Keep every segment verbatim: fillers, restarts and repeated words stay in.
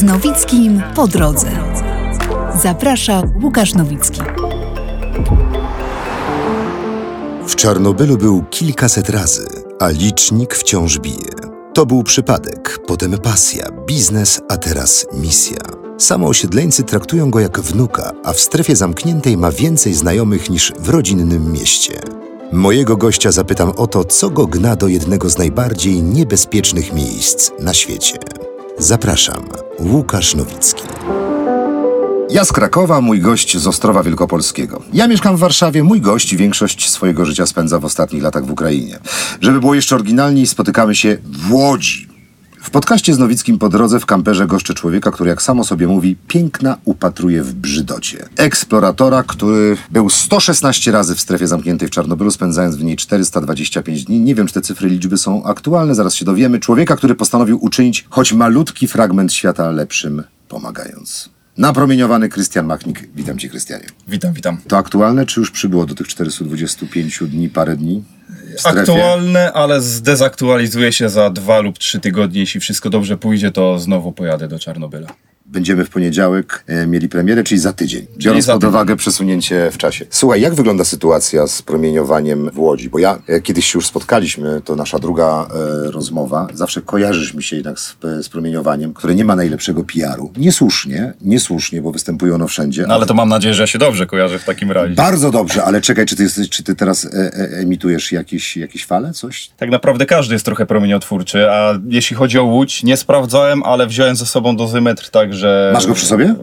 Nowickim po drodze. Zaprasza Łukasz Nowicki. W Czarnobylu był kilkaset razy, a licznik wciąż bije. To był przypadek, potem pasja, biznes, a teraz misja. Samoosiedleńcy traktują go jak wnuka, a w strefie zamkniętej ma więcej znajomych niż w rodzinnym mieście. Mojego gościa zapytam o to, co go gna do jednego z najbardziej niebezpiecznych miejsc na świecie. Zapraszam, Łukasz Nowicki. Ja z Krakowa, mój gość z Ostrowa Wielkopolskiego. Ja mieszkam w Warszawie, mój gość większość swojego życia spędza w ostatnich latach w Ukrainie. Żeby było jeszcze oryginalniej, spotykamy się w Łodzi. W podcaście z Nowickim po drodze w kamperze goszczę człowieka, który, jak samo sobie mówi, piękna upatruje w brzydocie. Eksploratora, który był sto szesnaście razy w strefie zamkniętej w Czarnobylu, spędzając w niej czterysta dwadzieścia pięć dni. Nie wiem, czy te cyfry, liczby są aktualne, zaraz się dowiemy. Człowieka, który postanowił uczynić choć malutki fragment świata lepszym, pomagając. Napromieniowany Krystian Machnik. Witam cię, Krystianie. Witam, witam. To aktualne, czy już przybyło do tych czterystu dwudziestu pięciu dni parę dni? Aktualne, ale zdezaktualizuje się za dwa lub trzy tygodnie. Jeśli wszystko dobrze pójdzie, to znowu pojadę do Czarnobyla. Będziemy w poniedziałek e, mieli premierę, czyli za tydzień. Biorąc za pod tydzień. uwagę przesunięcie w czasie. Słuchaj, jak wygląda sytuacja z promieniowaniem w Łodzi? Bo ja, e, kiedyś się już spotkaliśmy, to nasza druga e, rozmowa. Zawsze kojarzysz mi się jednak z, z promieniowaniem, które nie ma najlepszego P R u. Niesłusznie, niesłusznie, bo występuje ono wszędzie. No ale to mam nadzieję, że ja się dobrze kojarzę w takim razie. Bardzo dobrze, ale czekaj, czy ty, jesteś, czy ty teraz e, e, emitujesz jakieś, jakieś fale, coś? Tak naprawdę każdy jest trochę promieniotwórczy, a jeśli chodzi o Łódź, nie sprawdzałem, ale wziąłem ze sobą dozymetr, także... Masz go przy sobie?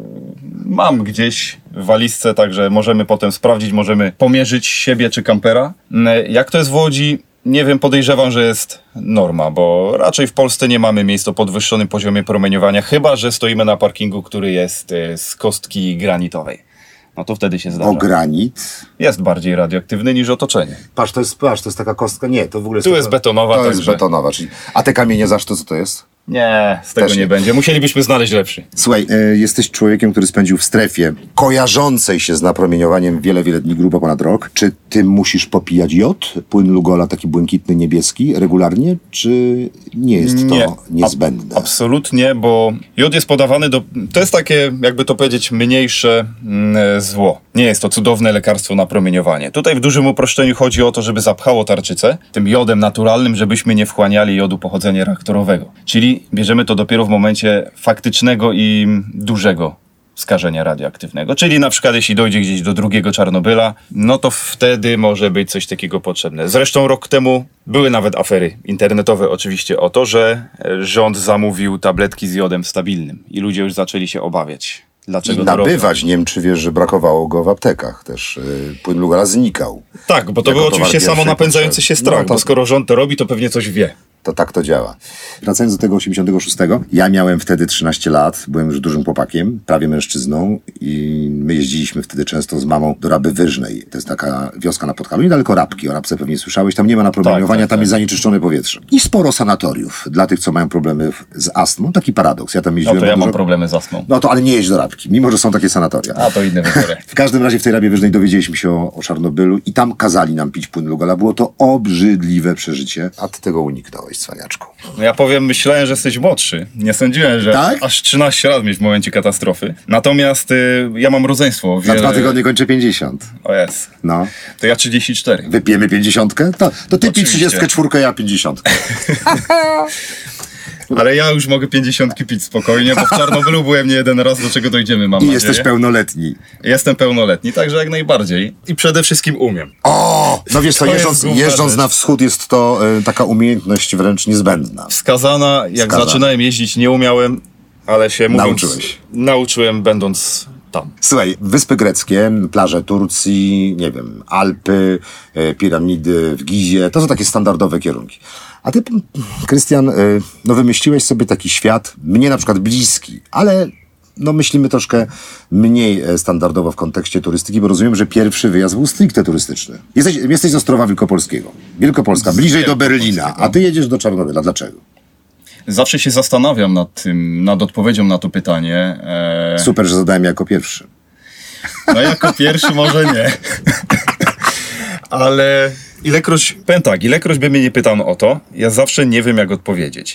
Mam gdzieś w walizce, także możemy potem sprawdzić, możemy pomierzyć siebie czy kampera. Jak to jest w Łodzi? Nie wiem, podejrzewam, że jest norma, bo raczej w Polsce nie mamy miejsc o podwyższonym poziomie promieniowania, chyba że stoimy na parkingu, który jest z kostki granitowej. No to wtedy się zdarza. O granit? Jest bardziej radioaktywny niż otoczenie. Patrz, to jest, patrz, to jest taka kostka, nie, to w ogóle jest... Tu jest betonowa, To jest także... betonowa, czyli... A te kamienie zaś to co to jest? Nie, z tego Też nie, nie. będzie. Musielibyśmy znaleźć lepszy. Słuchaj, y, jesteś człowiekiem, który spędził w strefie kojarzącej się z napromieniowaniem wiele, wiele dni, grubo ponad rok. Czy ty musisz popijać jod, płyn Lugola, taki błękitny, niebieski, regularnie, czy nie jest to Nie, niezbędne? Ab- absolutnie, bo jod jest podawany do... To jest takie, jakby to powiedzieć, mniejsze mm, zło. Nie jest to cudowne lekarstwo na promieniowanie. Tutaj w dużym uproszczeniu chodzi o to, żeby zapchało tarczycę tym jodem naturalnym, żebyśmy nie wchłaniali jodu pochodzenia reaktorowego. Czyli bierzemy to dopiero w momencie faktycznego i dużego skażenia radioaktywnego. Czyli na przykład jeśli dojdzie gdzieś do drugiego Czarnobyla, no to wtedy może być coś takiego potrzebne. Zresztą rok temu były nawet afery internetowe oczywiście o to, że rząd zamówił tabletki z jodem stabilnym i ludzie już zaczęli się obawiać. Dlaczego I to robią? nabywać, nie wiem, czy wiesz, że brakowało go w aptekach też. Y, płyn Lugola znikał. Tak, bo to Jako był towar oczywiście pierwszej samo napędzający potrzeby. się strach, No to- bo skoro rząd to robi, to pewnie coś wie. To tak to działa. Wracając do tego osiemdziesiątego szóstego, ja miałem wtedy trzynaście lat, byłem już dużym chłopakiem, prawie mężczyzną i my jeździliśmy wtedy często z mamą do Raby Wyżnej. To jest taka wioska na Podhalu, niedaleko Rabki, o Rabce pewnie słyszałeś, tam nie ma napromieniowania, Tak, tak, tam tak. jest zanieczyszczone powietrze. I sporo sanatoriów dla tych, co mają problemy w- z astmą. Taki paradoks, ja tam No jeździłem to ja na mam dużo... problemy z astmą. No to ale nie jeźdź do Rabki, mimo że są takie sanatoria. A to inne wybory. W każdym razie w tej Rabie Wyżnej dowiedzieliśmy się o, o Czarnobylu i tam kazali nam pić płyn Lugola. Było to obrzydliwe przeżycie, a ty tego uniknąłeś, cwaniaczku. No ja powiem, myślałem, że jesteś młodszy. Nie sądziłem, że Tak? aż trzynaście lat mieć w momencie katastrofy. Natomiast y, ja mam rodzeństwo. Za Wiele... dwa tygodnie kończę pięćdziesiąt. O jest. No. To ja trzydzieści cztery. Wypijemy pięćdziesiątkę? To, to ty pij Oczywiście. trzydziestkę czwórkę, ja pięćdziesiątkę. Ale ja już mogę pięćdziesiątki pić spokojnie, bo w Czarnobylu byłem nie jeden raz, do czego dojdziemy, mam I nadzieję. jesteś pełnoletni. Jestem pełnoletni, także jak najbardziej. I przede wszystkim umiem. O! No wiesz co, To jest jeżdżąc, główna jeżdżąc rzecz. na wschód jest to y, taka umiejętność wręcz niezbędna. Wskazana, jak Wskazana. zaczynałem jeździć, nie umiałem, ale się mówiąc, Nauczyłeś. nauczyłem będąc tam. Słuchaj, Wyspy Greckie, plaże Turcji, nie wiem, Alpy, y, piramidy w Gizie, to są takie standardowe kierunki. A ty, Krystian, y, no wymyśliłeś sobie taki świat, mnie na przykład bliski, ale no myślimy troszkę mniej e, standardowo w kontekście turystyki, bo rozumiem, że pierwszy wyjazd był stricte turystyczny. Jesteś, jesteś z Ostrowa Wielkopolskiego. Wielkopolska, bliżej do Berlina, a ty jedziesz do Czarnobyla. Dlaczego? Zawsze się zastanawiam nad tym, nad odpowiedzią na to pytanie. Eee, Super, że zadałem jako pierwszy. no jako pierwszy może nie. Ale ilekroć, powiem tak, ilekroć by mnie nie pytano o to, ja zawsze nie wiem, jak odpowiedzieć.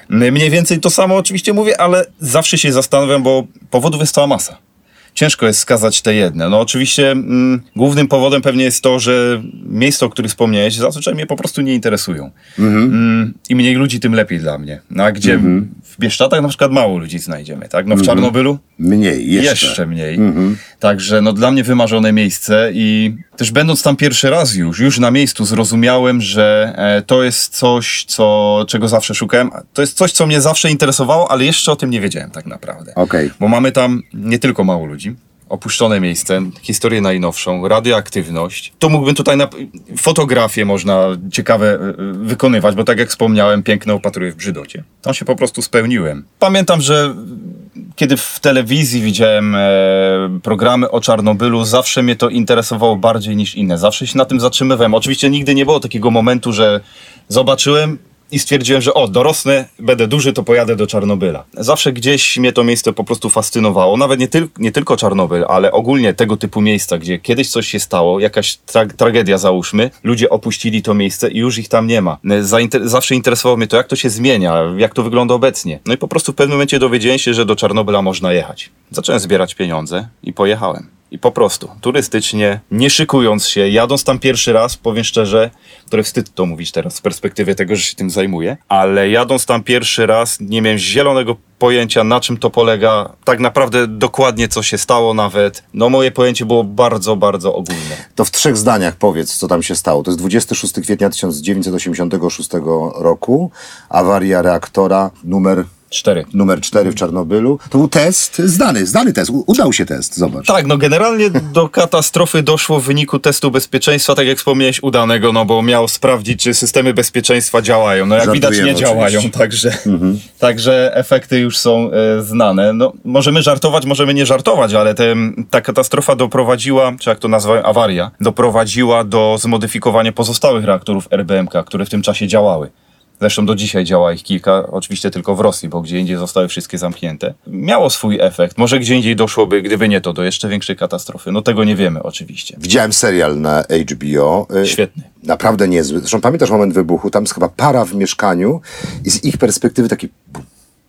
Mniej więcej to samo oczywiście mówię, ale zawsze się zastanawiam, bo powodów jest cała masa. Ciężko jest wskazać te jedne. No oczywiście mm, głównym powodem pewnie jest to, że miejsca, o których wspomniałeś, zazwyczaj mnie po prostu nie interesują. Mhm. Mm, I mniej ludzi, tym lepiej dla mnie. No a gdzie mhm. w Bieszczadach na przykład mało ludzi znajdziemy, tak? No w mhm. Czarnobylu? Mniej, jeszcze. Jeszcze mniej. Mhm. Także no dla mnie wymarzone miejsce i też będąc tam pierwszy raz już, już na miejscu zrozumiałem, że e, to jest coś, co, czego zawsze szukałem. To jest coś, co mnie zawsze interesowało, ale jeszcze o tym nie wiedziałem tak naprawdę. Okay. Bo mamy tam nie tylko mało ludzi, opuszczone miejsce, historię najnowszą, radioaktywność. To mógłbym tutaj na fotografie można ciekawe wykonywać, bo tak jak wspomniałem, piękne opatruję w Brzydocie. Tam się po prostu spełniłem. Pamiętam, że kiedy w telewizji widziałem e, programy o Czarnobylu, zawsze mnie to interesowało bardziej niż inne. Zawsze się na tym zatrzymywałem. Oczywiście nigdy nie było takiego momentu, że zobaczyłem i stwierdziłem, że o, dorosnę, będę duży, to pojadę do Czarnobyla. Zawsze gdzieś mnie to miejsce po prostu fascynowało. Nawet nie, tyl- nie tylko Czarnobyl, ale ogólnie tego typu miejsca, gdzie kiedyś coś się stało, jakaś tra- tragedia załóżmy, ludzie opuścili to miejsce i już ich tam nie ma. Zainter- zawsze interesowało mnie to, jak to się zmienia, jak to wygląda obecnie. No i po prostu w pewnym momencie dowiedziałem się, że do Czarnobyla można jechać. Zacząłem zbierać pieniądze i pojechałem. I po prostu, turystycznie, nie szykując się, jadąc tam pierwszy raz, powiem szczerze, trochę wstyd to mówić teraz z perspektywy tego, że się tym zajmuję, ale jadąc tam pierwszy raz, nie miałem zielonego pojęcia, na czym to polega, tak naprawdę dokładnie co się stało nawet. No moje pojęcie było bardzo, bardzo ogólne. To w trzech zdaniach powiedz, co tam się stało. To jest dwudziestego szóstego kwietnia tysiąc dziewięćset osiemdziesiątego szóstego roku, awaria reaktora numer... Cztery. Numer cztery w Czarnobylu. To był test, zdany, zdany test. U- udał się test, zobacz. Tak, no generalnie do katastrofy doszło w wyniku testu bezpieczeństwa, tak jak wspomniałeś, udanego, no bo miał sprawdzić, czy systemy bezpieczeństwa działają. No jak Żartujemy widać nie oczywiście. działają, także, Mhm. także efekty już są e, znane. No możemy żartować, możemy nie żartować, ale te, ta katastrofa doprowadziła, czy jak to nazywałem, awaria, doprowadziła do zmodyfikowania pozostałych reaktorów R B M K, które w tym czasie działały. Zresztą do dzisiaj działa ich kilka, oczywiście tylko w Rosji, bo gdzie indziej zostały wszystkie zamknięte. Miało swój efekt. Może gdzie indziej doszłoby, gdyby nie to, do jeszcze większej katastrofy. No tego nie wiemy oczywiście. Widziałem serial na H B O. Świetny. Naprawdę niezły. Zresztą pamiętasz moment wybuchu? Tam jest chyba para w mieszkaniu i z ich perspektywy taki bum,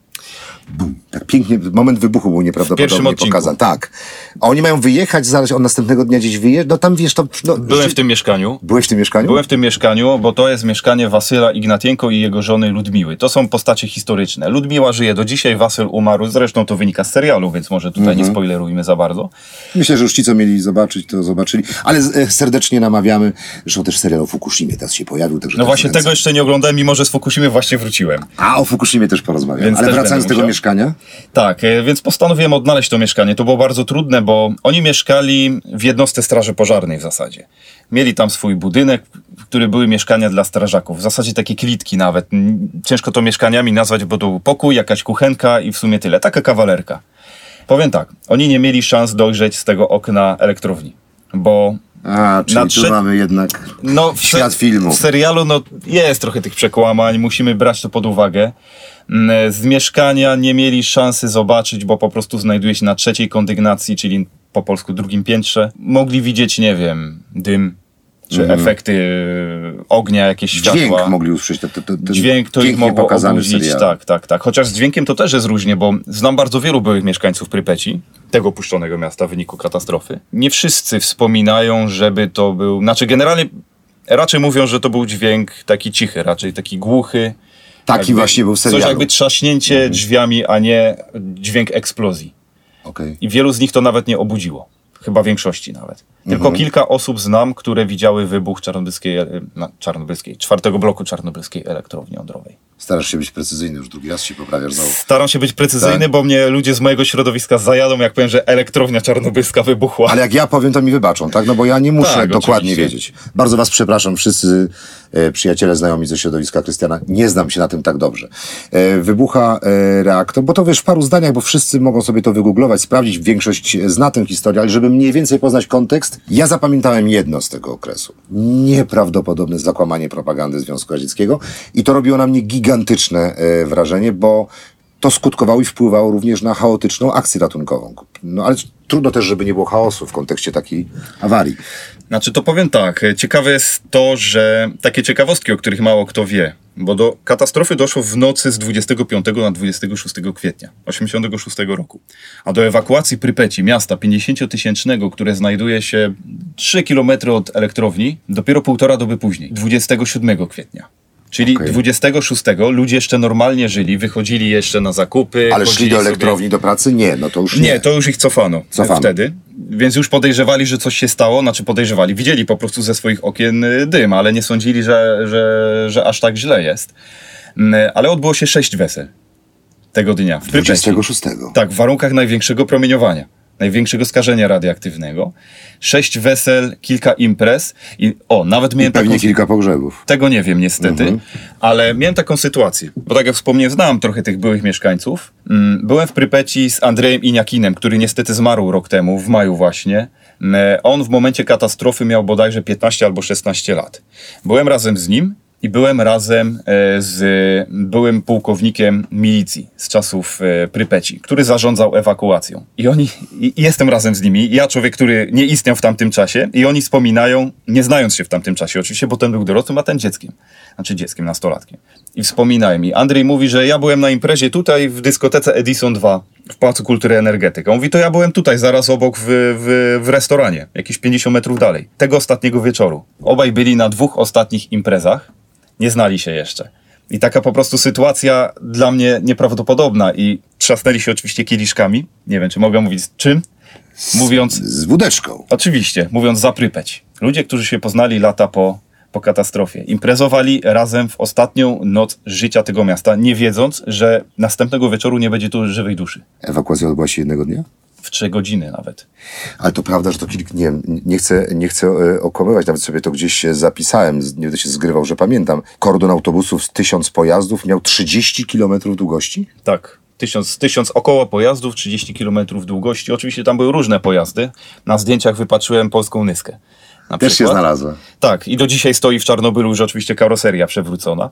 bum. Tak pięknie, moment wybuchu był nieprawdopodobnie pokazany. Tak. A oni mają wyjechać, zaraz on następnego dnia gdzieś wyjeżdża. No tam wiesz, to... No, Byłem w tym mieszkaniu. Byłeś w tym mieszkaniu? Byłem w tym mieszkaniu, bo to jest mieszkanie Wasyla Ignatienko i jego żony Ludmiły. To są postacie historyczne. Ludmiła żyje do dzisiaj, Wasyl umarł. Zresztą to wynika z serialu, więc może tutaj mm-hmm. nie spoilerujmy za bardzo. Myślę, że już ci, co mieli zobaczyć, to zobaczyli. Ale z, serdecznie namawiamy. Zresztą też serial o Fukushimie teraz się pojawił. Także no właśnie tego jeszcze nie oglądałem, mimo że z Fukushimy właśnie wróciłem. A o Fukushimie też porozmawiamy. Więc ale wracając do tego musiał. mieszkania? Tak, więc postanowiłem odnaleźć to mieszkanie. To było bardzo trudne, bo oni mieszkali w jednostce straży pożarnej w zasadzie. Mieli tam swój budynek, w którym były mieszkania dla strażaków. W zasadzie takie klitki nawet. Ciężko to mieszkaniami nazwać, bo to był pokój, jakaś kuchenka i w sumie tyle. Taka kawalerka. Powiem tak, oni nie mieli szans dojrzeć z tego okna elektrowni, bo... A, czyli nadszedł... tu mamy jednak no, w świat filmu. W serialu no, jest trochę tych przekłamań, musimy brać to pod uwagę. Z mieszkania nie mieli szansy zobaczyć, bo po prostu znajduje się na trzeciej kondygnacji, czyli po polsku drugim piętrze. Mogli widzieć, nie wiem, dym, czy mm. efekty ognia, jakieś światła. Dźwięk mogli usłyszeć. To, to, to Dźwięk to ich mogło obudzić, tak, tak, tak. Chociaż z dźwiękiem to też jest różnie, bo znam bardzo wielu byłych mieszkańców Prypeci, tego opuszczonego miasta w wyniku katastrofy. Nie wszyscy wspominają, żeby to był... Znaczy generalnie raczej mówią, że to był dźwięk taki cichy, raczej taki głuchy. Taki jakby, właśnie był w serialu. Coś jakby trzaśnięcie mhm. drzwiami, a nie dźwięk eksplozji. Okay. I wielu z nich to nawet nie obudziło. Chyba większości nawet. Tylko mhm. kilka osób znam, które widziały wybuch czarnobylskiej, na, czarnobylskiej, czwartego bloku czarnobylskiej elektrowni jądrowej. Starasz się być precyzyjny, już drugi raz się poprawiasz. Znowu. Staram się być precyzyjny, tak? bo mnie ludzie z mojego środowiska zajadą, jak powiem, że elektrownia czarnobylska wybuchła. Ale jak ja powiem, to mi wybaczą, tak? No bo ja nie muszę tak, dokładnie oczywiście. wiedzieć. Bardzo was przepraszam, wszyscy e, przyjaciele, znajomi ze środowiska Krystiana, nie znam się na tym tak dobrze. E, wybucha e, reaktor, bo to wiesz w paru zdaniach, bo wszyscy mogą sobie to wygooglować, sprawdzić, większość zna tę historię, ale żeby mniej więcej poznać kontekst, ja zapamiętałem jedno z tego okresu. Nieprawdopodobne zakłamanie propagandy Związku Radzieckiego i to robiło na mnie gigantyczne e, wrażenie, bo to skutkowało i wpływało również na chaotyczną akcję ratunkową. No ale trudno też, żeby nie było chaosu w kontekście takiej awarii. Znaczy to powiem tak, ciekawe jest to, że takie ciekawostki, o których mało kto wie, Bo do katastrofy doszło w nocy z dwudziestego piątego na dwudziestego szóstego kwietnia osiemdziesiątego szóstego roku. A do ewakuacji Prypeci, miasta pięćdziesięciotysięcznego, które znajduje się trzy kilometry od elektrowni, dopiero półtora doby później, dwudziestego siódmego kwietnia. Czyli okay. dwudziestego szóstego ludzie jeszcze normalnie żyli, wychodzili jeszcze na zakupy. Ale szli do elektrowni, sobie... do pracy? Nie, no to już nie. Nie, to już ich cofano, cofano wtedy. Więc już podejrzewali, że coś się stało, znaczy podejrzewali. Widzieli po prostu ze swoich okien dym, ale nie sądzili, że, że, że aż tak źle jest. Ale odbyło się sześć wesel tego dnia w Prypeci. dwudziestego szóstego. Tak, w warunkach największego promieniowania, największego skażenia radioaktywnego. Sześć wesel, kilka imprez i o, nawet miałem I pewnie taką... kilka pogrzebów. Tego nie wiem niestety, mhm. ale miałem taką sytuację, bo tak jak wspomniałem, znałem trochę tych byłych mieszkańców. Byłem w Prypeci z Andrejem Iniakinem, który niestety zmarł rok temu, w maju właśnie. On w momencie katastrofy miał bodajże piętnaście albo szesnaście lat. Byłem razem z nim i byłem razem z byłym pułkownikiem milicji z czasów Prypeci, który zarządzał ewakuacją. I oni, i jestem razem z nimi, ja człowiek, który nie istniał w tamtym czasie i oni wspominają, nie znając się w tamtym czasie oczywiście, bo ten był dorosłym, a ten dzieckiem. Znaczy dzieckiem, nastolatkiem. I wspominają mi. Andrzej mówi, że ja byłem na imprezie tutaj w dyskotece Edison dwa w Pałacu Kultury i Energetyki. On mówi, to ja byłem tutaj, zaraz obok w, w, w restoranie, jakieś pięćdziesiąt metrów dalej. Tego ostatniego wieczoru. Obaj byli na dwóch ostatnich imprezach. Nie znali się jeszcze. I taka po prostu sytuacja dla mnie nieprawdopodobna i trzasnęli się oczywiście kieliszkami. Nie wiem, czy mogę mówić z czym? Mówiąc... Z wódeczką. Oczywiście, mówiąc za Prypeć. Ludzie, którzy się poznali lata po, po katastrofie. Imprezowali razem w ostatnią noc życia tego miasta, nie wiedząc, że następnego wieczoru nie będzie tu żywej duszy. Ewakuacja odbyła się jednego dnia? W trzy godziny nawet. Ale to prawda, że to kilk... Nie, nie chcę, nie chcę e, okłamywać, nawet sobie to gdzieś zapisałem, nie będę się zgrywał, że pamiętam. Kordon autobusów z tysiąc pojazdów miał trzydzieści kilometrów długości? Tak. Tysiąc, tysiąc około pojazdów, trzydzieści kilometrów długości. Oczywiście tam były różne pojazdy. Na zdjęciach wypatrzyłem polską Nyskę. Na Też przykład. się znalazła. Tak. I do dzisiaj stoi w Czarnobylu już oczywiście karoseria przewrócona.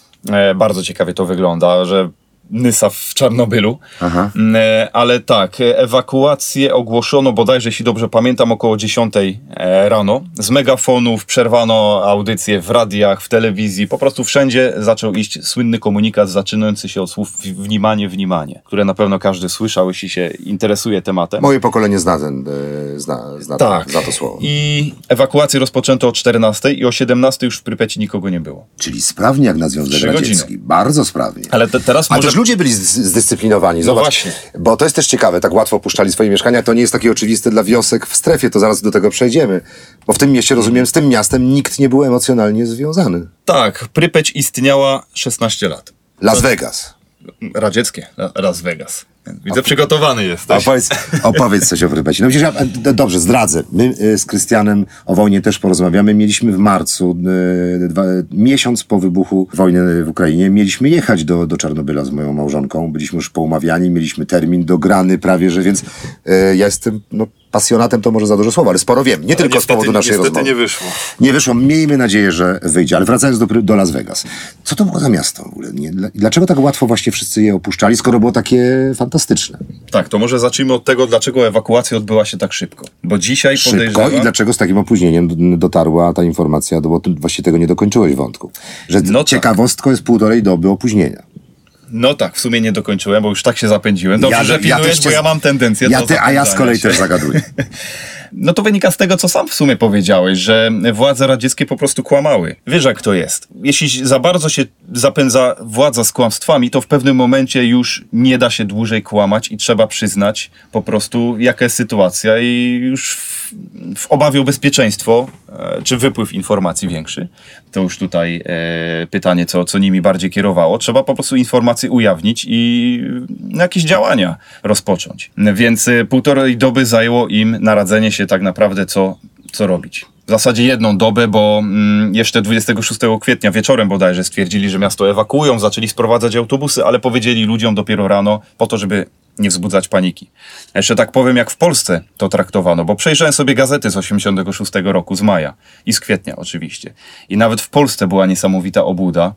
E, bardzo ciekawie to wygląda, że Nysa w Czarnobylu. Aha. E, ale tak, ewakuację ogłoszono bodajże, jeśli dobrze pamiętam, około dziesiątej e, rano. Z megafonów przerwano audycje w radiach, w telewizji. Po prostu wszędzie zaczął iść słynny komunikat zaczynający się od słów wнимание, wнимание, które na pewno każdy słyszał, jeśli się interesuje tematem. Moje pokolenie zna, ten, zna, zna, tak. to, zna to słowo. I ewakuację rozpoczęto o czternastej i o siedemnastej już w Prypeci nikogo nie było. Czyli sprawnie jak na Związek Radziecki. Bardzo sprawnie. Ale te, teraz A może... też ludzie byli zdyscyplinowani. Zobacz, no właśnie. Bo to jest też ciekawe, tak łatwo opuszczali swoje mieszkania. To nie jest takie oczywiste dla wiosek w strefie, to zaraz do tego przejdziemy. Bo w tym mieście, rozumiem, z tym miastem nikt nie był emocjonalnie związany. Tak, Prypeć istniała szesnaście lat. Las Vegas. Radzieckie, Las Vegas. Widzę, przygotowany jesteś. Opowiedz, opowiedz coś o Prypeci. No przecież ja, dobrze, zdradzę. My y, z Krystianem o wojnie też porozmawiamy. Mieliśmy w marcu, y, dwa, miesiąc po wybuchu wojny w Ukrainie, mieliśmy jechać do, do Czarnobyla z moją małżonką. Byliśmy już poumawiani, mieliśmy termin dograny prawie, że więc y, ja jestem no, pasjonatem, to może za dużo słowa, ale sporo wiem. Nie ale tylko niestety, z powodu naszej rozmowy. Niestety nie wyszło. Nie wyszło. Miejmy nadzieję, że wyjdzie. Ale wracając do, do Las Vegas. Co to było za miasto w ogóle? Nie, dlaczego tak łatwo właśnie wszyscy je opuszczali, skoro było takie fantastyczne? Tak, to może zacznijmy od tego, dlaczego ewakuacja odbyła się tak szybko. Bo dzisiaj szybko podejrzewam... i dlaczego z takim opóźnieniem dotarła ta informacja, bo ty właściwie tego nie dokończyłeś wątku. Że no ciekawostką tak. jest półtorej doby opóźnienia. No tak, w sumie nie dokończyłem, bo już tak się zapędziłem. Dobrze, ja, że pilnujesz, ja bo ja mam tendencję ja do ty, A ja z kolei się. też zagaduję. No to wynika z tego, co sam w sumie powiedziałeś, że władze radzieckie po prostu kłamały. Wiesz, jak to jest. Jeśli za bardzo się zapędza władza z kłamstwami, to w pewnym momencie już nie da się dłużej kłamać i trzeba przyznać po prostu, jaka jest sytuacja i już w, w obawie o bezpieczeństwo, e, czy wypływ informacji większy, to już tutaj e, pytanie, co, co nimi bardziej kierowało, trzeba po prostu informacje ujawnić i jakieś działania rozpocząć. Więc e, półtorej doby zajęło im naradzenie się tak naprawdę, co, co robić. W zasadzie jedną dobę, bo mm, jeszcze dwudziestego szóstego kwietnia wieczorem bodajże stwierdzili, że miasto ewakuują, zaczęli sprowadzać autobusy, ale powiedzieli ludziom dopiero rano po to, żeby nie wzbudzać paniki. Jeszcze tak powiem, jak w Polsce to traktowano, bo przejrzałem sobie gazety z osiemdziesiątego szóstego roku, z maja i z kwietnia oczywiście. I nawet w Polsce była niesamowita obłuda,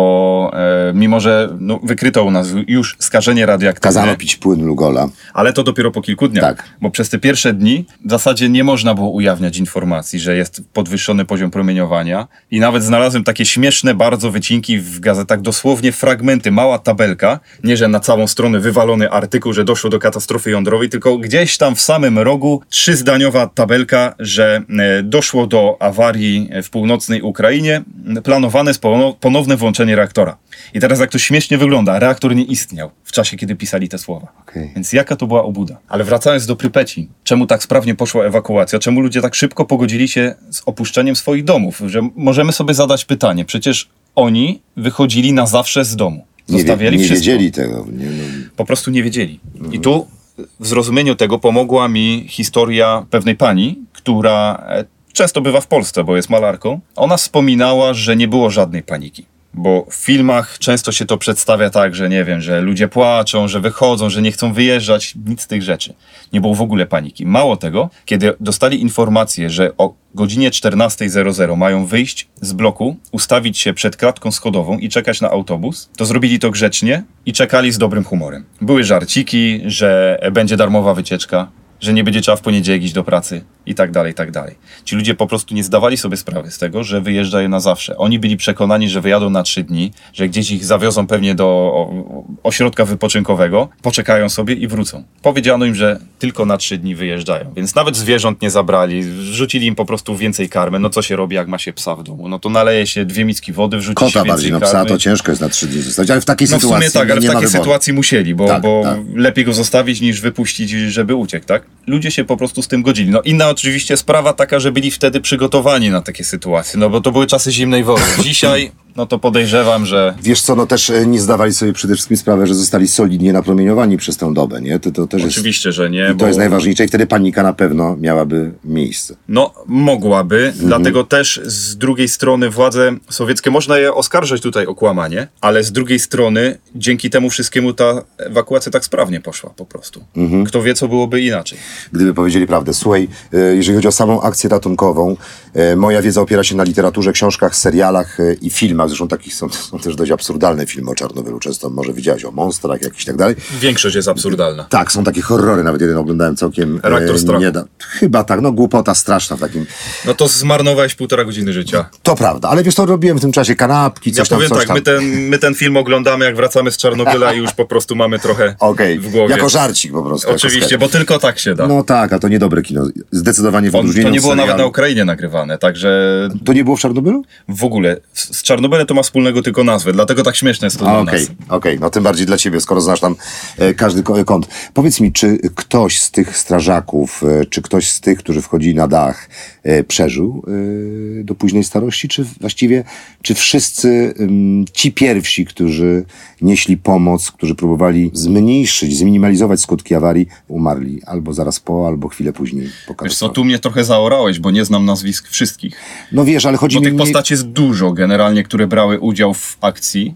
bo e, mimo, że no, wykryto u nas już skażenie radioaktywne. Kazano pić płyn Lugola. Ale to dopiero po kilku dniach, tak. Bo przez te pierwsze dni w zasadzie nie można było ujawniać informacji, że jest podwyższony poziom promieniowania i nawet znalazłem takie śmieszne bardzo wycinki w gazetach, dosłownie fragmenty, mała tabelka, nie że na całą stronę wywalony artykuł, że doszło do katastrofy jądrowej, tylko gdzieś tam w samym rogu trzyzdaniowa tabelka, że e, doszło do awarii w północnej Ukrainie, planowane jest ponowne włączenie reaktora. I teraz jak to śmiesznie wygląda, reaktor nie istniał w czasie, kiedy pisali te słowa. Okay. Więc jaka to była obłuda? Ale wracając do Prypeci, czemu tak sprawnie poszła ewakuacja? Czemu ludzie tak szybko pogodzili się z opuszczeniem swoich domów? Że możemy sobie zadać pytanie. Przecież oni wychodzili na zawsze z domu. Zostawiali nie, nie wszystko. wiedzieli tego. Nie, no. Po prostu nie wiedzieli. I tu w zrozumieniu tego pomogła mi historia pewnej pani, która często bywa w Polsce, bo jest malarką. Ona wspominała, że nie było żadnej paniki. Bo w filmach często się to przedstawia tak, że nie wiem, że ludzie płaczą, że wychodzą, że nie chcą wyjeżdżać. Nic z tych rzeczy. Nie było w ogóle paniki. Mało tego, kiedy dostali informację, że o godzinie czternasta zero zero mają wyjść z bloku, ustawić się przed klatką schodową i czekać na autobus, to zrobili to grzecznie i czekali z dobrym humorem. Były żarciki, że będzie darmowa wycieczka, że nie będzie trzeba w poniedziałek iść do pracy i tak dalej, i tak dalej. Ci ludzie po prostu nie zdawali sobie sprawy z tego, że wyjeżdżają na zawsze. Oni byli przekonani, że wyjadą na trzy dni, że gdzieś ich zawiozą pewnie do ośrodka wypoczynkowego, poczekają sobie i wrócą. Powiedziano im, że tylko na trzy dni wyjeżdżają, więc nawet zwierząt nie zabrali, rzucili im po prostu więcej karmy. No co się robi, jak ma się psa w domu? No to naleje się dwie miski wody, wrzuci Kota się więcej bardziej, no karmy. psa to ciężko jest na trzy dni zostawić, ale w takiej no sytuacji w sumie tak, ale nie w ma takiej wyboru. sytuacji musieli, bo, tak, bo tak. lepiej go zostawić niż wypuścić, żeby uciekł, tak? Ludzie się po prostu z tym godzili. No inna oczywiście sprawa taka, że byli wtedy przygotowani na takie sytuacje, no bo to były czasy zimnej wojny. Dzisiaj, no to podejrzewam, że... Wiesz co, no też nie zdawali sobie przede wszystkim sprawy, że zostali solidnie napromieniowani przez tę dobę, nie? To, to też Oczywiście, jest, że nie, i to bo... jest najważniejsze i wtedy panika na pewno miałaby miejsce. No, mogłaby, mhm. Dlatego też z drugiej strony władze sowieckie, można je oskarżać tutaj o kłamanie, ale z drugiej strony dzięki temu wszystkiemu ta ewakuacja tak sprawnie poszła po prostu. Mhm. Kto wie, co byłoby inaczej. Gdyby powiedzieli prawdę. Słuchaj, jeżeli chodzi o samą akcję ratunkową, moja wiedza opiera się na literaturze, książkach, serialach i filmach. Zresztą takich są, są też dość absurdalne filmy o Czarnobylu. Często może widziałeś o monstrach jakichś tak dalej. Większość jest absurdalna. Tak, są takie horrory. Nawet jeden oglądałem całkiem... Reaktor strachu. Nie da, chyba tak, no głupota straszna w takim... No to zmarnowałeś półtora godziny życia. To prawda, ale wiesz, to robiłem w tym czasie kanapki, coś ja tam, powiem coś tak, tam. My, ten, my ten film oglądamy, jak wracamy z Czarnobyla i już po prostu mamy trochę okay. w głowie. Jako żarcik po prostu. Oczywiście, bo tylko tak się da. No tak, a to niedobre kino. Zdecydowanie w On, odróżnieniu To nie było serialu. nawet na Ukrainie nagrywane, także... To nie było w Czarnobylu? W ogóle. Z, z Czarnobylem to ma wspólnego tylko nazwę, dlatego tak śmieszne jest to dla Okej, nas. okej, okay. No tym bardziej dla ciebie, skoro znasz tam e, każdy kąt. Powiedz mi, czy ktoś z tych strażaków, e, czy ktoś z tych, którzy wchodzili na dach, e, przeżył e, do późnej starości, czy właściwie, czy wszyscy m, ci pierwsi, którzy nieśli pomoc, którzy próbowali zmniejszyć, zminimalizować skutki awarii, umarli albo zaraz po, albo chwilę później po katastrofie? Wiesz co, tu mnie trochę zaorałeś, bo nie znam nazwisk wszystkich. No wiesz, ale chodzi Bo mi... tych postaci jest dużo generalnie, które brały udział w akcji,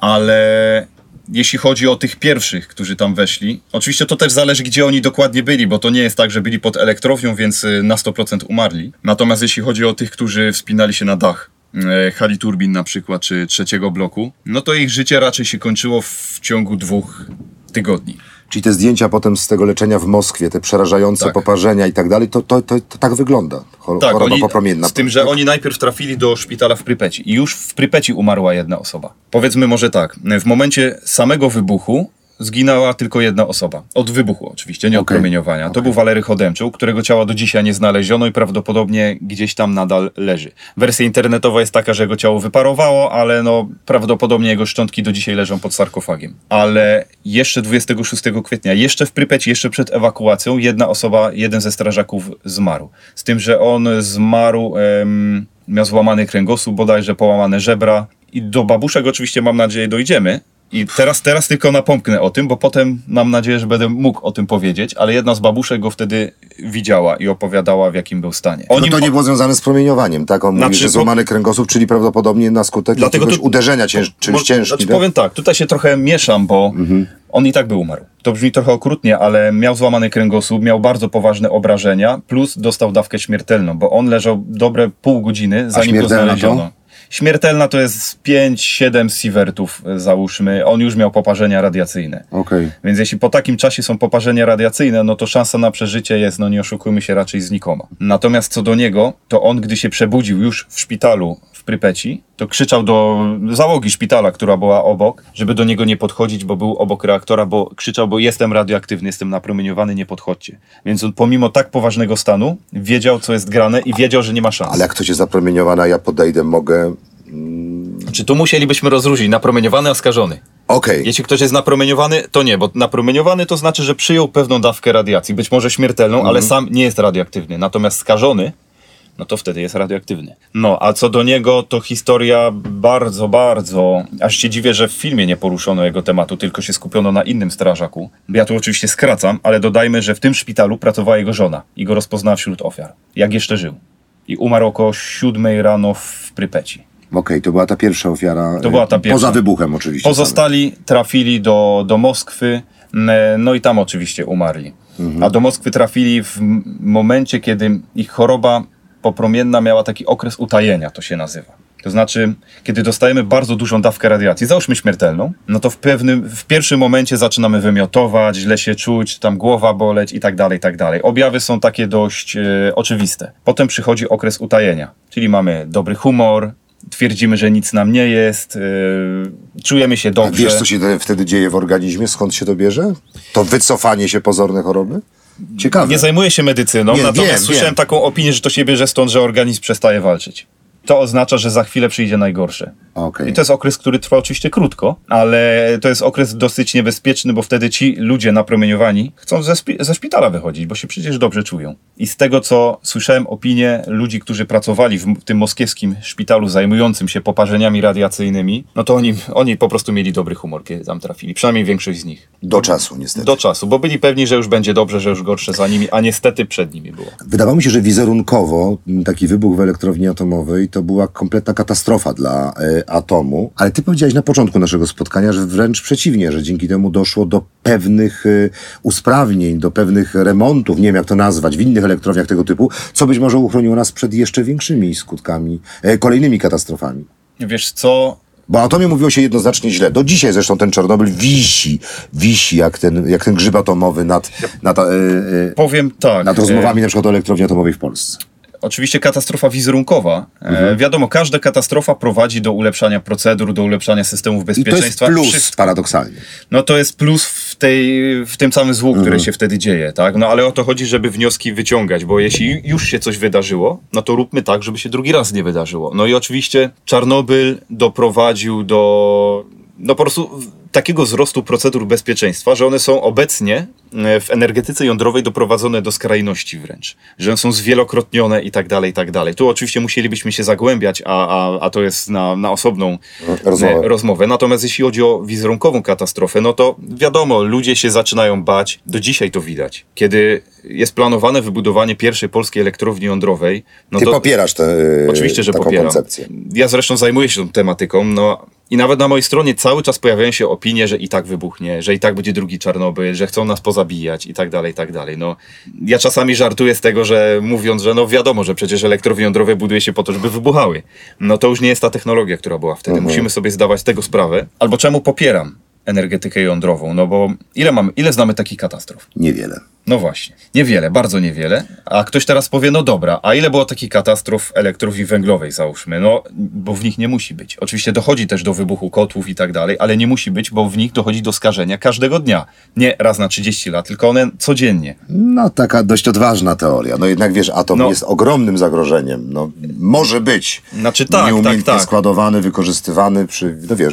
ale jeśli chodzi o tych pierwszych, którzy tam weszli, oczywiście to też zależy, gdzie oni dokładnie byli, bo to nie jest tak, że byli pod elektrownią, więc na sto procent umarli. Natomiast jeśli chodzi o tych, którzy wspinali się na dach e, hali turbin na przykład, czy trzeciego bloku, no to ich życie raczej się kończyło w ciągu dwóch tygodni. Czyli te zdjęcia potem z tego leczenia w Moskwie, te przerażające tak. poparzenia i tak dalej, to, to, to, to tak wygląda. Chor- tak, choroba oni, popromienna. z tym, że oni najpierw trafili do szpitala w Prypeci i już w Prypeci umarła jedna osoba. Powiedzmy może tak, w momencie samego wybuchu zginęła tylko jedna osoba. Od wybuchu oczywiście, nie od okay. promieniowania. To okay. był Walery Chodemczuk, którego ciała do dzisiaj nie znaleziono i prawdopodobnie gdzieś tam nadal leży. Wersja internetowa jest taka, że jego ciało wyparowało, ale no prawdopodobnie jego szczątki do dzisiaj leżą pod sarkofagiem. Ale jeszcze dwudziestego szóstego kwietnia, jeszcze w Prypeci, jeszcze przed ewakuacją, jedna osoba, jeden ze strażaków zmarł. Z tym, że on zmarł, em, miał złamany kręgosłup, bodajże połamane żebra. I do babuszek oczywiście, mam nadzieję, dojdziemy, I teraz, teraz tylko napomknę o tym, bo potem mam nadzieję, że będę mógł o tym powiedzieć, ale jedna z babuszek go wtedy widziała i opowiadała, w jakim był stanie. No to nie było związane z promieniowaniem, tak? On znaczy, mówi, że złamany po... kręgosłup, czyli prawdopodobnie na skutek Dlatego jakiegoś to... uderzenia cięż... czymś ciężkim. Znaczy, tak? powiem tak, tutaj się trochę mieszam, bo mhm. on i tak by umarł. To brzmi trochę okrutnie, ale miał złamany kręgosłup, miał bardzo poważne obrażenia, plus dostał dawkę śmiertelną, bo on leżał dobre pół godziny, zanim go znaleziono. To? Śmiertelna to jest pięć siedem sievertów, załóżmy. On już miał poparzenia radiacyjne. Okay. Więc jeśli po takim czasie są poparzenia radiacyjne, no to szansa na przeżycie jest, no nie oszukujmy się, raczej znikoma. Natomiast co do niego, to on, gdy się przebudził już w szpitalu w Prypeci, to krzyczał do załogi szpitala, która była obok, żeby do niego nie podchodzić, bo był obok reaktora, bo krzyczał, bo jestem radioaktywny, jestem napromieniowany, nie podchodźcie. Więc on pomimo tak poważnego stanu wiedział, co jest grane i wiedział, że nie ma szans. Ale jak ktoś jest napromieniowany, a ja podejdę, mogę... Czy tu musielibyśmy rozróżnić napromieniowany a skażony? Okay. Jeśli ktoś jest napromieniowany, to nie, bo napromieniowany to znaczy, że przyjął pewną dawkę radiacji, być może śmiertelną, mm-hmm. ale sam nie jest radioaktywny. Natomiast skażony, no to wtedy jest radioaktywny. No, a co do niego, to historia bardzo, bardzo... Aż się dziwię, że w filmie nie poruszono jego tematu, tylko się skupiono na innym strażaku. Ja tu oczywiście skracam, ale dodajmy, że w tym szpitalu pracowała jego żona i go rozpoznała wśród ofiar, jak jeszcze żył. I umarł około siódmej rano w Prypeci. Okej, okay, to była ta pierwsza ofiara, to była ta pierwsza. Poza wybuchem oczywiście. Pozostali same. Trafili do, do Moskwy, no i tam oczywiście umarli. Mhm. A do Moskwy trafili w momencie, kiedy ich choroba popromienna miała taki okres utajenia, to się nazywa. To znaczy, kiedy dostajemy bardzo dużą dawkę radiacji, załóżmy śmiertelną, no to w pewnym, w pierwszym momencie zaczynamy wymiotować, źle się czuć, tam głowa boleć i tak dalej, i tak dalej. Objawy są takie dość e, oczywiste. Potem przychodzi okres utajenia, czyli mamy dobry humor, twierdzimy, że nic nam nie jest, yy, czujemy się dobrze. A wiesz, co się wtedy dzieje w organizmie? Skąd się to bierze? To wycofanie się pozornej choroby? Ciekawe. Nie zajmuję się medycyną, nie, natomiast wiem, słyszałem wiem. taką opinię, że to się bierze stąd, że organizm przestaje walczyć. To oznacza, że za chwilę przyjdzie najgorsze. Okay. I to jest okres, który trwa oczywiście krótko, ale to jest okres dosyć niebezpieczny, bo wtedy ci ludzie napromieniowani chcą ze, spi- ze szpitala wychodzić, bo się przecież dobrze czują. I z tego, co słyszałem opinie ludzi, którzy pracowali w tym moskiewskim szpitalu zajmującym się poparzeniami radiacyjnymi, no to oni, oni po prostu mieli dobry humor, kiedy tam trafili. Przynajmniej większość z nich. Do czasu niestety. Do czasu, bo byli pewni, że już będzie dobrze, że już gorsze za nimi, a niestety przed nimi było. Wydawało mi się, że wizerunkowo taki wybuch w elektrowni atomowej to była kompletna katastrofa dla y, atomu, ale ty powiedziałeś na początku naszego spotkania, że wręcz przeciwnie, że dzięki temu doszło do pewnych y, usprawnień, do pewnych remontów, nie wiem jak to nazwać, w innych elektrowniach tego typu, co być może uchroniło nas przed jeszcze większymi skutkami, y, kolejnymi katastrofami. Wiesz co... Bo o atomie mówiło się jednoznacznie źle. Do dzisiaj zresztą ten Czarnobyl wisi, wisi jak ten, jak ten grzyb atomowy nad, nad, yy, yy, Powiem tak, nad rozmowami na przykład o elektrowni atomowej w Polsce. Oczywiście katastrofa wizerunkowa. Mhm. E, wiadomo, każda katastrofa prowadzi do ulepszania procedur, do ulepszania systemów bezpieczeństwa. I to jest plus, Wszystko. paradoksalnie. No to jest plus w, tej, w tym samym złu, mhm. które się wtedy dzieje, tak? No ale o to chodzi, żeby wnioski wyciągać, bo jeśli już się coś wydarzyło, no to róbmy tak, żeby się drugi raz nie wydarzyło. No i oczywiście Czarnobyl doprowadził do... No po prostu takiego wzrostu procedur bezpieczeństwa, że one są obecnie w energetyce jądrowej doprowadzone do skrajności wręcz. Że one są zwielokrotnione i tak dalej, i tak dalej. Tu oczywiście musielibyśmy się zagłębiać, a, a, a to jest na, na osobną rozmowę. rozmowę. Natomiast jeśli chodzi o wizerunkową katastrofę, no to wiadomo, ludzie się zaczynają bać. Do dzisiaj to widać. Kiedy jest planowane wybudowanie pierwszej polskiej elektrowni jądrowej... No Ty to, popierasz tę Oczywiście, że taką popieram. koncepcję. Ja zresztą zajmuję się tą tematyką, no i nawet na mojej stronie cały czas pojawiają się opinie, że i tak wybuchnie, że i tak będzie drugi Czarnobyl, że chcą nas pozabijać i tak dalej, i tak dalej. No, ja czasami żartuję z tego, że mówiąc, że no wiadomo, że przecież elektrownie jądrowe buduje się po to, żeby wybuchały. No to już nie jest ta technologia, która była wtedy. Mhm. Musimy sobie zdawać z tego sprawę. Albo czemu popieram energetykę jądrową? No bo ile mamy, ile znamy takich katastrof? Niewiele. No właśnie. Niewiele, bardzo niewiele. A ktoś teraz powie, no dobra, a ile było takich katastrof w elektrowni węglowej, załóżmy? No, bo w nich nie musi być. Oczywiście dochodzi też do wybuchu kotłów i tak dalej, ale nie musi być, bo w nich dochodzi do skażenia każdego dnia. Nie raz na trzydzieści lat, tylko one codziennie. No, taka dość odważna teoria. No jednak wiesz, atom no. jest ogromnym zagrożeniem. No, może być znaczy, tak, nieumiejętnie tak, tak. składowany, wykorzystywany przy, no wiesz, no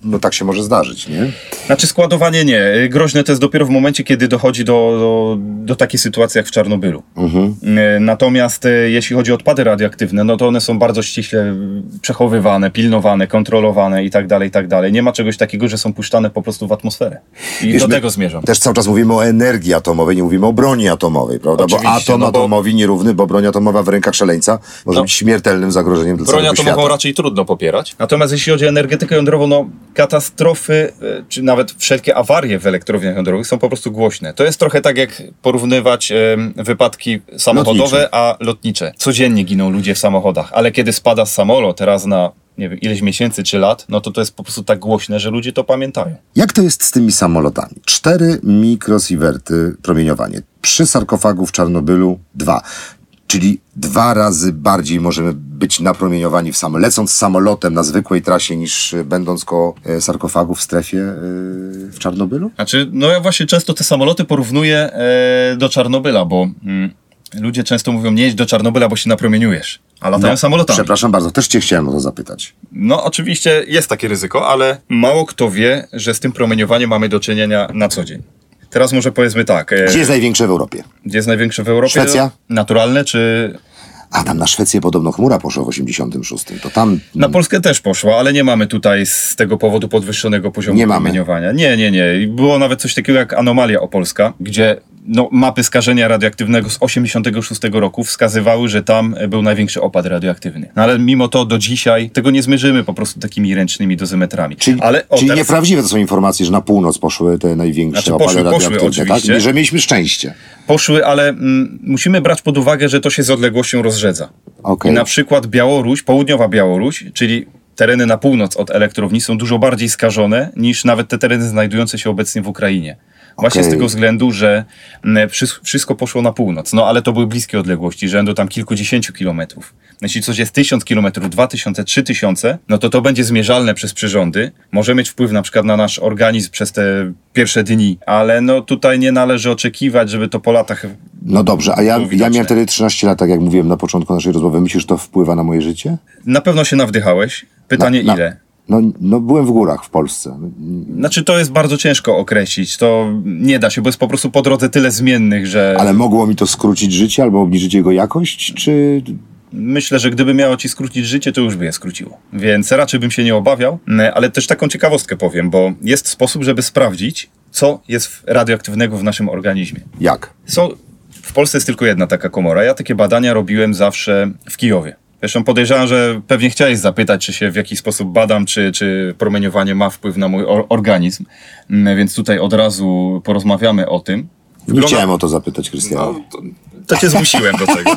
no tak się może zdarzyć, nie? Znaczy składowanie nie. Groźne to jest dopiero w momencie, kiedy dochodzi do, do, do takiej sytuacji jak w Czarnobylu. Mhm. Natomiast jeśli chodzi o odpady radioaktywne, no to one są bardzo ściśle przechowywane, pilnowane, kontrolowane i tak dalej, i tak dalej. Nie ma czegoś takiego, że są puszczane po prostu w atmosferę. I Wiesz, do tego zmierzam. Też cały czas mówimy o energii atomowej, nie mówimy o broni atomowej, prawda? Oczywiście, bo atom no bo... atomowi nierówny, bo broń atomowa w rękach szaleńca może no. być śmiertelnym zagrożeniem dla całego świata. Broń atomową raczej trudno popierać. Natomiast jeśli chodzi o energetykę jądrową, no katastrofy, czy nawet wszelkie awarie w elektrowniach jądrowych są po prostu głośne. To jest trochę tak, jak porównywać e, wypadki samochodowe, lotnicze. a lotnicze. Codziennie giną ludzie w samochodach, ale kiedy spada samolot raz na nie wiem, ileś miesięcy czy lat, no to to jest po prostu tak głośne, że ludzie to pamiętają. Jak to jest z tymi samolotami? Cztery mikrosiewerty promieniowanie. Przy sarkofagu w Czarnobylu dwa. Czyli dwa razy bardziej możemy być napromieniowani w sam- lecąc samolotem na zwykłej trasie niż będąc koło e, sarkofagu w strefie e, w Czarnobylu? Znaczy, no ja właśnie często te samoloty porównuję e, do Czarnobyla, bo mm, ludzie często mówią, nie jedź do Czarnobyla, bo się napromieniujesz. A latają no, samolotami. Przepraszam bardzo, też cię chciałem o to zapytać. No oczywiście jest takie ryzyko, ale mało kto wie, że z tym promieniowaniem mamy do czynienia na co dzień. Teraz może powiedzmy tak. Gdzie jest największe w Europie? Gdzie jest największe w Europie? Szwecja? Naturalne czy... A tam na Szwecję podobno chmura poszła w osiemdziesiątym szóstym. To tam... Na Polskę też poszła, ale nie mamy tutaj z tego powodu podwyższonego poziomu nie promieniowania. Nie, nie, nie. Było nawet coś takiego jak anomalia opolska, gdzie no, mapy skażenia radioaktywnego z osiemdziesiątego szóstego roku wskazywały, że tam był największy opad radioaktywny. No ale mimo to do dzisiaj tego nie zmierzymy po prostu takimi ręcznymi dozymetrami. Czyli, ale, o, czyli teraz... nieprawdziwe to są informacje, że na północ poszły te największe znaczy, opady poszły, radioaktywne, poszły, tak? I że mieliśmy szczęście. Poszły, ale mm, musimy brać pod uwagę, że to się z odległością rozrzedza. Okay. I na przykład Białoruś, południowa Białoruś, czyli tereny na północ od elektrowni są dużo bardziej skażone niż nawet te tereny znajdujące się obecnie w Ukrainie. Właśnie okay. z tego względu, że wszystko poszło na północ. No ale to były bliskie odległości, rzędu tam kilkudziesięciu kilometrów. Jeśli coś jest tysiąc kilometrów, dwa tysiące, trzy tysiące, no to to będzie zmierzalne przez przyrządy. Może mieć wpływ na przykład na nasz organizm przez te pierwsze dni, ale no tutaj nie należy oczekiwać, żeby to po latach... No dobrze, a ja, ja miałem wtedy trzynaście lat, tak jak mówiłem na początku naszej rozmowy. Myślisz, że to wpływa na moje życie? Na pewno się nawdychałeś. Pytanie na, na... ile? No, no byłem w górach w Polsce. Znaczy to jest bardzo ciężko określić, to nie da się, bo jest po prostu po drodze tyle zmiennych, że... Ale mogło mi to skrócić życie albo obniżyć jego jakość, czy... Myślę, że gdyby miało ci skrócić życie, to już by je skróciło. Więc raczej bym się nie obawiał, ale też taką ciekawostkę powiem, bo jest sposób, żeby sprawdzić, co jest radioaktywnego w naszym organizmie. Jak? Są... W Polsce jest tylko jedna taka komora. Ja takie badania robiłem zawsze w Kijowie. Zresztą podejrzewam, że pewnie chciałeś zapytać, czy się w jakiś sposób badam, czy, czy promieniowanie ma wpływ na mój or- organizm. Więc tutaj od razu porozmawiamy o tym. Wygląda... Nie chciałem o to zapytać, Krystian. No, to, to cię zmusiłem do tego.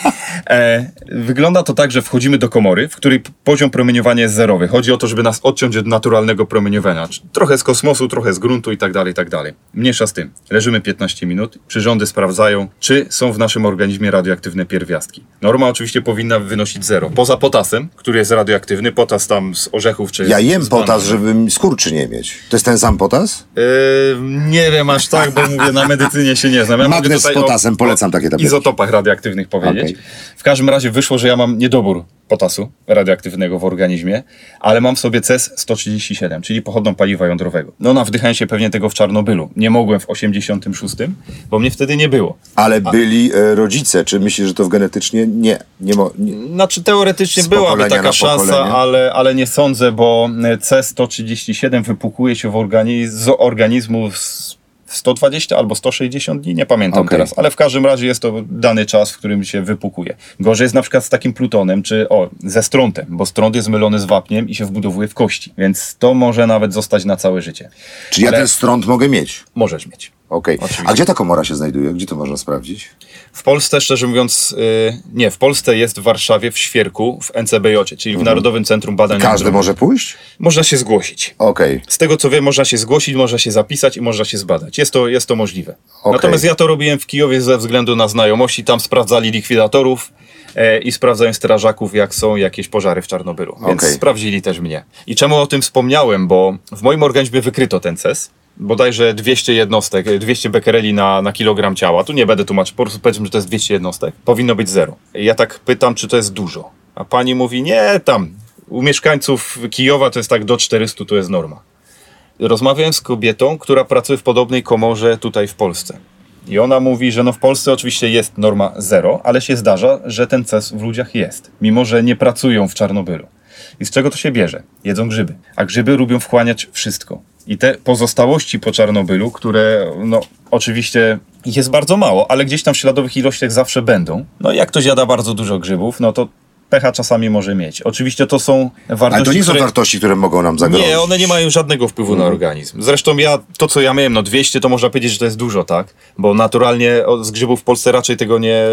E, wygląda to tak, że wchodzimy do komory, w której poziom promieniowania jest zerowy. Chodzi o to, żeby nas odciąć od naturalnego promieniowania. Trochę z kosmosu, trochę z gruntu i tak dalej, i tak dalej. Mniejsza z tym. Leżymy piętnaście minut, przyrządy sprawdzają, czy są w naszym organizmie radioaktywne pierwiastki. Norma oczywiście powinna wynosić zero. Poza potasem, który jest radioaktywny, potas tam z orzechów czy... Ja jem potas, żeby skurczy nie mieć. To jest ten sam potas? Yy, nie wiem aż tak, bo mówię, na medycynie się nie znam. Ja Magnes z potasem, o, polecam takie tabletki. Izotopach radioaktywnych powiedzieć. Okay. W każdym razie wyszło, że ja mam niedobór potasu radioaktywnego w organizmie, ale mam w sobie C E S sto trzydzieści siedem, czyli pochodną paliwa jądrowego. No nawdychałem się pewnie tego w Czarnobylu. Nie mogłem w osiemdziesiątym szóstym, bo mnie wtedy nie było. Ale A... byli e, rodzice. Czy myślisz, że to genetycznie? Nie. nie, mo, nie. Znaczy teoretycznie byłaby taka szansa, ale, ale nie sądzę, bo C E S sto trzydzieści siedem wypukuje się w organiz- z organizmu z sto dwadzieścia albo sto sześćdziesiąt dni, nie pamiętam okay. teraz, ale w każdym razie jest to dany czas, w którym się wypukuje. Gorzej jest na przykład z takim plutonem, czy o, ze strątem, bo strąt jest mylony z wapniem i się wbudowuje w kości, więc to może nawet zostać na całe życie. Czyli ale ja ten strąt mogę mieć? Możesz mieć. Okej. Okay. A gdzie ta komora się znajduje? Gdzie to można sprawdzić? W Polsce, szczerze mówiąc, yy, nie, w Polsce jest w Warszawie, w Świerku, w N C B J, czyli w mhm. Narodowym Centrum Badań Każdy Jądrowych. Może pójść? Można się zgłosić. Okej. Okay. Z tego co wiem, można się zgłosić, można się zapisać i można się zbadać. Jest to, jest to możliwe. Okay. Natomiast ja to robiłem w Kijowie ze względu na znajomości. Tam sprawdzali likwidatorów e, i sprawdzają strażaków, jak są jakieś pożary w Czarnobylu. Więc okay. sprawdzili też mnie. I czemu o tym wspomniałem? Bo w moim organizmie wykryto ten C E S. Bodajże dwieście jednostek, dwieście bekereli na, na kilogram ciała. Tu nie będę tłumaczył, po prostu powiedzmy, że to jest dwieście jednostek. Powinno być zero. I ja tak pytam, czy to jest dużo. A pani mówi, nie, tam U mieszkańców Kijowa to jest tak do czterystu, to jest norma. Rozmawiałem z kobietą, która pracuje w podobnej komorze tutaj w Polsce. I ona mówi, że no w Polsce oczywiście jest norma zero, ale się zdarza, że ten C E S w ludziach jest, mimo że nie pracują w Czarnobylu. I z czego to się bierze? Jedzą grzyby. A grzyby lubią wchłaniać wszystko. I te pozostałości po Czarnobylu, które no oczywiście ich jest bardzo mało, ale gdzieś tam w śladowych ilościach zawsze będą. No i jak ktoś jada bardzo dużo grzybów, no to pecha czasami może mieć. Oczywiście to są wartości, Ale to nie są które... wartości, które mogą nam zagrozić. Nie, one nie mają żadnego wpływu mm. na organizm. Zresztą ja, to co ja miałem, no dwieście, to można powiedzieć, że to jest dużo, tak? Bo naturalnie z grzybów w Polsce raczej tego nie,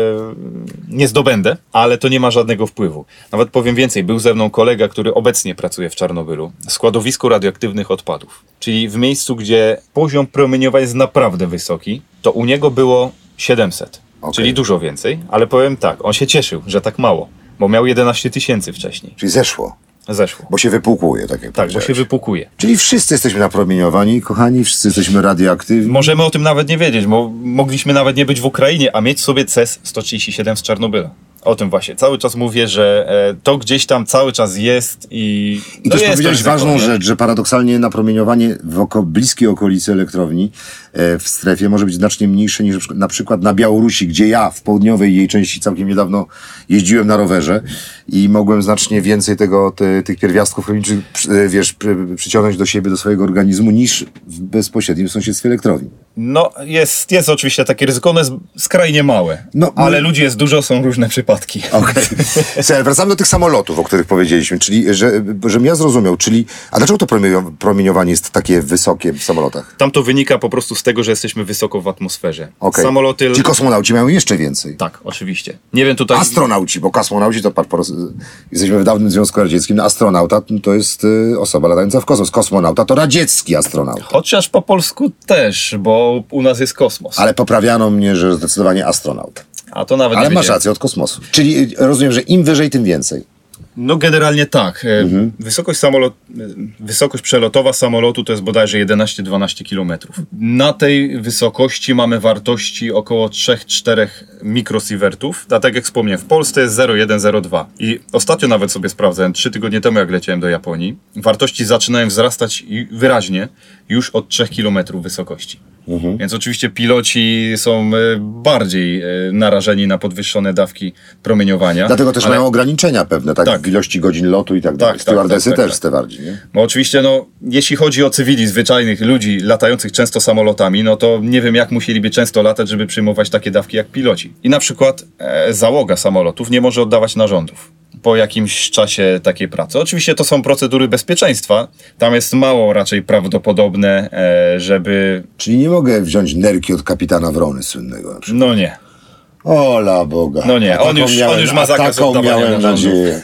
nie zdobędę, ale to nie ma żadnego wpływu. Nawet powiem więcej, był ze mną kolega, który obecnie pracuje w Czarnobylu, w składowisku radioaktywnych odpadów. Czyli w miejscu, gdzie poziom promieniowania jest naprawdę wysoki, to u niego było siedemset, okay. Czyli dużo więcej, ale powiem tak, on się cieszył, że tak mało. Bo miał jedenaście tysięcy wcześniej. Czyli zeszło. Zeszło. Bo się wypłukuje, tak jak Tak, bo się wypłukuje. Czyli wszyscy jesteśmy napromieniowani, kochani, wszyscy jesteśmy radioaktywni. Możemy o tym nawet nie wiedzieć, bo mogliśmy nawet nie być w Ukrainie, a mieć sobie C E S sto trzydzieści siedem z Czarnobyla. O tym właśnie. Cały czas mówię, że e, to gdzieś tam cały czas jest i... I no też powiedziałeś ważną nie? rzecz, że paradoksalnie napromieniowanie w oko, bliskiej okolicy elektrowni e, w strefie może być znacznie mniejsze niż na przykład na Białorusi, gdzie ja w południowej jej części całkiem niedawno jeździłem na rowerze i mogłem znacznie więcej tego, te, tych pierwiastków chemicznych, wiesz, przy, przyciągnąć do siebie, do swojego organizmu, niż w bezpośrednim sąsiedztwie elektrowni. No, jest, jest oczywiście takie ryzyko, ono jest skrajnie małe, no, ale my... ludzi jest dużo, są różne przypadki. Okej. Okay. Wracamy do tych samolotów, o których powiedzieliśmy, czyli, że, żebym ja zrozumiał, czyli, a dlaczego to promieniowanie jest takie wysokie w samolotach? Tam to wynika po prostu z tego, że jesteśmy wysoko w atmosferze. Okay. Samoloty... Czyli kosmonauci mają jeszcze więcej? Tak, oczywiście. Nie wiem tutaj... Astronauci, bo kosmonauci to, patrz, po raz, jesteśmy w dawnym Związku Radzieckim, no, astronauta to jest y, osoba latająca w kosmos. Kosmonauta to radziecki astronauta. Chociaż po polsku też, bo u nas jest kosmos. Ale poprawiano mnie, że zdecydowanie astronaut. A to nawet Ale nie masz wiedziałem. rację, od kosmosu. Czyli rozumiem, że im wyżej, tym więcej. No generalnie tak. Mhm. Wysokość, samolot, wysokość przelotowa samolotu to jest bodajże jedenaście do dwunastu kilometrów. Na tej wysokości mamy wartości około trzy do czterech mikrosievertów. A tak jak wspomniałem, w Polsce jest zero przecinek jeden zero dwa. I ostatnio nawet sobie sprawdzałem, trzy tygodnie temu jak leciałem do Japonii, wartości zaczynają wzrastać wyraźnie już od trzech kilometrów wysokości. Mhm. Więc oczywiście piloci są bardziej narażeni na podwyższone dawki promieniowania. Dlatego też ale... mają ograniczenia pewne, tak, tak. w ilości godzin lotu i tak dalej. Tak, Stewardesy tak, tak, też tak. te bardziej, nie? Bo oczywiście, no, jeśli chodzi o cywili, zwyczajnych ludzi latających często samolotami, no to nie wiem, jak musieliby często latać, żeby przyjmować takie dawki jak piloci. I na przykład e, załoga samolotów nie może oddawać narządów po jakimś czasie takiej pracy. Oczywiście to są procedury bezpieczeństwa. Tam jest mało raczej prawdopodobne, e, żeby... Czyli nie mogę wziąć nerki od kapitana Wrony słynnego na przykład. No nie. Ola Boga. No nie, on już, miałem, on już ma zakaz oddawania miałem narządów. nadzieję.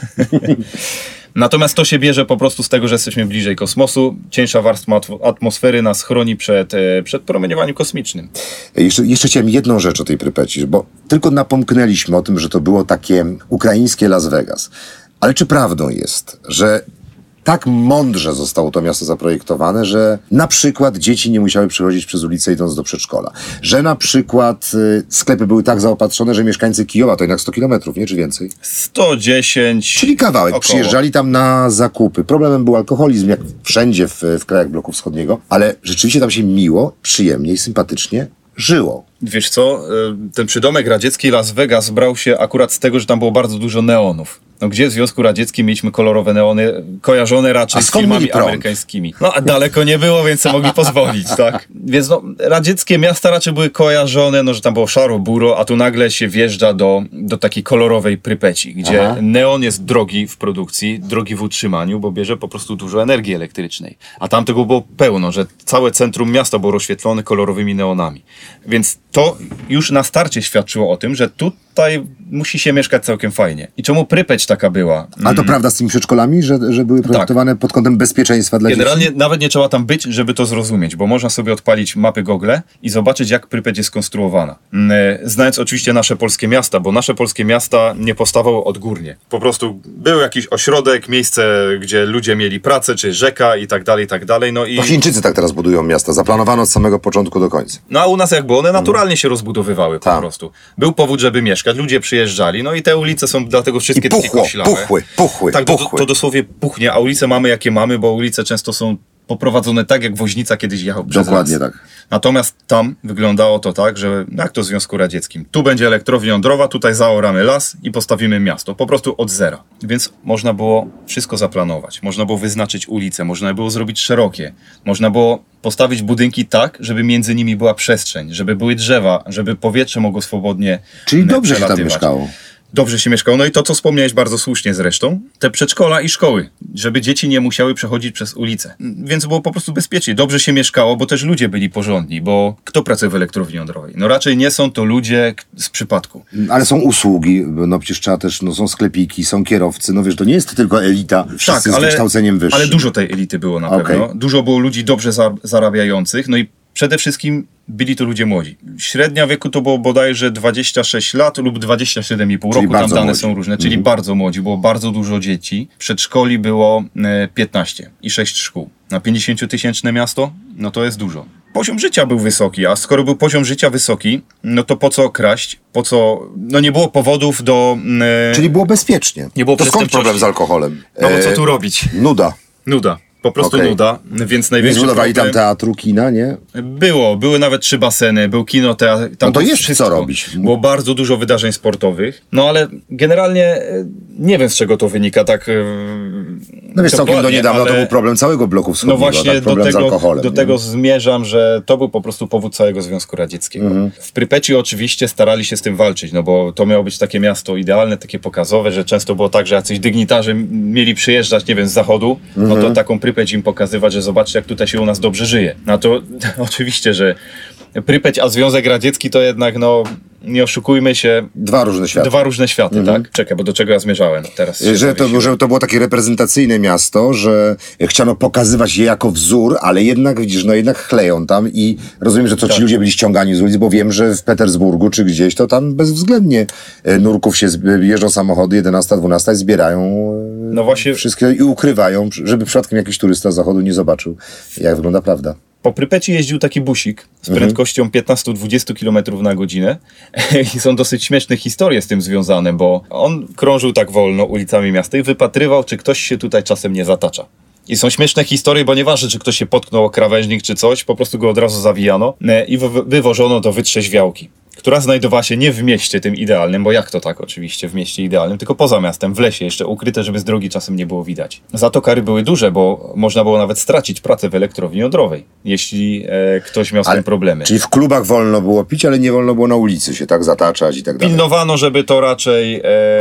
Natomiast to się bierze po prostu z tego, że jesteśmy bliżej kosmosu. Cieńsza warstwa atmosfery nas chroni przed, przed promieniowaniem kosmicznym. Jeszcze, jeszcze chciałem jedną rzecz o tej Prypeci, bo tylko napomknęliśmy o tym, że to było takie ukraińskie Las Vegas. Ale czy prawdą jest, że tak mądrze zostało to miasto zaprojektowane, że na przykład dzieci nie musiały przechodzić przez ulicę idąc do przedszkola. Że na przykład y, sklepy były tak zaopatrzone, że mieszkańcy Kijowa to jednak sto kilometrów, nie? Czy więcej? sto dziesięć. Czyli kawałek. Około. Przyjeżdżali tam na zakupy. Problemem był alkoholizm, jak wszędzie w, w krajach bloku wschodniego, ale rzeczywiście tam się miło, przyjemnie i sympatycznie żyło. Wiesz co, ten przydomek radziecki Las Vegas brał się akurat z tego, że tam było bardzo dużo neonów. No gdzie w Związku Radzieckim mieliśmy kolorowe neony, kojarzone raczej z filmami amerykańskimi. No a daleko nie było, więc sobie mogli pozwolić, tak? Więc no, radzieckie miasta raczej były kojarzone, no że tam było szaro, buro, a tu nagle się wjeżdża do, do takiej kolorowej Prypeci, gdzie Aha. neon jest drogi w produkcji, drogi w utrzymaniu, bo bierze po prostu dużo energii elektrycznej. A tam tego było pełno, że całe centrum miasta było rozświetlone kolorowymi neonami. Więc to już na starcie świadczyło o tym, że tutaj musi się mieszkać całkiem fajnie. I czemu Prypeć taka była? A to mm. prawda z tymi przedszkolami, że, że były projektowane tak. pod kątem bezpieczeństwa dla Generalnie dzieci? nawet nie trzeba tam być, żeby to zrozumieć, bo można sobie odpalić mapy Google i zobaczyć, jak Prypeć jest skonstruowana. Znając oczywiście nasze polskie miasta, bo nasze polskie miasta nie powstawały odgórnie. Po prostu był jakiś ośrodek, miejsce, gdzie ludzie mieli pracę, czy rzeka i tak dalej, i tak dalej. No i... To Chińczycy tak teraz budują miasta. Zaplanowano od samego początku do końca. No a u nas jak było, one naturalnie się rozbudowywały po tak. prostu. Był powód, żeby mieszkać. mieszkać, ludzie przyjeżdżali, no i te ulice są dlatego wszystkie I puchło, takie koślawe. puchły, puchły, Tak, puchły. To, to dosłownie puchnie, a ulice mamy jakie mamy, bo ulice często są poprowadzone tak, jak Woźnica kiedyś jechał przez Dokładnie las. tak. Natomiast tam wyglądało to tak, że jak to w Związku Radzieckim. Tu będzie elektrownia jądrowa, tutaj zaoramy las i postawimy miasto. Po prostu od zera. Więc można było wszystko zaplanować. Można było wyznaczyć ulice, można było zrobić szerokie. Można było postawić budynki tak, żeby między nimi była przestrzeń, żeby były drzewa, żeby powietrze mogło swobodnie Czyli dobrze się tam przelatywać. mieszkało. Dobrze się mieszkało. No i to, co wspomniałeś bardzo słusznie zresztą, te przedszkola i szkoły, żeby dzieci nie musiały przechodzić przez ulicę. Więc było po prostu bezpiecznie. Dobrze się mieszkało, bo też ludzie byli porządni, bo kto pracuje w elektrowni jądrowej? No raczej nie są to ludzie z przypadku. Ale są usługi, no przecież trzeba też, no są sklepiki, są kierowcy, no wiesz, to nie jest tylko elita, wszyscy z wykształceniem wyższym. ale dużo tej elity było na Okay. pewno. Dużo było ludzi dobrze za, zarabiających, no i przede wszystkim byli to ludzie młodzi. Średnia wieku to było bodajże dwadzieścia sześć lat lub dwadzieścia siedem i pół Czyli roku, tam bardzo dane młodzi. są różne, czyli Mhm. bardzo młodzi, było bardzo dużo dzieci. Przedszkoli było e, piętnaście i sześć szkół. Na pięćdziesięciotysięczne miasto, no to jest dużo. Poziom życia był wysoki, a skoro był poziom życia wysoki, no to po co kraść, po co, no nie było powodów do... E, Czyli było bezpiecznie. Nie było to skąd przestępczości. problem z alkoholem? no bo co E, tu robić? Nuda. Nuda. Po prostu Okej. nuda, więc Nie największy zbudowali tam problem... teatru, kina, nie? Było, były nawet trzy baseny, był kino, teatr, tam No to było jest wszystko. co robić. Było bardzo dużo wydarzeń sportowych, no ale generalnie e, nie wiem, z czego to wynika tak. e, No wiesz, całkiem do dokładnie, niedawna ale... to był problem całego bloku wschodniego, No właśnie tak? do, Problem z tego, alkoholem. do nie? tego zmierzam, że to był po prostu powód całego Związku Radzieckiego. Mhm. W Prypeci oczywiście starali się z tym walczyć, no bo to miało być takie miasto idealne, takie pokazowe, że często było tak, że jacyś dygnitarze mieli przyjeżdżać, nie wiem, z zachodu, no Mhm. to taką Prypeć im pokazywać, że zobaczcie, jak tutaj się u nas dobrze żyje. No to oczywiście, że Prypeć a Związek Radziecki to jednak, no nie oszukujmy się, Dwa różne światy. dwa różne światy, tak? Czekaj, bo do czego ja zmierzałem teraz? się Że to, zawiesiłem. że to było takie reprezentacyjne miasto, że chciano pokazywać je jako wzór, ale jednak, widzisz, no jednak chleją tam i rozumiem, że to Tak. ci ludzie byli ściągani z ulic, bo wiem, że w Petersburgu czy gdzieś to tam bezwzględnie e, nurków się, zb- jeżdżą samochody jedenasta, dwunasta i zbierają e, No właśnie- wszystkie i ukrywają, żeby przypadkiem jakiś turysta z zachodu nie zobaczył, jak wygląda prawda. Po Prypeci jeździł taki busik z prędkością piętnaście do dwudziestu kilometrów na godzinę i są dosyć śmieszne historie z tym związane, bo on krążył tak wolno ulicami miasta i wypatrywał, czy ktoś się tutaj czasem nie zatacza. I są śmieszne historie, bo nieważne, czy ktoś się potknął o krawężnik czy coś, po prostu go od razu zawijano e, i wy- wywożono do wytrzeźwiałki, która znajdowała się nie w mieście tym idealnym, bo jak to tak oczywiście w mieście idealnym, tylko poza miastem, w lesie, jeszcze ukryte, żeby z drogi czasem nie było widać. Za to kary były duże, bo można było nawet stracić pracę w elektrowni jądrowej, jeśli e, ktoś miał z tym problemy. Czyli w klubach wolno było pić, ale nie wolno było na ulicy się tak zataczać i tak dalej. Pilnowano, żeby to raczej e,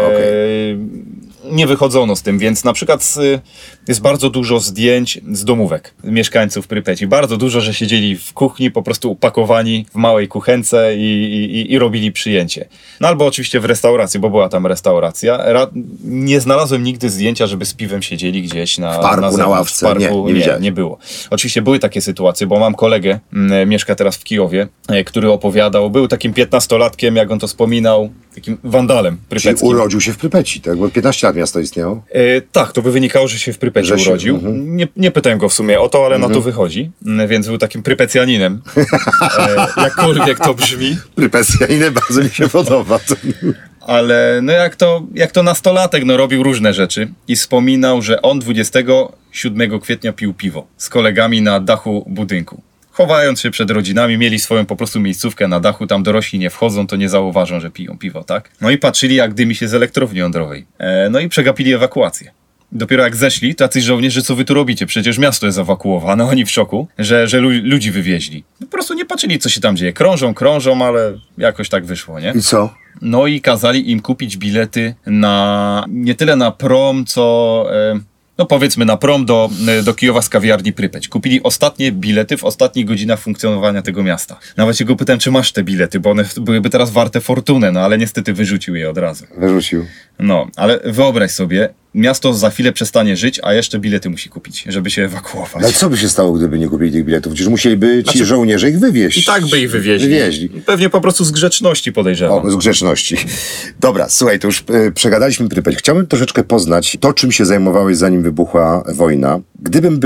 nie wychodzono z tym, więc na przykład z, jest bardzo dużo zdjęć z domówek mieszkańców Prypeci. Bardzo dużo, że siedzieli w kuchni po prostu upakowani w małej kuchence i, i, i robili przyjęcie. No albo oczywiście w restauracji, bo była tam restauracja. Ra, nie znalazłem nigdy zdjęcia, żeby z piwem siedzieli gdzieś na, W parku, na, na zewnątrz. ławce. W parku, Nie, nie nie, widziałem. nie było. Oczywiście były takie sytuacje, bo mam kolegę, m, mieszka teraz w Kijowie, e, który opowiadał, był takim piętnastolatkiem, jak on to wspominał, takim wandalem Czyli prypeckim. urodził się w Prypeci, tak? Bo piętnaście lat miasto istniało. E, tak, to by wynikało, że się w Prypeci Że się- urodził. mhm. Nie, nie pytałem go w sumie o to, ale na to wychodzi, m, więc był takim prypecjaninem. E, jakkolwiek to brzmi. Prypecjanine bardzo mi się podoba. Ale no jak to, jak to nastolatek, no robił różne rzeczy i wspominał, że on dwudziestego siódmego kwietnia pił piwo z kolegami na dachu budynku. Chowając się przed rodzinami, mieli swoją po prostu miejscówkę na dachu, tam dorośli nie wchodzą, to nie zauważą, że piją piwo, tak? No i patrzyli, jak dymi się z elektrowni jądrowej. E, no i przegapili ewakuację. Dopiero jak zeszli, tacy żołnierze, co wy tu robicie? Przecież miasto jest ewakuowane, oni w szoku, że, że lu- ludzi wywieźli. Po prostu nie patrzyli, co się tam dzieje. Krążą, krążą, ale jakoś tak wyszło, nie? I co? No i kazali im kupić bilety na, nie tyle na prom, co, e, no powiedzmy na prom do, e, do Kijowa z kawiarni Prypeć. Kupili ostatnie bilety w ostatnich godzinach funkcjonowania tego miasta. Nawet się go pytałem, czy masz te bilety, bo one byłyby teraz warte fortunę, no ale niestety wyrzucił je od razu. Wyrzucił. No, ale wyobraź sobie, miasto za chwilę przestanie żyć, a jeszcze bilety musi kupić, żeby się ewakuować. Ale co by się stało, gdyby nie kupili tych biletów? Przecież musieliby ci Znaczy- żołnierze ich wywieźć. I tak by ich wywieźli. Wywieźli. Pewnie po prostu z grzeczności, podejrzewam. O, z grzeczności. Dobra, słuchaj, to już e, przegadaliśmy Prypeć. Chciałbym troszeczkę poznać to, czym się zajmowałeś, zanim wybuchła wojna. Gdybym był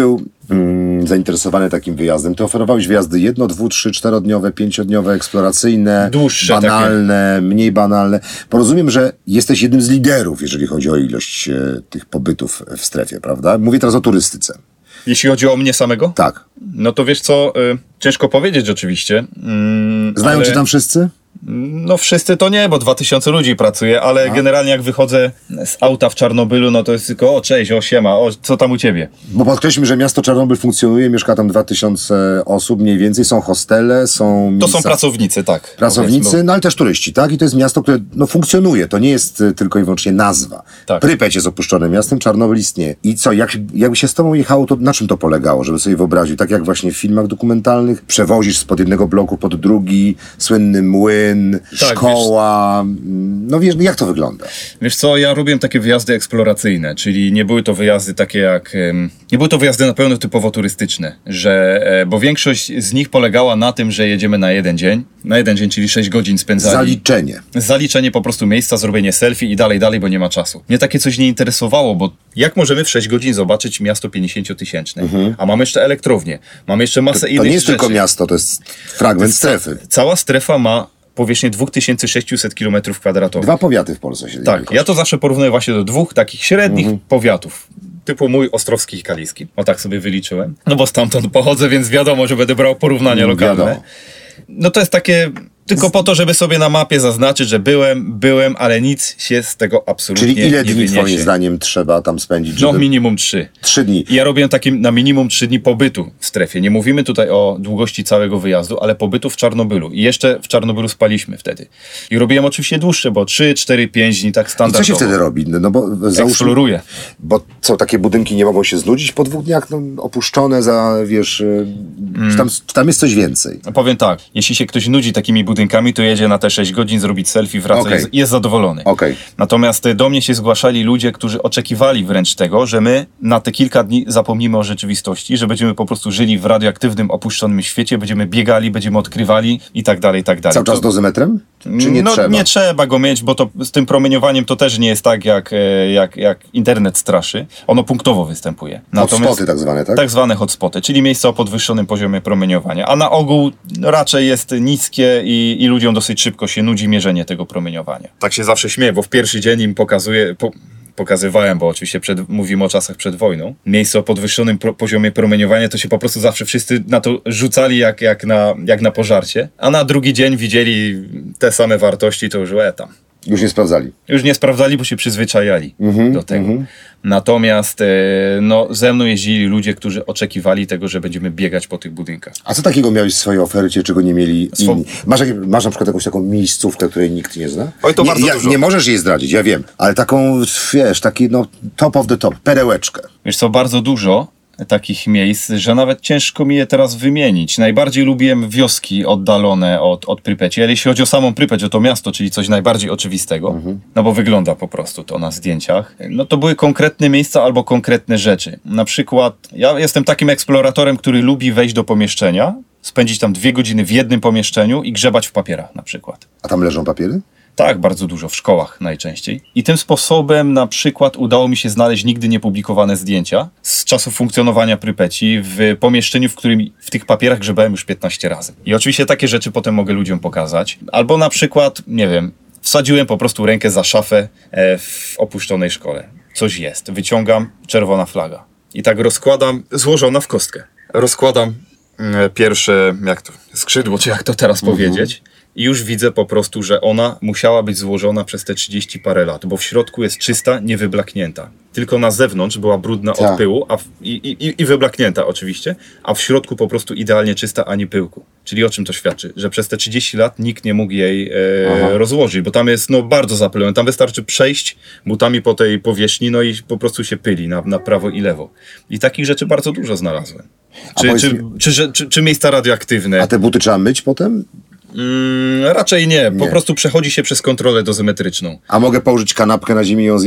mm, zainteresowany takim wyjazdem. Ty oferowałeś wyjazdy jedno, dwu, trzy, czterodniowe, pięciodniowe, eksploracyjne, Dłuższe banalne, takie. Mniej banalne. Bo rozumiem, że jesteś jednym z liderów, jeżeli chodzi o ilość e, tych pobytów w strefie, prawda? Mówię teraz o turystyce. Jeśli chodzi o mnie samego? Tak. No to wiesz co, y, ciężko powiedzieć oczywiście. Mm, Znają ale... cię tam wszyscy? No wszyscy to nie, bo dwa tysiące ludzi pracuje, ale A. generalnie jak wychodzę z auta w Czarnobylu, no to jest tylko o cześć, o siema, o co tam u ciebie? Bo podkreślmy, że miasto Czarnobyl funkcjonuje, mieszka tam dwa tysiące osób mniej więcej, są hostele, są... To są pracownicy, tak. Pracownicy, no ale też turyści, tak? I to jest miasto, które no, funkcjonuje, to nie jest y, tylko i wyłącznie nazwa. Tak. Prypeć jest opuszczonym miastem, Czarnobyl istnieje. I co, jak, jakby się z tobą jechało, to na czym to polegało, żeby sobie wyobrazić? Tak jak właśnie w filmach dokumentalnych, przewozisz spod jednego bloku pod drugi, słynny młyn, tak, szkoła, wiesz, no wiesz, jak to wygląda? Wiesz co, ja robiłem takie wyjazdy eksploracyjne, czyli nie były to wyjazdy takie jak, nie były to wyjazdy na pewno typowo turystyczne, że, bo większość z nich polegała na tym, że jedziemy na jeden dzień, na jeden dzień, czyli sześć godzin spędzali. Zaliczenie. Zaliczenie po prostu miejsca, zrobienie selfie i dalej, dalej, bo nie ma czasu. Mnie takie coś nie interesowało, bo jak możemy w sześć godzin zobaczyć miasto pięćdziesięciotysięczne? Mhm. A mamy jeszcze elektrownię, mamy jeszcze masę to, innych rzeczy. To nie jest rzeczy. Tylko miasto, to jest fragment to jest strefy. Cała strefa ma powierzchnię dwa tysiące sześćset kilometrów kwadratowych. Dwa powiaty w Polsce się Tak, ja to zawsze porównuję właśnie do dwóch takich średnich mhm. powiatów. Typu mój Ostrowski i Kaliski. O tak sobie wyliczyłem. No bo stamtąd pochodzę, więc wiadomo, że będę brał porównania no, lokalne. Wiadomo. No to jest takie... Tylko po to, żeby sobie na mapie zaznaczyć, że byłem, byłem, ale nic się z tego absolutnie nie wyniesie. Czyli ile dni twoim zdaniem trzeba tam spędzić? Żeby... No minimum trzy. Trzy dni. I ja robiłem takim na minimum trzy dni pobytu w strefie. Nie mówimy tutaj o długości całego wyjazdu, ale pobytu w Czarnobylu. I jeszcze w Czarnobylu spaliśmy wtedy. I robiłem oczywiście dłuższe, bo trzy, cztery, pięć dni tak standardowo. I co się wtedy robi? No bo załóżmy, eksploruję. Bo co, takie budynki nie mogą się znudzić po dwóch dniach? No, opuszczone za, wiesz, mm. czy, tam, czy tam jest coś więcej? No powiem tak, jeśli się ktoś nudzi takimi budynkami, to jedzie na te sześć godzin, zrobić selfie, wraca, okay. jest, jest zadowolony. Okay. Natomiast do mnie się zgłaszali ludzie, którzy oczekiwali wręcz tego, że my na te kilka dni zapomnimy o rzeczywistości, że będziemy po prostu żyli w radioaktywnym, opuszczonym świecie, będziemy biegali, będziemy odkrywali i tak dalej, i tak dalej. Cały czas dozymetrem? Czy nie no, trzeba? Nie trzeba go mieć, bo to z tym promieniowaniem to też nie jest tak, jak, jak, jak internet straszy. Ono punktowo występuje. Hotspoty tak zwane, tak? Tak zwane hotspoty, czyli miejsca o podwyższonym poziomie promieniowania. A na ogół raczej jest niskie i, i ludziom dosyć szybko się nudzi mierzenie tego promieniowania. Tak się zawsze śmieję, bo w pierwszy dzień im pokazuję... Po... pokazywałem, bo oczywiście przed, mówimy o czasach przed wojną, miejsce o podwyższonym pro, poziomie promieniowania, to się po prostu zawsze wszyscy na to rzucali jak, jak, na, jak na pożarcie, a na drugi dzień widzieli te same wartości, to już e tam. Już nie sprawdzali. Już nie sprawdzali, bo się przyzwyczajali mm-hmm, do tego. Mm-hmm. Natomiast e, no, ze mną jeździli ludzie, którzy oczekiwali tego, że będziemy biegać po tych budynkach. A co takiego miałeś w swojej ofercie, czego nie mieli Swo- inni? Masz, masz na przykład jakąś taką miejscówkę, której nikt nie zna? Oj, to nie, bardzo ja, dużo. Nie możesz jej zdradzić, ja wiem, ale taką, wiesz, taki no top of the top, perełeczkę. Wiesz co, bardzo dużo takich miejsc, że nawet ciężko mi je teraz wymienić. Najbardziej lubiłem wioski oddalone od, od Prypeci, ale jeśli chodzi o samą Prypeć, o to miasto, czyli coś najbardziej oczywistego, mhm. no bo wygląda po prostu to na zdjęciach, no to były konkretne miejsca albo konkretne rzeczy. Na przykład ja jestem takim eksploratorem, który lubi wejść do pomieszczenia, spędzić tam dwie godziny w jednym pomieszczeniu i grzebać w papierach na przykład. A tam leżą papiery? Tak, bardzo dużo, w szkołach najczęściej. I tym sposobem na przykład udało mi się znaleźć nigdy niepublikowane zdjęcia z czasów funkcjonowania Prypeci w pomieszczeniu, w którym w tych papierach grzebałem już piętnaście razy. I oczywiście takie rzeczy potem mogę ludziom pokazać. Albo na przykład, nie wiem, wsadziłem po prostu rękę za szafę w opuszczonej szkole. Coś jest. Wyciągam, czerwona flaga. I tak rozkładam, złożona w kostkę. Rozkładam pierwsze, jak to, skrzydło, czy jak to teraz mhm. powiedzieć. I już widzę po prostu, że ona musiała być złożona przez te trzydzieści parę lat, bo w środku jest czysta, niewyblaknięta. Tylko na zewnątrz była brudna Ta. od pyłu a w, i, i, i wyblaknięta oczywiście, a w środku po prostu idealnie czysta, ani pyłku. Czyli o czym to świadczy? Że przez te trzydzieści lat nikt nie mógł jej e, rozłożyć, bo tam jest no, bardzo zapylone. Tam wystarczy przejść butami po tej powierzchni, no i po prostu się pyli na, na prawo i lewo. I takich rzeczy bardzo dużo znalazłem. Czy, czy, mi... czy, czy, czy, czy miejsca radioaktywne. A te buty trzeba myć potem? Mm, raczej nie. Po nie. prostu przechodzi się przez kontrolę dozymetryczną. A mogę położyć kanapkę na ziemi i ją zjeść?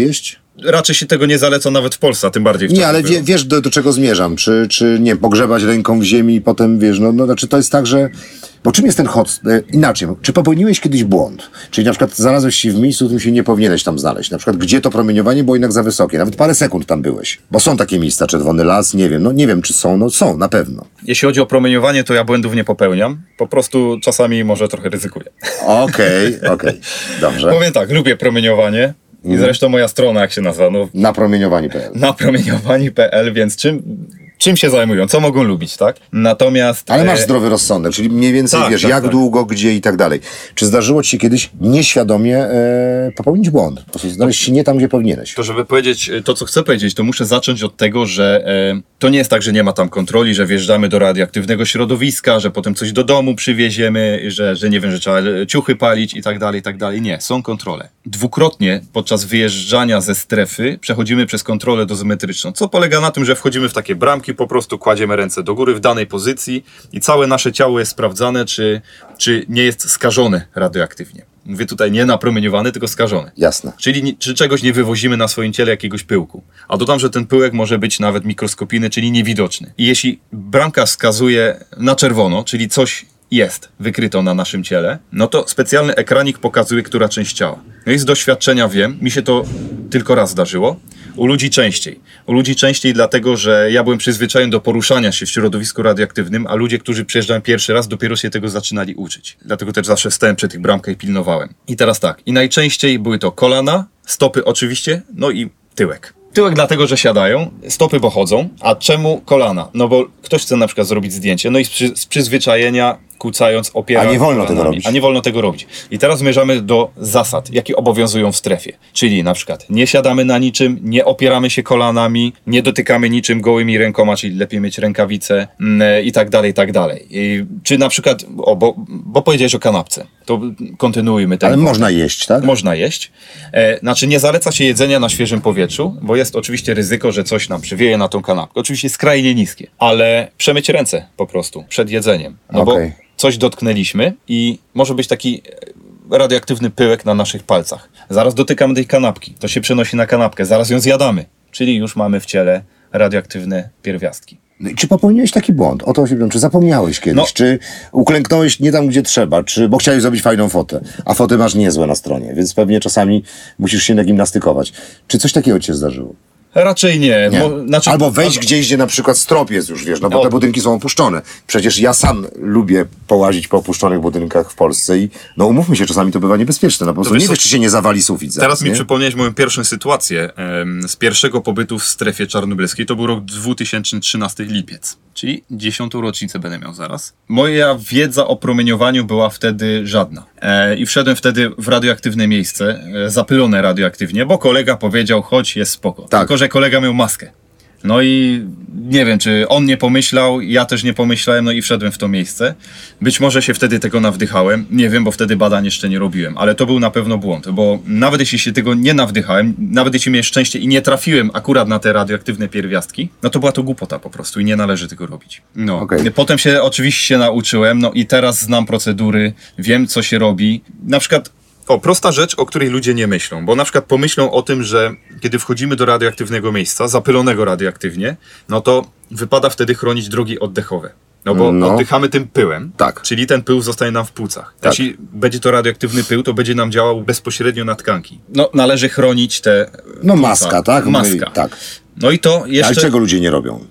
raczej się tego nie zaleca nawet w Polsce, a tym bardziej w Nie, ale wie, wiesz do, do czego zmierzam, czy, czy nie, pogrzebać ręką w ziemi i potem, wiesz, no, no znaczy to jest tak, że, bo czym jest ten hot, e, inaczej, czy popełniłeś kiedyś błąd, czyli na przykład znalazłeś się w miejscu, w którym się nie powinieneś tam znaleźć, na przykład gdzie to promieniowanie było jednak za wysokie, nawet parę sekund tam byłeś, bo są takie miejsca, Czerwony Las, nie wiem, no nie wiem czy są, no są, na pewno. Jeśli chodzi o promieniowanie, to ja błędów nie popełniam, po prostu czasami może trochę ryzykuję. Okej, okay, okej, okay. Dobrze. Powiem tak, lubię promieniowanie. I zresztą moja strona, jak się nazywa? No, napromieniowanie kropka p l. Napromieniowanie kropka p l, więc czym, czym się zajmują? Co mogą lubić, tak? Natomiast... Ale masz zdrowy rozsądek, czyli mniej więcej tak, wiesz, tak, jak tak. długo, gdzie i tak dalej. Czy zdarzyło ci się kiedyś nieświadomie e, popełnić błąd? Po prostu znaleźć się nie tam, gdzie powinieneś? To, żeby powiedzieć to, co chcę powiedzieć, to muszę zacząć od tego, że e, to nie jest tak, że nie ma tam kontroli, że wjeżdżamy do radioaktywnego środowiska, że potem coś do domu przywieziemy, że, że nie wiem, że trzeba ciuchy palić i tak dalej, i tak dalej. Nie, są kontrole. Dwukrotnie podczas wyjeżdżania ze strefy przechodzimy przez kontrolę dozymetryczną, co polega na tym, że wchodzimy w takie bramki, po prostu kładziemy ręce do góry w danej pozycji i całe nasze ciało jest sprawdzane, czy, czy nie jest skażone radioaktywnie. Mówię tutaj nie napromieniowany, tylko skażony. Jasne. Czyli ni- czy czegoś nie wywozimy na swoim ciele jakiegoś pyłku. A dodam, że ten pyłek może być nawet mikroskopijny, czyli niewidoczny. I jeśli bramka wskazuje na czerwono, czyli coś jest wykryto na naszym ciele, no to specjalny ekranik pokazuje, która część ciała. No i z doświadczenia wiem, mi się to tylko raz zdarzyło, u ludzi częściej. U ludzi częściej dlatego, że ja byłem przyzwyczajony do poruszania się w środowisku radioaktywnym, a ludzie, którzy przyjeżdżają pierwszy raz, dopiero się tego zaczynali uczyć. Dlatego też zawsze stałem przy tych bramkach i pilnowałem. I teraz tak, i najczęściej były to kolana, stopy oczywiście, no i tyłek. Tyłek dlatego, że siadają, stopy bo chodzą, a czemu kolana? No bo ktoś chce na przykład zrobić zdjęcie, no i z, przy, z przyzwyczajenia kucając opiera. A nie wolno kolanami, tego robić. A nie wolno tego robić. I teraz zmierzamy do zasad, jakie obowiązują w strefie. Czyli na przykład nie siadamy na niczym, nie opieramy się kolanami, nie dotykamy niczym gołymi rękoma, czyli lepiej mieć rękawice mm, i tak dalej, i tak dalej. I, czy na przykład, o, bo, bo powiedziałeś o kanapce, to kontynuujmy ten. Ale można jeść, tak? Można jeść. E, znaczy nie zaleca się jedzenia na świeżym powietrzu, bo jest oczywiście ryzyko, że coś nam przywieje na tą kanapkę. Oczywiście jest skrajnie niskie, ale przemyć ręce po prostu przed jedzeniem. No Okay. bo coś dotknęliśmy i może być taki radioaktywny pyłek na naszych palcach. Zaraz dotykamy tej kanapki, to się przenosi na kanapkę, zaraz ją zjadamy, czyli już mamy w ciele radioaktywne pierwiastki. No i czy popełniłeś taki błąd? O to się pytam, czy zapomniałeś kiedyś? No. Czy uklęknąłeś nie tam, gdzie trzeba? Czy, bo chciałeś zrobić fajną fotę, a foty masz niezłe na stronie, więc pewnie czasami musisz się nagimnastykować. Czy coś takiego ci się zdarzyło? Raczej nie. Nie. Mo, znaczy, Albo wejść albo, gdzieś, gdzie na przykład strop jest już, wiesz, no bo No. te budynki są opuszczone. Przecież ja sam lubię połazić po opuszczonych budynkach w Polsce i no umówmy się, czasami to bywa niebezpieczne, no po prostu wiesz nie co, wiesz, czy się nie zawali sufit zaraz, Teraz mi nie? przypomniałeś moją pierwszą sytuację em, z pierwszego pobytu w strefie czarnobylskiej. To był rok dwa tysiące trzynasty, lipiec. Czyli dziesiątą rocznicę będę miał zaraz. Moja wiedza o promieniowaniu była wtedy żadna. E, I wszedłem wtedy w radioaktywne miejsce, e, zapylone radioaktywnie, bo kolega powiedział, chodź, jest spoko. Tak. Tylko że kolega miał maskę. No i nie wiem, czy on nie pomyślał, ja też nie pomyślałem, no i wszedłem w to miejsce. Być może się wtedy tego nawdychałem, nie wiem, bo wtedy badań jeszcze nie robiłem, ale to był na pewno błąd, bo nawet jeśli się tego nie nawdychałem, nawet jeśli miałem szczęście i nie trafiłem akurat na te radioaktywne pierwiastki, no to była to głupota po prostu i nie należy tego robić. No. Okej. Potem się oczywiście się nauczyłem, no i teraz znam procedury, wiem co się robi. Na przykład O, prosta rzecz, o której ludzie nie myślą, bo na przykład pomyślą o tym, że kiedy wchodzimy do radioaktywnego miejsca, zapylonego radioaktywnie, no to wypada wtedy chronić drogi oddechowe. No bo No. oddychamy tym pyłem, Tak. czyli ten pył zostaje nam w płucach. Tak. Jeśli będzie to radioaktywny pył, to będzie nam działał bezpośrednio na tkanki. No, należy chronić te... No maska, tak? Maska. Tak. No i to jeszcze... Ale czego ludzie nie robią?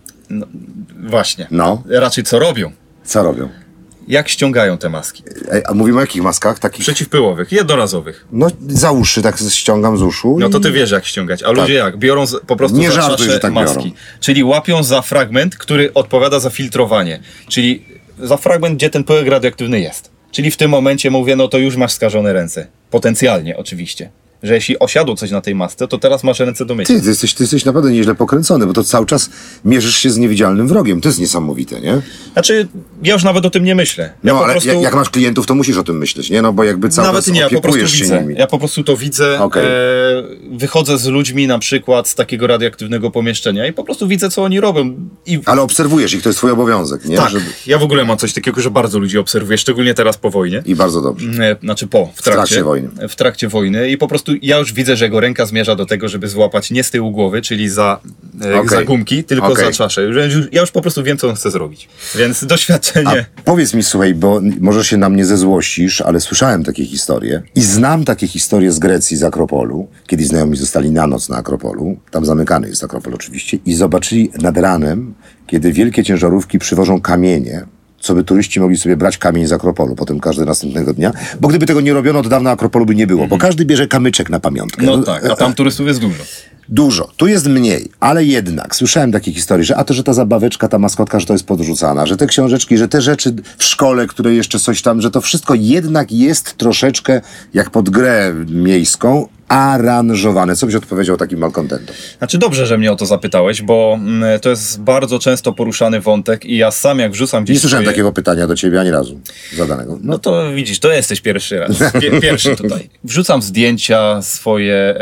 Właśnie. No. Raczej co robią? Co robią? Jak ściągają te maski? Ej, a mówimy o jakich maskach? Takich, Przeciwpyłowych, jednorazowych. no za uszy tak ściągam z uszu No i... to ty wiesz jak ściągać, a ludzie jak? Biorą z, po prostu Nie za żartuj, czasze że tak maski. biorą. Czyli łapią za fragment, który odpowiada za filtrowanie. Czyli za fragment, gdzie ten pyłek radioaktywny jest. Czyli w tym momencie mówię, no to już masz skażone ręce. Potencjalnie oczywiście. Że jeśli osiadło coś na tej masce, to teraz masz ręce do mycia. Ty, ty, jesteś, ty jesteś naprawdę nieźle pokręcony, bo to cały czas mierzysz się z niewidzialnym wrogiem. To jest niesamowite, nie? Znaczy, ja już nawet o tym nie myślę. Ja No po ale prostu... jak, jak masz klientów, to musisz o tym myśleć, nie? No bo jakby cały Nawet czas nie, ja po prostu opiekujesz się widzę. nimi. Ja po prostu to widzę. Okej. E, wychodzę z ludźmi na przykład z takiego radioaktywnego pomieszczenia i po prostu widzę, co oni robią. I Ale obserwujesz ich, to jest twój obowiązek, nie? tak, Żeby... ja w ogóle mam coś takiego, że bardzo ludzi obserwuję, szczególnie teraz po wojnie. I bardzo dobrze. E, Znaczy po, w trakcie, trakcie wojny. W trakcie wojny i po prostu prostu ja już widzę, że jego ręka zmierza do tego, żeby złapać nie z tyłu głowy, czyli za, e, Okay. za gumki, tylko Okay. za czaszę. Już, ja już po prostu wiem, co on chce zrobić. Więc doświadczenie... A powiedz mi, słuchaj, bo może się na mnie zezłościsz, ale słyszałem takie historie i znam takie historie z Grecji, z Akropolu, kiedy znajomi zostali na noc na Akropolu, tam zamykany jest Akropol oczywiście, i zobaczyli nad ranem, kiedy wielkie ciężarówki przywożą kamienie, co by turyści mogli sobie brać kamień z Akropolu potem każdego następnego dnia, bo gdyby tego nie robiono, to dawno Akropolu by nie było, bo każdy bierze kamyczek na pamiątkę. No tak, a tam turystów jest dużo. Dużo. Tu jest mniej, ale jednak słyszałem takie historie, że a to, że ta zabaweczka, ta maskotka, że to jest podrzucana, że te książeczki, że te rzeczy w szkole, które jeszcze coś tam, że to wszystko jednak jest troszeczkę jak pod grę miejską, aranżowane. Co byś odpowiedział takim malkontentom? Znaczy dobrze, że mnie o to zapytałeś, bo mm, to jest bardzo często poruszany wątek i ja sam jak wrzucam gdzieś Nie słyszałem swoje... takiego pytania do ciebie ani razu zadanego. No to widzisz, to jesteś pierwszy raz. Pie- pierwszy tutaj. Wrzucam zdjęcia swoje e,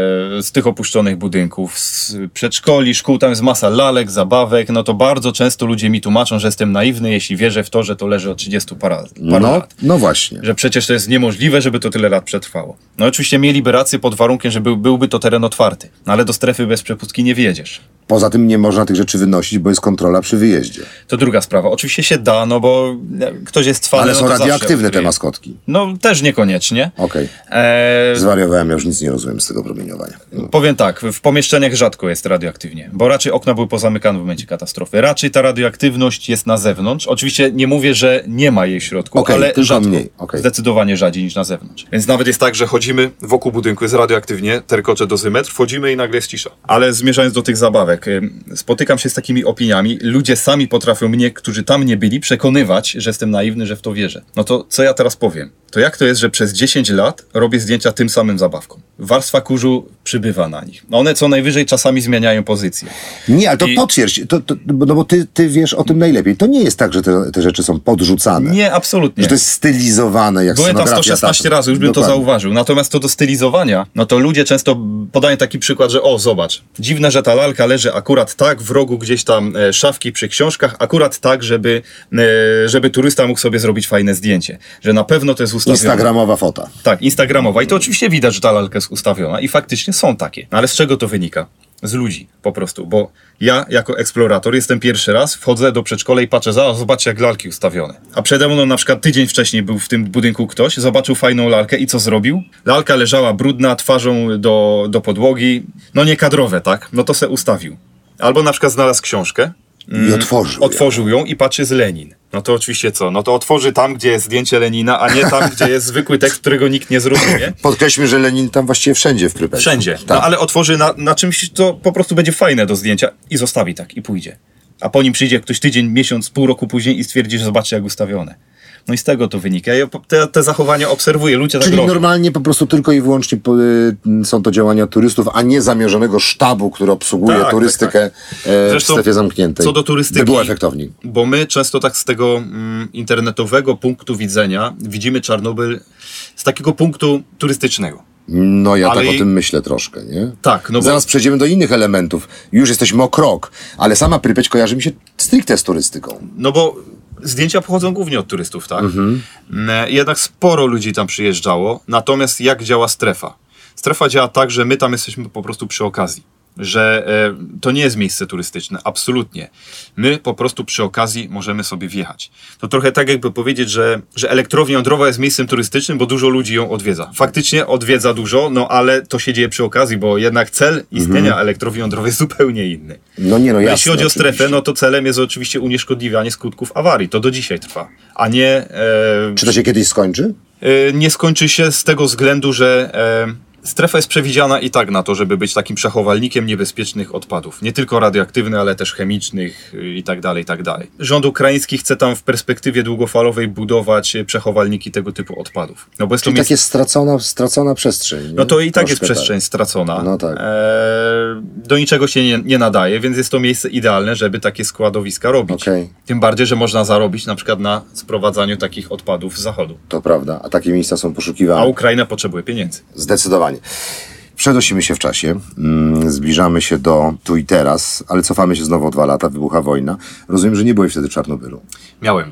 z tych opuszczonych budynków, z przedszkoli, szkół, tam jest masa lalek, zabawek, no to bardzo często ludzie mi tłumaczą, że jestem naiwny, jeśli wierzę w to, że to leży od trzydziestu par, paru No, lat. no właśnie. Że przecież to jest niemożliwe, żeby to tyle lat przetrwało. No oczywiście mieliby rację pod warunkiem, że był, byłby to teren otwarty. No ale do strefy bez przepustki nie wjedziesz. Poza tym nie można tych rzeczy wynosić, bo jest kontrola przy wyjeździe. To druga sprawa. Oczywiście się da, no bo ktoś jest cwany, Ale no są to zawsze radioaktywne te odkryje. maskotki. No też niekoniecznie. Okej. Eee, Zwariowałem, ja już nic nie rozumiem z tego promieniowania. No. Powiem tak, w pomieszczeniach rzadko jest radioaktywnie, bo raczej okna były pozamykane w momencie katastrofy. Raczej ta radioaktywność jest na zewnątrz. Oczywiście nie mówię, że nie ma jej w środku, Okej, ale tylko rzadko. mniej, okej. Zdecydowanie rzadziej niż na zewnątrz. Więc nawet jest tak, że chodzimy wokół budynku, jest radioaktywnie, terkocze dozymetr, wchodzimy i nagle jest cisza. Ale zmierzając do tych zabawek, ym, spotykam się z takimi opiniami. Ludzie sami potrafią mnie, którzy tam nie byli, przekonywać, że jestem naiwny, że w to wierzę. No to co ja teraz powiem? To jak to jest, że przez dziesięć lat robię zdjęcia tym samym zabawkom? Warstwa kurzu przybywa na nich. One co najwyżej czasami zmieniają pozycję. Nie, ale to I- potwierdź, to, to, no bo ty, ty wiesz o tym najlepiej. To nie jest tak, że te, te rzeczy są podrzucane. Nie, absolutnie. Że to jest stylizowane jak Byłem tam scenografia sto szesnaście teatru. razy, już bym Dokładnie. to zauważył. Natomiast to do stylizowania, no to ludzie często podają taki przykład, że o, zobacz, dziwne, że ta lalka leży akurat tak w rogu gdzieś tam e, szafki przy książkach, akurat tak, żeby, e, żeby turysta mógł sobie zrobić fajne zdjęcie. Że na pewno to jest ustawione. Instagramowa fota. Tak, instagramowa. I to oczywiście widać, że ta lalka jest ustawiona i faktycznie są takie. No ale z czego to wynika? Z ludzi po prostu, bo ja jako eksplorator jestem pierwszy raz, wchodzę do przedszkola i patrzę, za, zobaczcie jak lalki ustawione. A przede mną na przykład tydzień wcześniej był w tym budynku ktoś, zobaczył fajną lalkę i co zrobił? Lalka leżała brudna, twarzą do, do podłogi, no nie kadrowe, tak? No to se ustawił. Albo na przykład znalazł książkę, I otworzył. otworzył ją i patrzy z Lenin. No to oczywiście co? No to otworzy tam, gdzie jest zdjęcie Lenina, a nie tam, gdzie jest zwykły tekst, którego nikt nie zrozumie. Podkreślmy, że Lenin tam właściwie wszędzie w Prypeci. Wszędzie. Tak. No ale otworzy na, na czymś, co po prostu będzie fajne do zdjęcia i zostawi tak i pójdzie. A po nim przyjdzie ktoś tydzień, miesiąc, pół roku później i stwierdzi, że zobaczcie jak ustawione. No i z tego to wynika. Ja te, te zachowania obserwuję, ludzie tak Czyli robią. normalnie po prostu tylko i wyłącznie po, y, są to działania turystów, a nie zamierzonego sztabu, który obsługuje Tak, turystykę tak, e, w Zresztą strefie zamkniętej. Co do turystyki, By było efektowniej. bo my często tak z tego mm, internetowego punktu widzenia widzimy Czarnobyl z takiego punktu turystycznego. No ja Ale tak o i- tym myślę troszkę, nie? Tak, no bo- Zaraz przejdziemy do innych elementów. Już jesteśmy o krok, ale sama Prypeć kojarzy mi się stricte z turystyką. No bo zdjęcia pochodzą głównie od turystów, tak? Mm, Jednak sporo ludzi tam przyjeżdżało. Natomiast jak działa strefa? Strefa działa tak, że my tam jesteśmy po prostu przy okazji. Że e, to nie jest miejsce turystyczne, absolutnie. My po prostu przy okazji możemy sobie wjechać. To trochę tak jakby powiedzieć, że, że elektrownia jądrowa jest miejscem turystycznym, bo dużo ludzi ją odwiedza. Faktycznie odwiedza dużo, no ale to się dzieje przy okazji, bo jednak cel istnienia elektrowni jądrowej jest zupełnie inny. No nie, no Bo jasne. jeśli chodzi o strefę, oczywiście. no to celem jest oczywiście unieszkodliwianie skutków awarii. To do dzisiaj trwa. A nie, e, Czy to się kiedyś skończy? e, nie skończy się z tego względu, że e, strefa jest przewidziana i tak na to, żeby być takim przechowalnikiem niebezpiecznych odpadów. Nie tylko radioaktywnych, ale też chemicznych y, i tak dalej, i tak dalej. Rząd ukraiński chce tam w perspektywie długofalowej budować y, przechowalniki tego typu odpadów. No bo jest to Czyli miejsce... takie stracona, stracona przestrzeń. Nie? No to i tak jest Troszkę przestrzeń stracona. No tak. Eee, do niczego się nie, nie nadaje, więc jest to miejsce idealne, żeby takie składowiska robić. Okej. Tym bardziej, że można zarobić na przykład na sprowadzaniu takich odpadów z zachodu. To prawda, a takie miejsca są poszukiwane. A Ukraina potrzebuje pieniędzy. Zdecydowanie. Przenosimy się w czasie, mm, zbliżamy się do tu i teraz, ale cofamy się znowu o dwa lata, wybucha wojna. Rozumiem, że nie byłeś wtedy w Czarnobylu. Miałem być.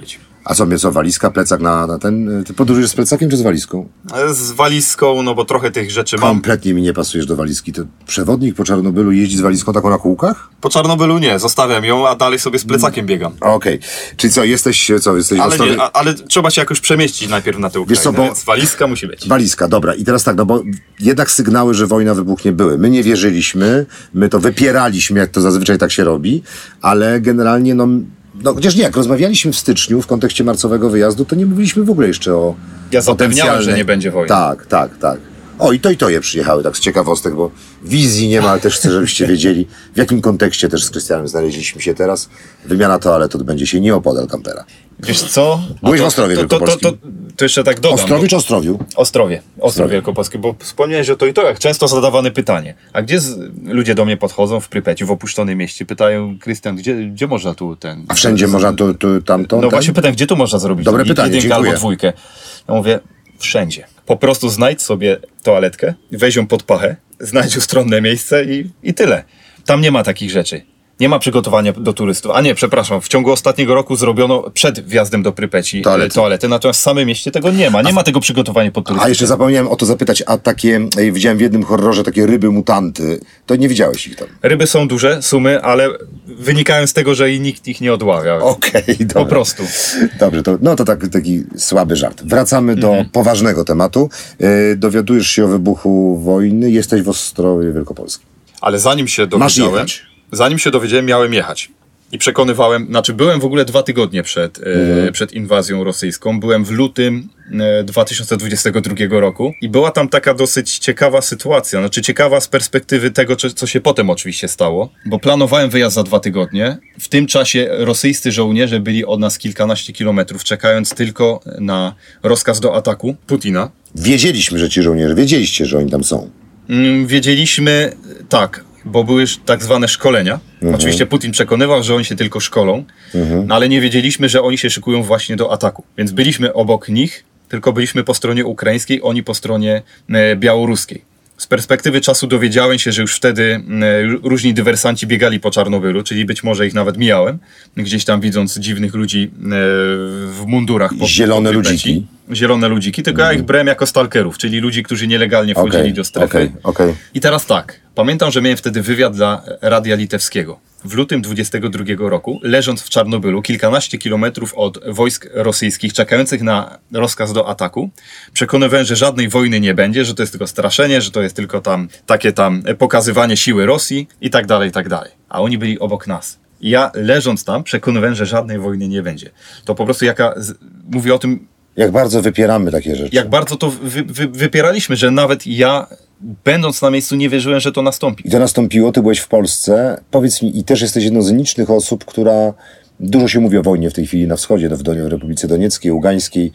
A co, mnie co, walizka, plecak na, na ten... Ty podróżujesz z plecakiem czy z walizką? Z walizką, no bo trochę tych rzeczy mam. Kompletnie mi nie pasujesz do walizki. To przewodnik po Czarnobylu jeździ z walizką taką na kółkach? Po Czarnobylu nie, zostawiam ją, a dalej sobie z plecakiem biegam. Okej. Okay. Czyli co, jesteś, co, jesteś ale, w Ostrowie... nie, a, ale trzeba się jakoś przemieścić najpierw na tę Ukrainę, Wiesz co, bo... więc walizka musi być. Walizka, dobra. I teraz tak, no bo jednak sygnały, że wojna wybuchnie były. My nie wierzyliśmy, my to wypieraliśmy, jak to zazwyczaj tak się robi, ale generalnie, no... No chociaż nie, jak rozmawialiśmy w styczniu w kontekście marcowego wyjazdu, to nie mówiliśmy w ogóle jeszcze o Ja zapewniałem, że nie będzie wojny. Tak, tak, tak. O, i to i to je przyjechały, tak z ciekawostek, bo wizji nie ma, ale też chcę, żebyście wiedzieli, w jakim kontekście też z Krystianem znaleźliśmy się teraz. Wymiana toalet odbędzie się nieopodal kampera. Wiesz co? Byłeś to, w Ostrowie to, to, to, Wielkopolskim. to, to, to jeszcze tak dodam. Ostrowie czy Ostrowiu? Ostrowie. Ostrowie Wielkopolskie, bo wspomniałeś o to i to, jak często zadawane pytanie. A gdzie z, ludzie do mnie podchodzą w Prypeci, w opuszczonym mieście, pytają, Krystian, gdzie, gdzie można tu ten... A wszędzie ten, można tu, tu tamto? No ten? właśnie pytam, gdzie tu można zrobić? Dobre pytanie, jedynkę dziękuję. albo dwójkę. Ja mówię, wszędzie. Po prostu znajdź sobie toaletkę, weź ją pod pachę, znajdź ustronne miejsce i, i tyle. Tam nie ma takich rzeczy. Nie ma przygotowania do turystów. A nie, przepraszam, w ciągu ostatniego roku zrobiono przed wjazdem do Prypeci toalety, toalety natomiast w samym mieście tego nie ma. Nie a, ma tego przygotowania pod turystów. A jeszcze zapomniałem o to zapytać, a takie, widziałem w jednym horrorze takie ryby mutanty, to nie widziałeś ich tam? Ryby są duże, sumy, ale wynikają z tego, że i nikt ich nie odławia. Okej, okay, dobra. Po prostu. Dobrze, to, no to tak, taki słaby żart. Wracamy do mhm. poważnego tematu. Yy, dowiadujesz się o wybuchu wojny, jesteś w Ostrowie Wielkopolskim. Ale zanim się dowiedziałem... Zanim się dowiedziałem, miałem jechać. I przekonywałem, znaczy byłem w ogóle dwa tygodnie przed, mhm. e, przed inwazją rosyjską. Byłem w lutym e, dwa tysiące dwudziestego drugiego roku i była tam taka dosyć ciekawa sytuacja. Znaczy ciekawa z perspektywy tego, co, co się potem oczywiście stało. Bo planowałem wyjazd za dwa tygodnie. W tym czasie rosyjscy żołnierze byli od nas kilkanaście kilometrów, czekając tylko na rozkaz do ataku Putina. Wiedzieliśmy, że ci żołnierze, wiedzieliście, że oni tam są. Mm, wiedzieliśmy, tak. Bo były tak zwane szkolenia. Mhm. Oczywiście Putin przekonywał, że oni się tylko szkolą, mhm. no ale nie wiedzieliśmy, że oni się szykują właśnie do ataku. Więc byliśmy obok nich, tylko byliśmy po stronie ukraińskiej, oni po stronie e, białoruskiej. Z perspektywy czasu dowiedziałem się, że już wtedy e, różni dywersanci biegali po Czarnobylu, czyli być może ich nawet mijałem, gdzieś tam widząc dziwnych ludzi e, w mundurach. Po, Zielone po ludziki. Zielone ludziki, tylko mhm. ja ich brałem jako stalkerów, czyli ludzi, którzy nielegalnie wchodzili okay, do strefy. Okay, okay. I teraz tak, pamiętam, że miałem wtedy wywiad dla Radia Litewskiego. W lutym dwudziestego drugiego roku, leżąc w Czarnobylu, kilkanaście kilometrów od wojsk rosyjskich, czekających na rozkaz do ataku, przekonywałem, że żadnej wojny nie będzie, że to jest tylko straszenie, że to jest tylko tam takie tam pokazywanie siły Rosji i tak dalej, i tak dalej. A oni byli obok nas. I ja leżąc tam, przekonywałem, że żadnej wojny nie będzie. To po prostu jaka... Z... Mówię o tym... Jak bardzo wypieramy takie rzeczy. Jak bardzo to wy, wy, wypieraliśmy, że nawet ja, będąc na miejscu, nie wierzyłem, że to nastąpi. I to nastąpiło, ty byłeś w Polsce. Powiedz mi, i też jesteś jedną z nielicznych osób, która... Dużo się mówi o wojnie w tej chwili na wschodzie, w Republice Donieckiej, Ługańskiej,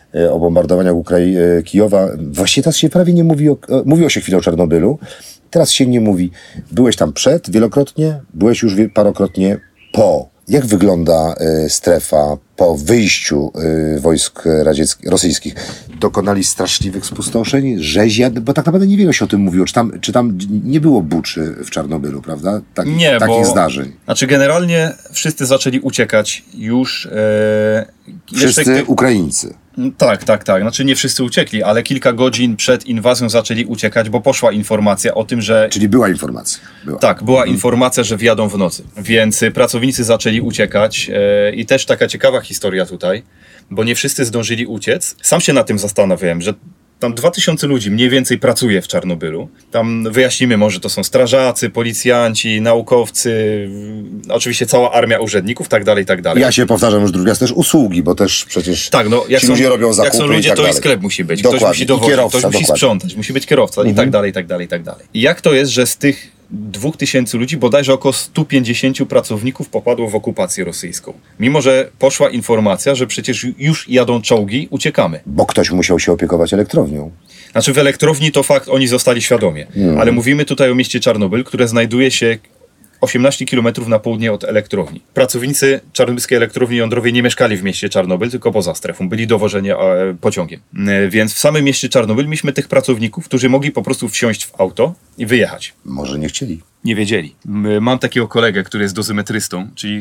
o bombardowaniach Ukrai- Kijowa. Właściwie teraz się prawie nie mówi o... Mówiło się chwilę o Czarnobylu. Teraz się nie mówi. Byłeś tam przed wielokrotnie, byłeś już parokrotnie po. Jak wygląda y, strefa po wyjściu y, wojsk radzieckich, rosyjskich? Dokonali straszliwych spustoszeń, rzezia, bo tak naprawdę niewiele się o tym mówiło. Czy tam, czy tam nie było buczy w Czarnobylu, prawda? Tak, nie, takich bo, zdarzeń. Znaczy generalnie wszyscy zaczęli uciekać już... E, wszyscy ty... Ukraińcy. Tak, tak, tak. Znaczy nie wszyscy uciekli, ale kilka godzin przed inwazją zaczęli uciekać, bo poszła informacja o tym, że... Czyli była informacja. Była. Tak, była mhm. informacja, że wjadą w nocy. Więc pracownicy zaczęli uciekać e, i też taka ciekawa historia tutaj, bo nie wszyscy zdążyli uciec. Sam się na tym zastanawiałem, że tam dwa tysiące ludzi mniej więcej pracuje w Czarnobylu. Tam wyjaśnimy, może to są strażacy, policjanci, naukowcy, oczywiście cała armia urzędników, tak dalej, tak dalej. Ja się powtarzam już drugi raz, też usługi, bo też przecież tak, no, jak ci są, ludzie robią zakupy jak są ludzie, i tak to dalej. i sklep musi być, dokładnie. Ktoś musi dowozić, kierowca, ktoś musi dokładnie. sprzątać, musi być kierowca mhm. i tak dalej, i tak dalej, i tak dalej. I jak to jest, że z tych dwóch tysięcy ludzi bodajże około stu pięćdziesięciu pracowników popadło w okupację rosyjską. Mimo że poszła informacja, że przecież już jadą czołgi, uciekamy. Bo ktoś musiał się opiekować elektrownią. Znaczy w elektrowni to fakt, oni zostali świadomie. Hmm. Ale mówimy tutaj o mieście Czarnobyl, które znajduje się osiemnaście kilometrów na południe od elektrowni. Pracownicy Czarnobylskiej Elektrowni Jądrowej nie mieszkali w mieście Czarnobyl, tylko poza strefą. Byli dowożeni e, pociągiem. E, więc w samym mieście Czarnobyl mieliśmy tych pracowników, którzy mogli po prostu wsiąść w auto i wyjechać. Może nie chcieli. Nie wiedzieli. Mam takiego kolegę, który jest dozymetrystą, czyli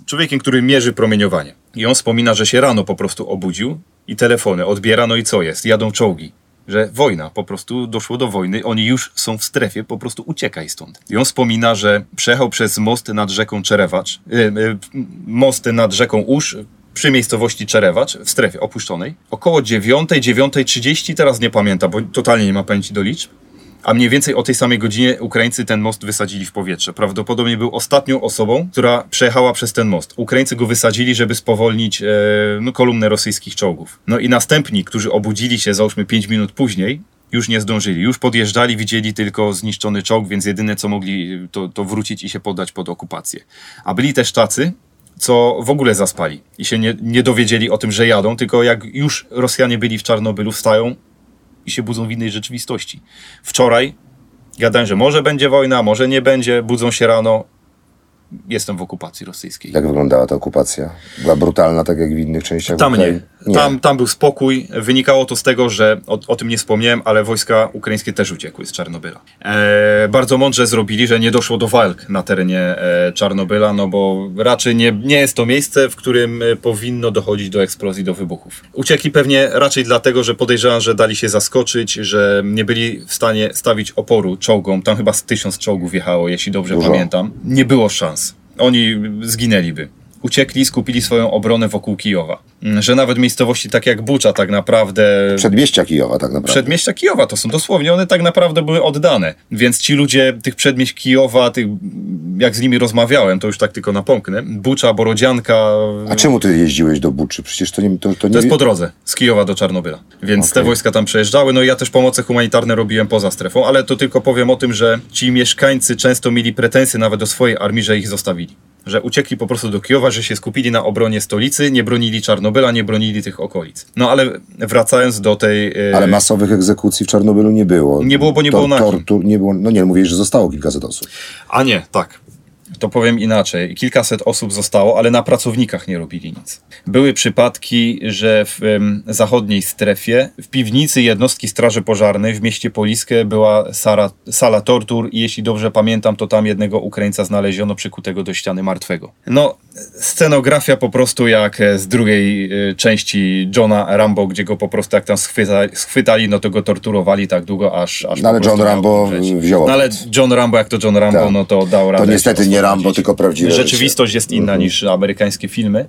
człowiekiem, który mierzy promieniowanie. I on wspomina, że się rano po prostu obudził i telefony odbiera, no i co jest? Jadą czołgi. Że wojna, po prostu doszło do wojny, oni już są w strefie, po prostu uciekaj stąd. I on wspomina, że przejechał przez most nad rzeką Czerewacz, yy, yy, most nad rzeką Uż, przy miejscowości Czerewacz, w strefie opuszczonej. Około dziewiątej, dziewiątej trzydzieści, teraz nie pamiętam, bo totalnie nie ma pamięci do liczb, a mniej więcej o tej samej godzinie Ukraińcy ten most wysadzili w powietrze. Prawdopodobnie był ostatnią osobą, która przejechała przez ten most. Ukraińcy go wysadzili, żeby spowolnić e, no, kolumnę rosyjskich czołgów. No i następni, którzy obudzili się, załóżmy pięć minut później, już nie zdążyli. Już podjeżdżali, widzieli tylko zniszczony czołg, więc jedyne co mogli to, to wrócić i się poddać pod okupację. A byli też tacy, co w ogóle zaspali i się nie, nie dowiedzieli o tym, że jadą, tylko jak już Rosjanie byli w Czarnobylu, wstają i się budzą w innej rzeczywistości. Wczoraj gadałem, że może będzie wojna, może nie będzie, budzą się rano. Jestem w okupacji rosyjskiej. Jak wyglądała ta okupacja? Była brutalna, tak jak w innych częściach Tam Ukrainy? nie. Tam, tam był spokój. Wynikało to z tego, że o, o tym nie wspomniałem, ale wojska ukraińskie też uciekły z Czarnobyla. E, bardzo mądrze zrobili, że nie doszło do walk na terenie e, Czarnobyla, no bo raczej nie, nie jest to miejsce, w którym e, powinno dochodzić do eksplozji, do wybuchów. Uciekli pewnie raczej dlatego, że podejrzewam, że dali się zaskoczyć, że nie byli w stanie stawić oporu czołgom. Tam chyba z tysiąc czołgów jechało, jeśli dobrze Dużo. pamiętam. Nie było szans. Oni zginęliby. Uciekli, skupili swoją obronę wokół Kijowa. Że nawet miejscowości takie jak Bucza tak naprawdę... Przedmieścia Kijowa tak naprawdę. Przedmieścia Kijowa to są dosłownie, one tak naprawdę były oddane. Więc ci ludzie tych przedmieść Kijowa, tych, jak z nimi rozmawiałem, to już tak tylko napomknę. Bucza, Borodzianka... A czemu ty jeździłeś do Buczy? Przecież to nie... To, to nie... To jest po drodze, z Kijowa do Czarnobyla. Więc Okay. te wojska tam przejeżdżały. No i ja też pomoce humanitarne robiłem poza strefą, ale to tylko powiem o tym, że ci mieszkańcy często mieli pretensje nawet do swojej armii, że ich zostawili. Że uciekli po prostu do Kijowa, że się skupili na obronie stolicy, nie bronili Czarnobyla, nie bronili tych okolic. No ale wracając do tej... Yy... Ale masowych egzekucji w Czarnobylu nie było. Nie było, bo nie było na kim. Tortur, nie było, no nie, mówisz, że zostało kilkaset osób. A nie, tak. To powiem inaczej. Kilkaset osób zostało, ale na pracownikach nie robili nic. Były przypadki, że w um, zachodniej strefie, w piwnicy jednostki straży pożarnej w mieście Poliskie była sala, sala tortur i jeśli dobrze pamiętam, to tam jednego Ukraińca znaleziono przykutego do ściany martwego. No, scenografia po prostu jak z drugiej y, części Johna Rambo, gdzie go po prostu jak tam schwyta, schwytali, no to go torturowali tak długo, aż... aż No ale John Rambo wziął. No ale John Rambo, jak to John Rambo, tak. no to dał radę. To niestety nie Rambo, tylko prawdziwe Rzeczywistość jest inna mhm. niż amerykańskie filmy.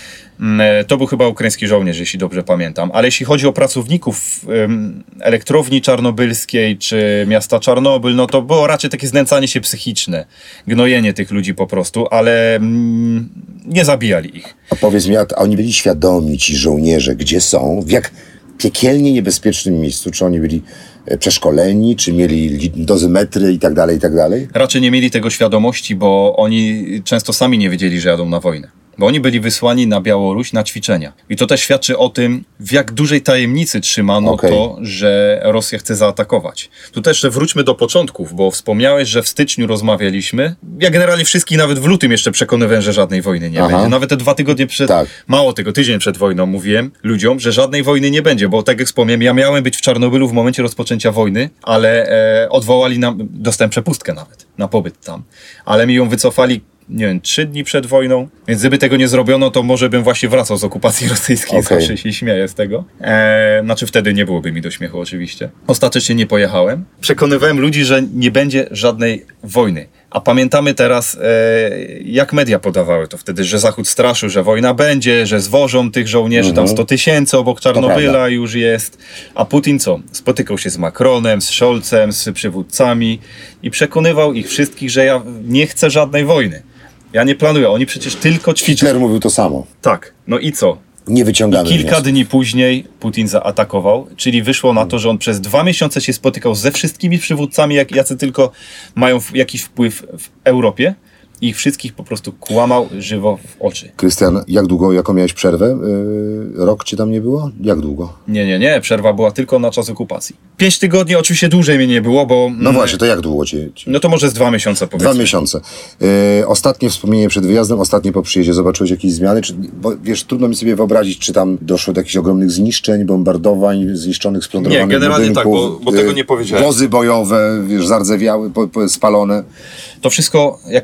To był chyba ukraiński żołnierz, jeśli dobrze pamiętam. Ale jeśli chodzi o pracowników um, elektrowni czarnobylskiej czy miasta Czarnobyl, no to było raczej takie znęcanie się psychiczne. Gnojenie tych ludzi po prostu, ale mm, nie zabijali ich. A powiedz mi, a oni byli świadomi, ci żołnierze, gdzie są? W jak piekielnie niebezpiecznym miejscu? Czy oni byli przeszkoleni, czy mieli dozymetry i tak dalej, i tak dalej? Raczej nie mieli tego świadomości, bo oni często sami nie wiedzieli, że jadą na wojnę. Bo oni byli wysłani na Białoruś na ćwiczenia. I to też świadczy o tym, w jak dużej tajemnicy trzymano okay. to, że Rosja chce zaatakować. Tu też wróćmy do początków, bo wspomniałeś, że w styczniu rozmawialiśmy. Ja generalnie wszystkich nawet w lutym jeszcze przekonywałem, że żadnej wojny nie Aha. będzie. Nawet te dwa tygodnie przed, tak. mało tego, tydzień przed wojną mówiłem ludziom, że żadnej wojny nie będzie, bo tak jak wspomniałem, ja miałem być w Czarnobylu w momencie rozpoczęcia wojny, ale e, odwołali nam, dostałem przepustkę nawet na pobyt tam, ale mi ją wycofali nie wiem, trzy dni przed wojną, więc gdyby tego nie zrobiono, to może bym właśnie wracał z okupacji rosyjskiej, okay. zawsze się śmieję z tego. Eee, znaczy wtedy nie byłoby mi do śmiechu oczywiście. Ostatecznie nie pojechałem. Przekonywałem ludzi, że nie będzie żadnej wojny. A pamiętamy teraz, e, jak media podawały to wtedy, że Zachód straszył, że wojna będzie, że zwożą tych żołnierzy, mhm. tam sto tysięcy obok Czarnobyla już jest. A Putin co? Spotykał się z Macronem, z Scholzem, z przywódcami i przekonywał ich wszystkich, że ja nie chcę żadnej wojny. Ja nie planuję, oni przecież tylko ćwiczą. Hitler mówił to samo. Tak, no i co? Nie wyciągamy I kilka wniosków. dni później Putin zaatakował, czyli wyszło na to, że on przez dwa miesiące się spotykał ze wszystkimi przywódcami, jak, jacy tylko mają jakiś wpływ w Europie. I ich wszystkich po prostu kłamał żywo w oczy. Krystian, jak długo, jaką miałeś przerwę? Yy, rok cię tam nie było? Jak długo? Nie, nie, nie. Przerwa była tylko na czas okupacji. Pięć tygodni, oczywiście dłużej mnie nie było, bo... No właśnie, to jak długo cię... cię... No to może z dwa miesiące powiedzmy. Dwa miesiące. Yy, ostatnie wspomnienie przed wyjazdem, ostatnie po przyjeździe. Zobaczyłeś jakieś zmiany? Czy, bo wiesz, trudno mi sobie wyobrazić, czy tam doszło do jakichś ogromnych zniszczeń, bombardowań, zniszczonych, splądrowanych Nie, generalnie budynków, tak, bo, bo tego nie powiedziałem. Wozy bojowe, wiesz, zardzewiałe, po, po, spalone. To wszystko jakieś zniszczenia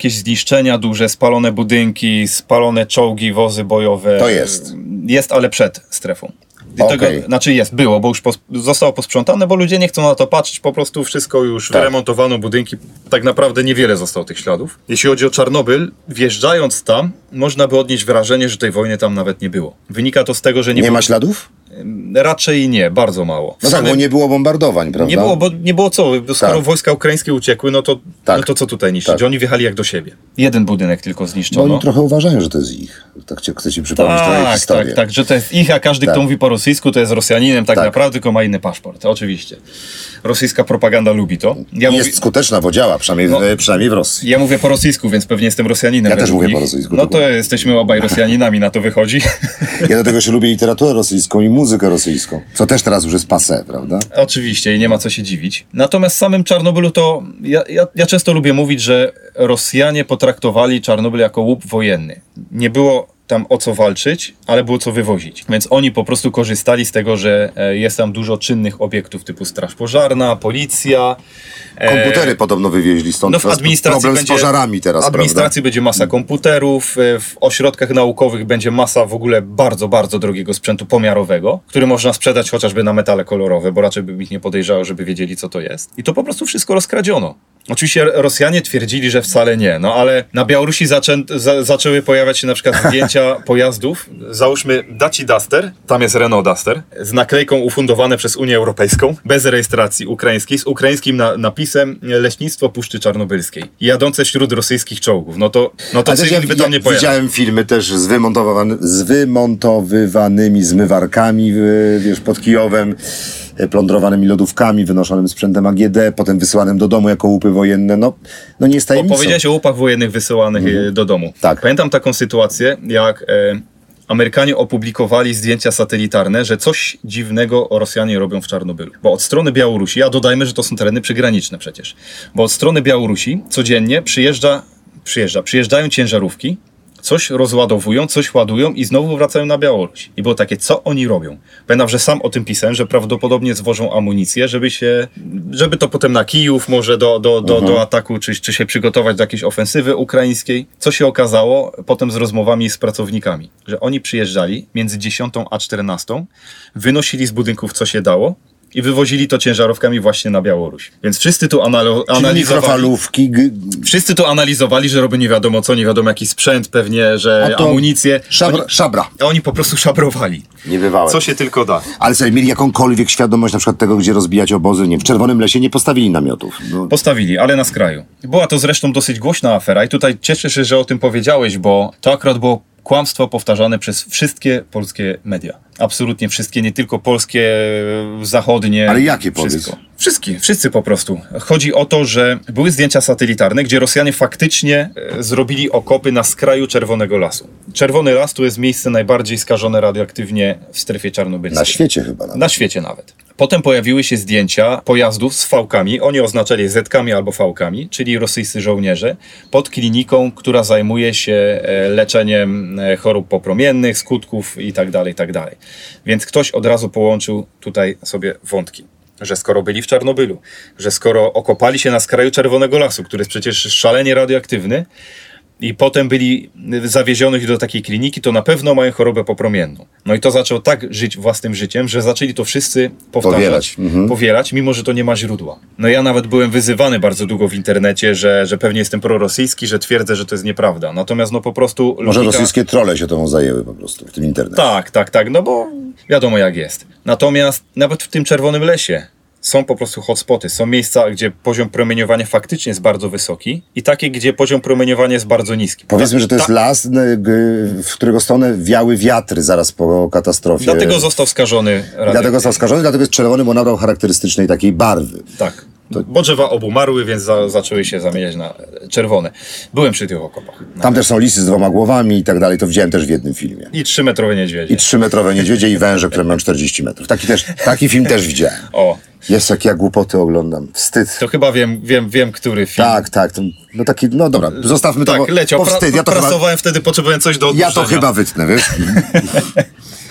zniszczenia duże, spalone budynki, spalone czołgi, wozy bojowe. To jest. Jest, ale przed strefą. I Okay. tego, znaczy jest, było, bo już pos, zostało posprzątane, bo ludzie nie chcą na to patrzeć, po prostu wszystko już Tak. wyremontowano, budynki, tak naprawdę niewiele zostało tych śladów. Jeśli chodzi o Czarnobyl, wjeżdżając tam, można by odnieść wrażenie, że tej wojny tam nawet nie było. Wynika to z tego, że nie, Nie było, ma śladów? raczej nie, bardzo mało. No tak, Same- bo nie było bombardowań, prawda? nie było, bo nie było co, skoro Tak. wojska ukraińskie uciekły, no to, Tak. no to co tutaj niszczyć? Tak. Oni wjechali jak do siebie. Jeden budynek tylko Bo zniszczono. oni trochę uważają, że to jest ich. Tak cię, chcę ci przypomnieć trochę Tak, historię. tak, tak, że to jest ich, a każdy, Tak. kto mówi po rosyjsku, to jest Rosjaninem tak, Tak. naprawdę, tylko ma inny paszport. Oczywiście. Rosyjska propaganda lubi to. Ja, Jest mówi, skuteczna, bo działa, przynajmniej, No. w, przynajmniej w Rosji. ja mówię po rosyjsku, więc pewnie jestem Rosjaninem. Ja też według mówię nich. po rosyjsku, No to dokładnie. jesteśmy obaj Rosjaninami, na to wychodzi. Ja do tego się lubię literaturę rosyjską i muzykę rosyjską, co też teraz już jest passé, prawda? Oczywiście i nie ma co się dziwić. Natomiast w samym Czarnobylu to ja, ja, ja często lubię mówić, że Rosjanie potraktowali Czarnobyl jako łup wojenny. Nie było tam o co walczyć, ale było co wywozić. Więc oni po prostu korzystali z tego, że e, jest tam dużo czynnych obiektów typu straż pożarna, policja. e, Komputery podobno wywieźli stąd. No w Teraz administracji problem będzie, z pożarami teraz, w administracji prawda? będzie masa komputerów, e, w ośrodkach naukowych będzie masa w ogóle bardzo, bardzo drogiego sprzętu pomiarowego, który można sprzedać chociażby na metale kolorowe, bo raczej bym ich nie podejrzało, żeby wiedzieli, co to jest. I to po prostu wszystko rozkradziono. Oczywiście Rosjanie twierdzili, że wcale nie, no ale na Białorusi zaczę, za, zaczęły pojawiać się na przykład zdjęcia pojazdów. Załóżmy Dacia Duster, tam jest Renault Duster, z naklejką ufundowane przez Unię Europejską, bez rejestracji ukraińskiej, z ukraińskim na, napisem Leśnictwo Puszczy Czarnobylskiej, jadące wśród rosyjskich czołgów. No to, no to Ale też cywil by tam nie pojechał. widziałem filmy też z, wymontowany, z wymontowywanymi zmywarkami, w- wiesz, pod Kijowem, e, plądrowanymi lodówkami, wynoszonym sprzętem A G D, potem wysyłanym do domu jako łupy wojenne. No, no nie jest tajemnicą. Powiedziałeś o łupach wojennych wysyłanych e, do domu. Tak. Pamiętam taką sytuację, jak e, Amerykanie opublikowali zdjęcia satelitarne, że coś dziwnego Rosjanie robią w Czarnobylu. Bo od strony Białorusi, a dodajmy, że to są tereny przygraniczne przecież, bo od strony Białorusi codziennie przyjeżdża, przyjeżdża, przyjeżdżają ciężarówki, coś rozładowują, coś ładują i znowu wracają na Białoruś. I było takie, co oni robią? Pamiętam, że sam o tym pisałem, że prawdopodobnie zwożą amunicję, żeby się, żeby to potem na Kijów może do, do, do, do ataku, czy, czy się przygotować do jakiejś ofensywy ukraińskiej. Co się okazało potem z rozmowami z pracownikami, że oni przyjeżdżali między dziesiątą a czternastą, wynosili z budynków co się dało i wywozili to ciężarówkami właśnie na Białoruś. Więc wszyscy tu analo- Czyli analizowali... mikrofalówki, g- Wszyscy to analizowali, że robią nie wiadomo co, nie wiadomo jaki sprzęt, pewnie, że a to amunicję. Szabra, Oni, szabra. a oni po prostu szabrowali. Nie bywałem. Co się tylko da. Ale sobie mieli jakąkolwiek świadomość na przykład tego, gdzie rozbijać obozy. Nie wiem, w Czerwonym Lesie nie postawili namiotów. No, Postawili, ale na skraju. Była to zresztą dosyć głośna afera i tutaj cieszę się, że o tym powiedziałeś, bo to akurat było kłamstwo powtarzane przez wszystkie polskie media. Absolutnie wszystkie, nie tylko polskie, zachodnie. Ale jakie, powiedz? Wszystko. Wszystkie, wszyscy po prostu. Chodzi o to, że były zdjęcia satelitarne, gdzie Rosjanie faktycznie e, zrobili okopy na skraju Czerwonego Lasu. Czerwony Las to jest miejsce najbardziej skażone radioaktywnie w strefie czarnobylskiej. na świecie chyba. Nawet. Na świecie nawet. Potem pojawiły się zdjęcia pojazdów z fałkami, oni oznaczali zetkami albo fałkami, czyli rosyjscy żołnierze, pod kliniką, która zajmuje się e, leczeniem e, chorób popromiennych, skutków itd., itd. Więc ktoś od razu połączył tutaj sobie wątki, że skoro byli w Czarnobylu, że skoro okopali się na skraju Czerwonego Lasu, który jest przecież szalenie radioaktywny, i potem byli zawiezionych do takiej kliniki, to na pewno mają chorobę popromienną. No i to zaczął tak żyć własnym życiem, że zaczęli to wszyscy powtarzać, Powielać. Mhm. powielać, mimo że to nie ma źródła. No ja nawet byłem wyzywany bardzo długo w internecie, że, że pewnie jestem prorosyjski, że twierdzę, że to jest nieprawda. Natomiast no po prostu... Może logika... rosyjskie trolle się tą zajęły po prostu w tym internecie. Tak, tak, tak, no bo wiadomo jak jest. Natomiast nawet w tym Czerwonym Lesie są po prostu hotspoty, są miejsca, gdzie poziom promieniowania faktycznie jest bardzo wysoki i takie, gdzie poziom promieniowania jest bardzo niski. Powiedzmy, że to jest Ta- las, n- g- w którego stronę wiały wiatry zaraz po katastrofie. Dlatego został skażony I radioaktywnie. dlatego został skażony, dlatego jest czerwony, bo nabrał charakterystycznej takiej barwy. Tak. Bo drzewa obumarły, więc za, zaczęły się zamieniać na czerwone. Byłem przy tych okopach. Tam też są lisy z dwoma głowami i tak dalej, to widziałem też w jednym filmie. I trzymetrowe niedźwiedzie. I trzymetrowe niedźwiedzie i węże, które mają czterdzieści metrów. Taki, też, taki film też widziałem. O, Jest, jak ja głupoty oglądam. Wstyd. to chyba wiem, wiem, wiem który film. Tak, tak. To, no taki, no dobra, zostawmy to, Tak, bo, leciał. bo Pra, wstyd. Ja to chyba, prasowałem wtedy, potrzebowałem coś do ja odpuszczenia. to chyba wytnę, wiesz?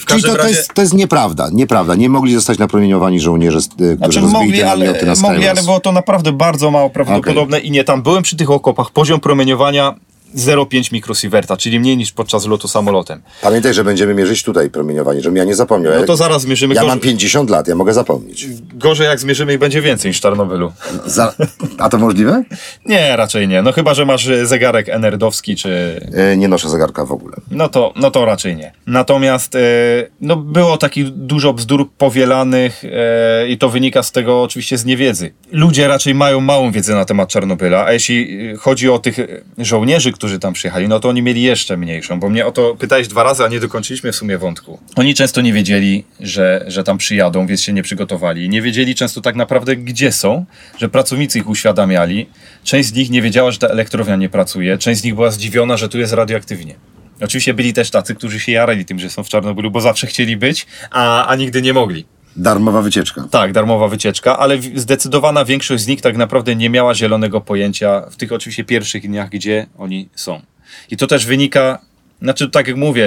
W Czyli każdym to, to, razie... jest, to jest nieprawda, nieprawda. Nie mogli zostać napromieniowani żołnierze, którzy Znaczy rozbili mogli, te ale, namioty na mogli, ale Skywars. było to naprawdę bardzo mało prawdopodobne i nie. Tam byłem przy tych okopach, poziom promieniowania zero przecinek pięć mikrosieverta, czyli mniej niż podczas lotu samolotem. Pamiętaj, że będziemy mierzyć tutaj promieniowanie, żebym ja nie zapomniał. No to zaraz zmierzymy. Ja gorzej, mam pięćdziesiąt lat, ja mogę zapomnieć. gorzej jak zmierzymy i będzie więcej niż w Czarnobylu. Za... A to możliwe? Nie, raczej nie. No chyba, że masz zegarek enerdowski, czy... Yy, nie noszę zegarka w ogóle. No to, no to raczej nie. Natomiast e, no było takich dużo bzdur powielanych e, i to wynika z tego oczywiście z niewiedzy. Ludzie raczej mają małą wiedzę na temat Czarnobyla, a jeśli chodzi o tych żołnierzy, którzy tam przyjechali, no to oni mieli jeszcze mniejszą, bo mnie o to pytałeś dwa razy, a nie dokończyliśmy w sumie wątku. Oni często nie wiedzieli, że, że tam przyjadą, więc się nie przygotowali. Nie wiedzieli często tak naprawdę, gdzie są, że pracownicy ich uświadamiali. Część z nich nie wiedziała, że ta elektrownia nie pracuje. Część z nich była zdziwiona, że tu jest radioaktywnie. Oczywiście byli też tacy, którzy się jarali tym, że są w Czarnobylu, bo zawsze chcieli być, a, a nigdy nie mogli. Darmowa wycieczka. Tak, darmowa wycieczka, ale zdecydowana większość z nich tak naprawdę nie miała zielonego pojęcia w tych oczywiście pierwszych dniach, gdzie oni są. I to też wynika, znaczy tak jak mówię,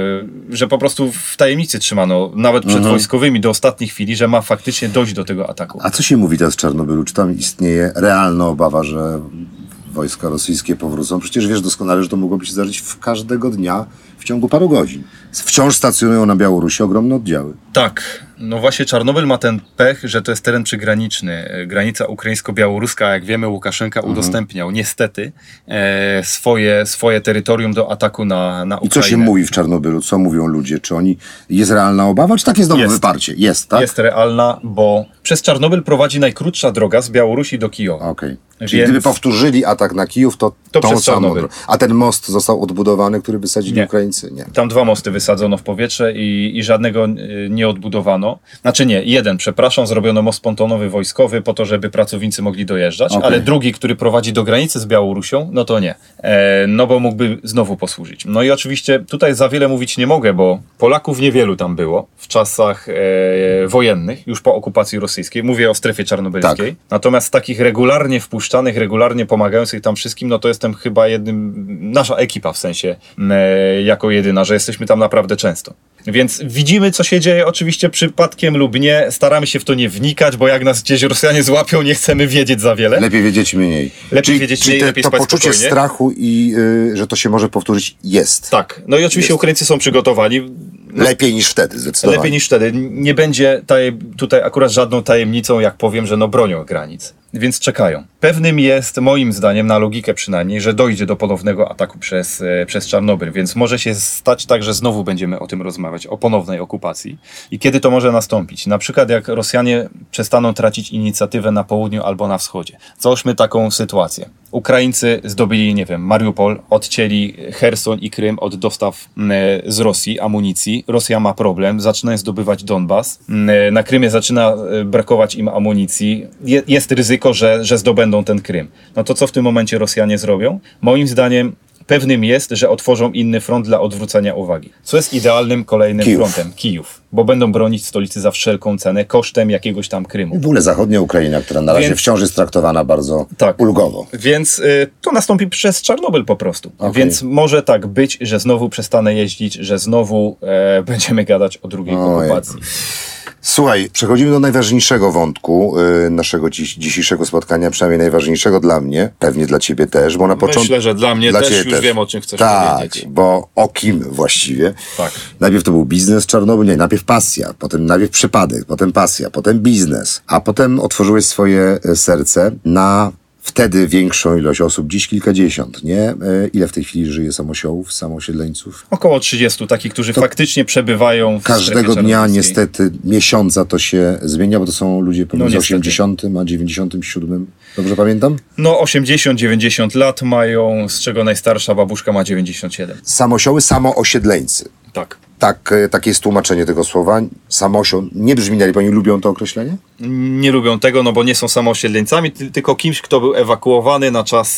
że po prostu w tajemnicy trzymano, nawet przed Mhm. wojskowymi do ostatniej chwili, że ma faktycznie dojść do tego ataku. A co się mówi teraz w Czarnobylu? Czy tam istnieje realna obawa, że wojska rosyjskie powrócą? Przecież wiesz doskonale, że to mogłoby się zdarzyć w każdego dnia w ciągu paru godzin. Wciąż stacjonują na Białorusi ogromne oddziały. Tak, no właśnie Czarnobyl ma ten pech, że to jest teren przygraniczny. Granica ukraińsko-białoruska, jak wiemy, Łukaszenka Mhm. udostępniał niestety e, swoje, swoje terytorium do ataku na, na Ukrainę. I co się mówi w Czarnobylu? Co mówią ludzie? Czy oni... Jest realna obawa, czy takie znowu Jest. wyparcie? Jest, tak? Jest realna, bo przez Czarnobyl prowadzi najkrótsza droga z Białorusi do Kijowa. Okej. Czyli Więc- gdyby powtórzyli atak na Kijów, to, To tą przez samą Czarnobyl. drogę. A ten most został odbudowany, który wysadzili Nie. Ukraińcy? Nie. Tam dwa mosty wysadzono w powietrze i, i żadnego y, nie odbudowano. Znaczy nie, jeden, przepraszam, zrobiono most pontonowy wojskowy po to, żeby pracownicy mogli dojeżdżać, Okej. ale drugi, który prowadzi do granicy z Białorusią, no to nie. E, no bo mógłby znowu posłużyć. No i oczywiście tutaj za wiele mówić nie mogę, bo Polaków niewielu tam było w czasach e, wojennych, już po okupacji rosyjskiej. Mówię o strefie czarnobylskiej. Tak. Natomiast takich regularnie wpuszczanych, regularnie pomagających tam wszystkim, no to jestem chyba jednym, nasza ekipa w sensie, e, jako jedyna, że jesteśmy tam naprawdę często. Więc widzimy, co się dzieje, oczywiście przypadkiem lub nie, staramy się w to nie wnikać, bo jak nas gdzieś Rosjanie złapią, nie chcemy wiedzieć za wiele. Lepiej wiedzieć mniej. Lepiej czyli, wiedzieć czyli mniej, te, lepiej to spać poczucie spokojnie. strachu i y, że to się może powtórzyć jest. Tak, no i oczywiście Jest. Ukraińcy są przygotowani. Lepiej niż wtedy, zdecydowanie. Lepiej niż wtedy. Nie będzie tajem, tutaj akurat żadną tajemnicą, jak powiem, że no bronią granic. Więc czekają. Pewnym jest, moim zdaniem, na logikę przynajmniej, że dojdzie do ponownego ataku przez, e, przez Czarnobyl. Więc może się stać tak, że znowu będziemy o tym rozmawiać, o ponownej okupacji. I kiedy to może nastąpić? Na przykład jak Rosjanie przestaną tracić inicjatywę na południu albo na wschodzie. Załóżmy taką sytuację. Ukraińcy zdobyli, nie wiem, Mariupol, odcięli Cherson i Krym od dostaw m, z Rosji, amunicji. Rosja ma problem, zaczynają zdobywać Donbas. M, Na Krymie zaczyna e, brakować im amunicji. Je, jest ryzyko, że, że zdobędą ten Krym. No to co w tym momencie Rosjanie zrobią? Moim zdaniem pewnym jest, że otworzą inny front dla odwrócenia uwagi. Co jest idealnym kolejnym Kijów. frontem? Kijów. Bo będą bronić stolicy za wszelką cenę, kosztem jakiegoś tam Krymu. W ogóle zachodnia Ukraina, która na razie Więc- wciąż jest traktowana bardzo Tak. ulgowo. Więc y, to nastąpi przez Czarnobyl po prostu. Okej. Więc może tak być, że znowu przestanę jeździć, że znowu e, będziemy gadać o drugiej Ojej. okupacji. Słuchaj, przechodzimy do najważniejszego wątku y, naszego dziś, dzisiejszego spotkania, przynajmniej najważniejszego dla mnie, pewnie dla ciebie też, bo na początku... Myślę, że dla mnie też już wiem, o czym chcesz tak, powiedzieć. bo o kim właściwie? Tak. Najpierw to był biznes Czarnobyl, nie, najpierw pasja, potem najpierw przypadek, potem pasja, potem biznes, a potem otworzyłeś swoje e, serce na wtedy większą ilość osób, dziś kilkadziesiąt, nie? E, Ile w tej chwili żyje samosiołów, samoosiedleńców? Około trzydziestu takich, którzy faktycznie przebywają w Każdego strefie dnia czarnobylskiej. niestety, miesiąca to się zmienia, bo to są ludzie pomiędzy niestety. osiemdziesiątym a dziewięćdziesiątym siódmym. Dobrze pamiętam? No osiemdziesiąt dziewięćdziesiąt lat mają, z czego najstarsza babuszka ma dziewięćdziesiąt siedem. Samosioły, samoosiedleńcy. Tak. Tak, e, takie jest tłumaczenie tego słowa. Samosio, nie brzmi najlepiej, oni lubią to określenie? Nie lubią tego, no bo nie są samoosiedleńcami, ty- tylko kimś, kto był ewakuowany na czas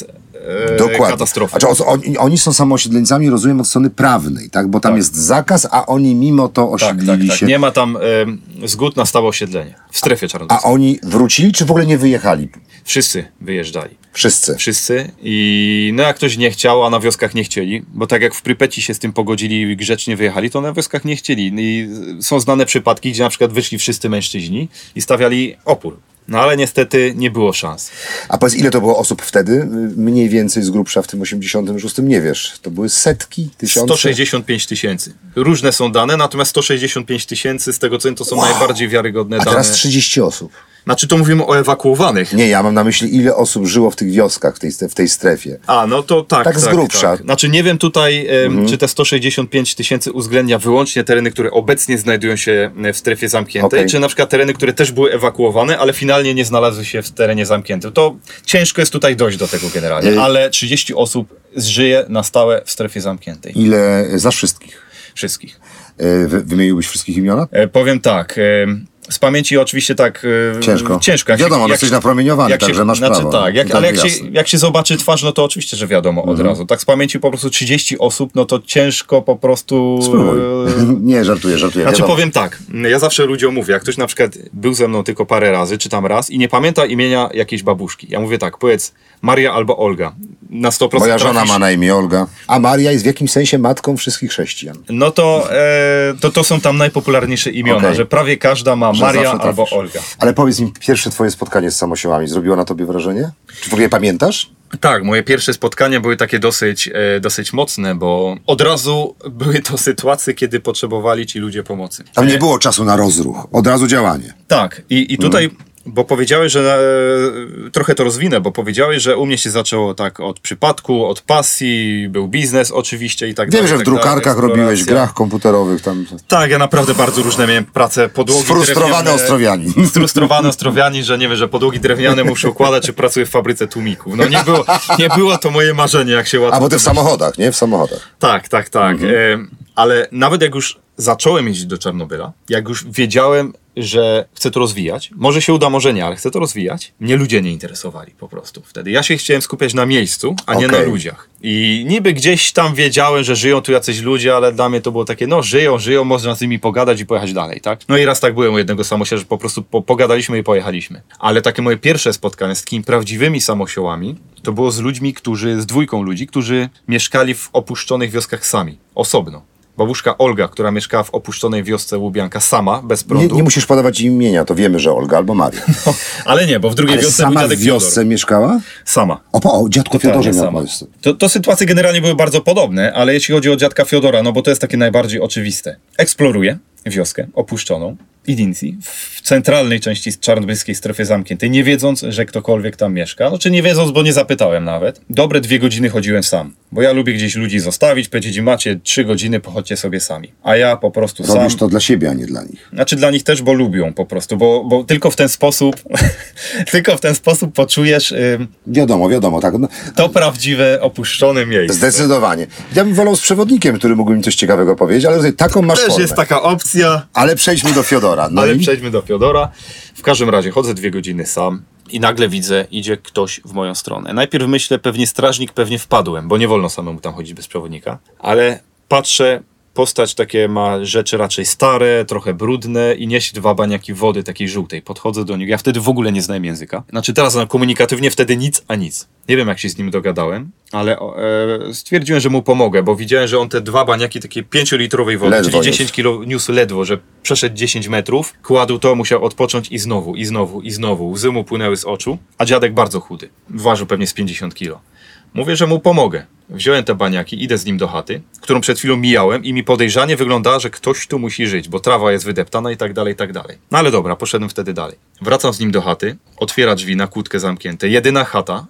e, Dokładnie. katastrofy. Znaczy, oni, oni są samoosiedleńcami, rozumiem, od strony prawnej, tak? Bo tam Tak. jest zakaz, a oni mimo to Tak, osiedlili tak, się. tak. Nie ma tam e, zgód na stałe osiedlenie w strefie A czarnogórskiej. oni wrócili, czy w ogóle nie wyjechali? Wszyscy wyjeżdżali. Wszyscy. Wszyscy i no jak ktoś nie chciał, a na wioskach nie chcieli, bo tak jak w Prypeci się z tym pogodzili i grzecznie wyjechali, to na wioskach nie chcieli. I są znane przypadki, gdzie na przykład wyszli wszyscy mężczyźni i stawiali opór. No ale niestety nie było szans. A powiedz, ile to było osób wtedy? Mniej więcej z grubsza w tym osiemdziesiątym szóstym nie wiesz. To były setki, tysiące? sto sześćdziesiąt pięć tysięcy. Różne są dane, natomiast sto sześćdziesiąt pięć tysięcy, z tego co wiem, to są Wow. najbardziej wiarygodne A dane. teraz trzydzieści osób. Znaczy to mówimy o ewakuowanych. Nie, ja mam na myśli, ile osób żyło w tych wioskach, w tej, w tej strefie. A, no to tak. Tak z grubsza. Tak. Znaczy nie wiem tutaj, em, czy te sto sześćdziesiąt pięć tysięcy uwzględnia wyłącznie tereny, które obecnie znajdują się w strefie zamkniętej, Okej. czy na przykład tereny, które też były ewakuowane, ale finalnie nie znalazły się w terenie zamkniętym. To ciężko jest tutaj dojść do tego generalnie, Ej. ale trzydzieści osób żyje na stałe w strefie zamkniętej. Ile za wszystkich? Wszystkich. E, Wy, wymieniłbyś wszystkich imiona? E, powiem tak, e, z pamięci oczywiście tak e, Ciężko. ciężko. Jak Wiadomo, się, no jesteś napromieniowany, jak się- także masz znaczy, prawo. Tak, jak, Tak, ale jak się, jasne. jak się zobaczy twarz, no to oczywiście, że wiadomo od razu. Tak z pamięci po prostu trzydzieści osób, no to ciężko po prostu... Spróbuj. e, Nie, żartuję, żartuję. Znaczy wiadomo. powiem tak, ja zawsze ludziom mówię, jak ktoś na przykład był ze mną tylko parę razy, czy tam raz i nie pamięta imienia jakiejś babuszki. Ja mówię tak, powiedz Maria albo Olga. Na sto procent Moja żona trafisz. ma na imię Olga, a Maria jest w jakimś sensie matką wszystkich chrześcijan. No to, e, to to są tam najpopularniejsze imiona, Okej. że prawie każda ma Że Maria zawsze albo trafisz. Olga. Ale powiedz mi, pierwsze twoje spotkanie z samosiołami zrobiło na tobie wrażenie? Czy w ogóle pamiętasz? Tak, moje pierwsze spotkania były takie dosyć, e, dosyć mocne, bo od razu były to sytuacje, kiedy potrzebowali ci ludzie pomocy. Tam nie było czasu na rozruch, od razu działanie. Tak, i, i tutaj, bo powiedziałeś, że e, trochę to rozwinę, bo powiedziałeś, że u mnie się zaczęło tak od przypadku, od pasji, był biznes oczywiście i tak Wiem, dalej. że w tak dalej, drukarkach robiłeś, eksploracja. grach komputerowych tam. Tak, ja naprawdę bardzo różne miałem prace, podłogi Sfrustrowany drewniane. Ostrowianin. Sfrustrowany Ostrowianin, że nie wiem, że podłogi drewniane muszę układać, czy pracuję w fabryce tłumików. No nie było, nie było to moje marzenie, jak się łatwo... A bo ty w samochodach, nie? W samochodach. Tak, tak, tak. E, ale nawet jak już zacząłem jeździć do Czarnobyla, jak już wiedziałem, że chcę to rozwijać, może się uda, może nie, ale chcę to rozwijać, mnie ludzie nie interesowali po prostu wtedy. Ja się chciałem skupiać na miejscu, a nie Okej. na ludziach. I niby gdzieś tam wiedziałem, że żyją tu jacyś ludzie, ale dla mnie to było takie, no żyją, żyją, można z nimi pogadać i pojechać dalej, tak? No i raz tak byłem u jednego samosiarza, że po prostu po, pogadaliśmy i pojechaliśmy. Ale takie moje pierwsze spotkanie z takimi prawdziwymi samosiołami, to było z ludźmi, którzy, z dwójką ludzi, którzy mieszkali w opuszczonych wioskach sami, osobno. Babuszka Olga, która mieszkała w opuszczonej wiosce Łubianka sama, bez Nie, prądu. nie musisz podawać imienia, to wiemy, że Olga albo Maria. Ale nie, bo w drugiej Ale wiosce był sama w dziadek wiosce Fiodor. mieszkała? Sama. O, po, o dziadku Fiodorze Totalnie miał sama. miejsce. To, to sytuacje generalnie były bardzo podobne, ale jeśli chodzi o dziadka Fiodora, no bo to jest takie najbardziej oczywiste. Eksploruje wioskę opuszczoną, Idincji, w centralnej części czarnobylskiej strefy zamkniętej, nie wiedząc, że ktokolwiek tam mieszka. Znaczy nie wiedząc, bo nie zapytałem nawet. Dobre dwie godziny chodziłem sam, bo ja lubię gdzieś ludzi zostawić, powiedzieć im, macie trzy godziny, pochodźcie sobie sami. A ja po prostu Robisz sam... to dla siebie, a nie dla nich. Znaczy dla nich też, bo lubią po prostu, bo, bo tylko w ten sposób tylko w ten sposób poczujesz ym, Wiadomo, wiadomo, tak. No, to prawdziwe, opuszczone miejsce. zdecydowanie. Ja bym wolał z przewodnikiem, który mógłby mi coś ciekawego powiedzieć, ale tutaj taką masz Też formę. jest taka opcja, Ale przejdźmy do Fiodora. No ale i... przejdźmy do Fiodora. W każdym razie chodzę dwie godziny sam i nagle widzę, idzie ktoś w moją stronę. Najpierw myślę, pewnie strażnik, pewnie wpadłem, bo nie wolno samemu tam chodzić bez przewodnika, ale patrzę, postać takie ma rzeczy raczej stare, trochę brudne i niesie dwa baniaki wody takiej żółtej. Podchodzę do niego. Ja wtedy w ogóle nie znałem języka. Znaczy teraz no, komunikatywnie wtedy nic a nic. Nie wiem, jak się z nim dogadałem, ale e, stwierdziłem, że mu pomogę, bo widziałem, że on te dwa baniaki takiej pięciolitrowej wody, Ledwo czyli niósł. dziesięć kilo niósł ledwo, że przeszedł dziesięć metrów, kładł to, musiał odpocząć i znowu, i znowu, i znowu. Łzy mu płynęły z oczu, a dziadek bardzo chudy. Ważył pewnie z pięćdziesiąt kilo. Mówię, że mu pomogę. Wziąłem te baniaki, idę z nim do chaty, którą przed chwilą mijałem i mi podejrzanie wyglądało, że ktoś tu musi żyć, bo trawa jest wydeptana i tak dalej, i tak dalej. No ale dobra, poszedłem wtedy dalej. Wracam z nim do chaty, otwiera drzwi na kłódkę zamknięte. Jedyna chata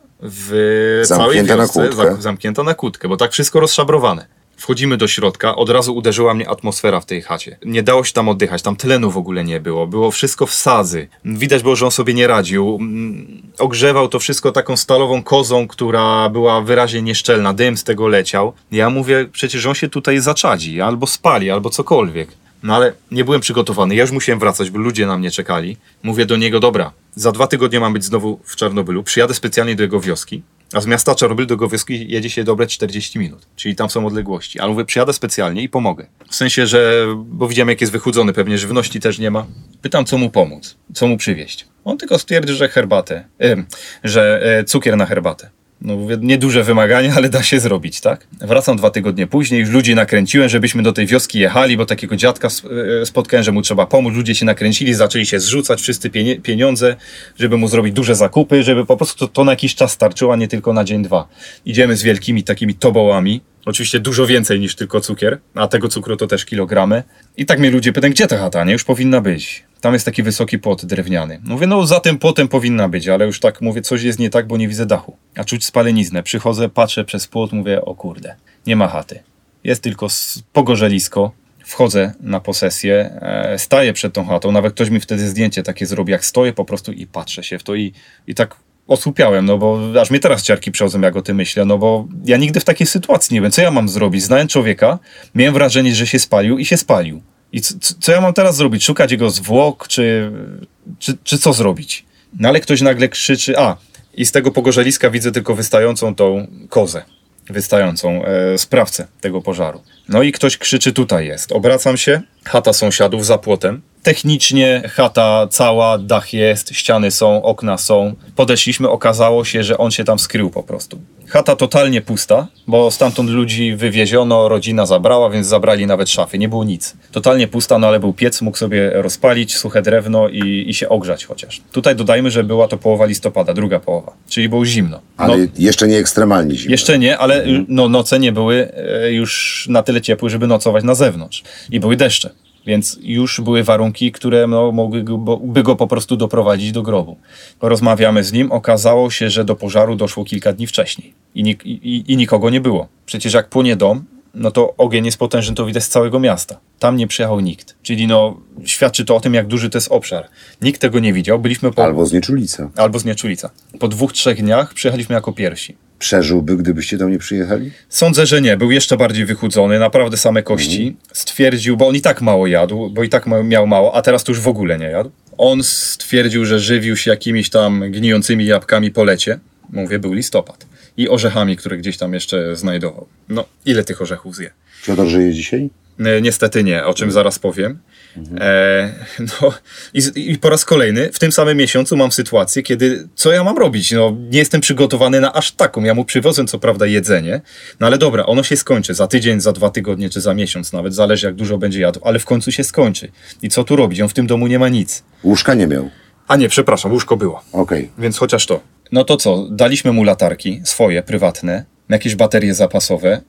w całej Zamknięta na wiosce, kłódkę. za- zamknięta na kłódkę, bo tak wszystko rozszabrowane. Wchodzimy do środka, od razu uderzyła mnie atmosfera w tej chacie. Nie dało się tam oddychać, tam tlenu w ogóle nie było, było wszystko w sadzy. Widać było, że on sobie nie radził. Mm, Ogrzewał to wszystko taką stalową kozą, która była wyraźnie nieszczelna, dym z tego leciał. Ja mówię, przecież on się tutaj zaczadzi, albo spali, albo cokolwiek. No ale nie byłem przygotowany, ja już musiałem wracać, bo ludzie na mnie czekali. Mówię do niego, dobra, za dwa tygodnie mam być znowu w Czarnobylu, przyjadę specjalnie do jego wioski, A z miasta Czarnobyl do Gowioski jedzie się dobre czterdzieści minut, czyli tam są odległości. Ale mówię, przyjadę specjalnie i pomogę. W sensie, że, bo widziałem jak jest wychudzony, pewnie żywności też nie ma. Pytam, co mu pomóc, co mu przywieźć. On tylko stwierdzi, że herbatę, yy, że yy, cukier na herbatę. No mówię, nieduże wymagania, ale da się zrobić, tak? Wracam dwa tygodnie później, już ludzi nakręciłem, żebyśmy do tej wioski jechali, bo takiego dziadka spotkałem, że mu trzeba pomóc. Ludzie się nakręcili, zaczęli się zrzucać, wszyscy pienie- pieniądze, żeby mu zrobić duże zakupy, żeby po prostu to, to na jakiś czas starczyło, a nie tylko na dzień, dwa. Idziemy z wielkimi takimi tobołami, oczywiście dużo więcej niż tylko cukier, a tego cukru to też kilogramy. I tak mnie ludzie pytają, gdzie ta chata, nie? Już powinna być. Tam jest taki wysoki płot drewniany. Mówię, no za tym płotem powinna być, ale już tak mówię, coś jest nie tak, bo nie widzę dachu. A czuć spaleniznę. Przychodzę, patrzę przez płot, mówię, o kurde, nie ma chaty. Jest tylko pogorzelisko. Wchodzę na posesję, e, staję przed tą chatą, nawet ktoś mi wtedy zdjęcie takie zrobi, jak stoję po prostu i patrzę się w to i, i tak osłupiałem, no bo aż mnie teraz ciarki przechodzą, jak o tym myślę, no bo ja nigdy w takiej sytuacji nie wiem, co ja mam zrobić. Znałem człowieka, miałem wrażenie, że się spalił i się spalił. I co, co ja mam teraz zrobić? Szukać jego zwłok, czy, czy, czy co zrobić? No ale ktoś nagle krzyczy, a i z tego pogorzeliska widzę tylko wystającą tą kozę, wystającą e, sprawcę tego pożaru. No i ktoś krzyczy, tutaj jest. Obracam się, chata sąsiadów za płotem. Technicznie chata cała, dach jest, ściany są, okna są. Podeszliśmy, okazało się, że on się tam skrył po prostu. Chata totalnie pusta, bo stamtąd ludzi wywieziono, rodzina zabrała, więc zabrali nawet szafy, nie było nic. Totalnie pusta, no ale był piec, mógł sobie rozpalić suche drewno i, i się ogrzać chociaż. Tutaj dodajmy, że była to połowa listopada, druga połowa, czyli było zimno. No, ale jeszcze nie ekstremalnie zimno. Jeszcze nie, ale mhm. no, noce nie były e, już na tyle ciepłe, żeby nocować na zewnątrz. I były deszcze. Więc już były warunki, które no, mogłyby go, by go po prostu doprowadzić do grobu. Rozmawiamy z nim, okazało się, że do pożaru doszło kilka dni wcześniej i, nik- i, i nikogo nie było. Przecież jak płonie dom, no to ogień jest potężny, to widać z całego miasta. Tam nie przyjechał nikt. Czyli no, świadczy to o tym, jak duży to jest obszar. Nikt tego nie widział. Byliśmy po... Albo znieczulica. Albo znieczulica. Po dwóch, trzech dniach przyjechaliśmy jako pierwsi. Przeżyłby, gdybyście tam nie przyjechali? Sądzę, że nie. Był jeszcze bardziej wychudzony, naprawdę same kości. Mhm. Stwierdził, bo on i tak mało jadł, bo i tak miał mało, a teraz to już w ogóle nie jadł. On stwierdził, że żywił się jakimiś tam gnijącymi jabłkami po lecie. Mówię, był listopad. I orzechami, które gdzieś tam jeszcze znajdował. No, ile tych orzechów zje? Fiodor żyje dzisiaj? Niestety nie, o czym zaraz powiem. Mhm. E, no, i, I po raz kolejny w tym samym miesiącu mam sytuację, kiedy co ja mam robić? No, nie jestem przygotowany na aż taką. Ja mu przywiozłem co prawda jedzenie, no ale dobra, ono się skończy za tydzień, za dwa tygodnie, czy za miesiąc nawet, zależy jak dużo będzie jadł, ale w końcu się skończy. I co tu robić? On w tym domu nie ma nic. Łóżka nie miał? A nie, przepraszam, łóżko było. Okej. Okay. Więc chociaż to. No to co? Daliśmy mu latarki, swoje, prywatne, jakieś baterie zapasowe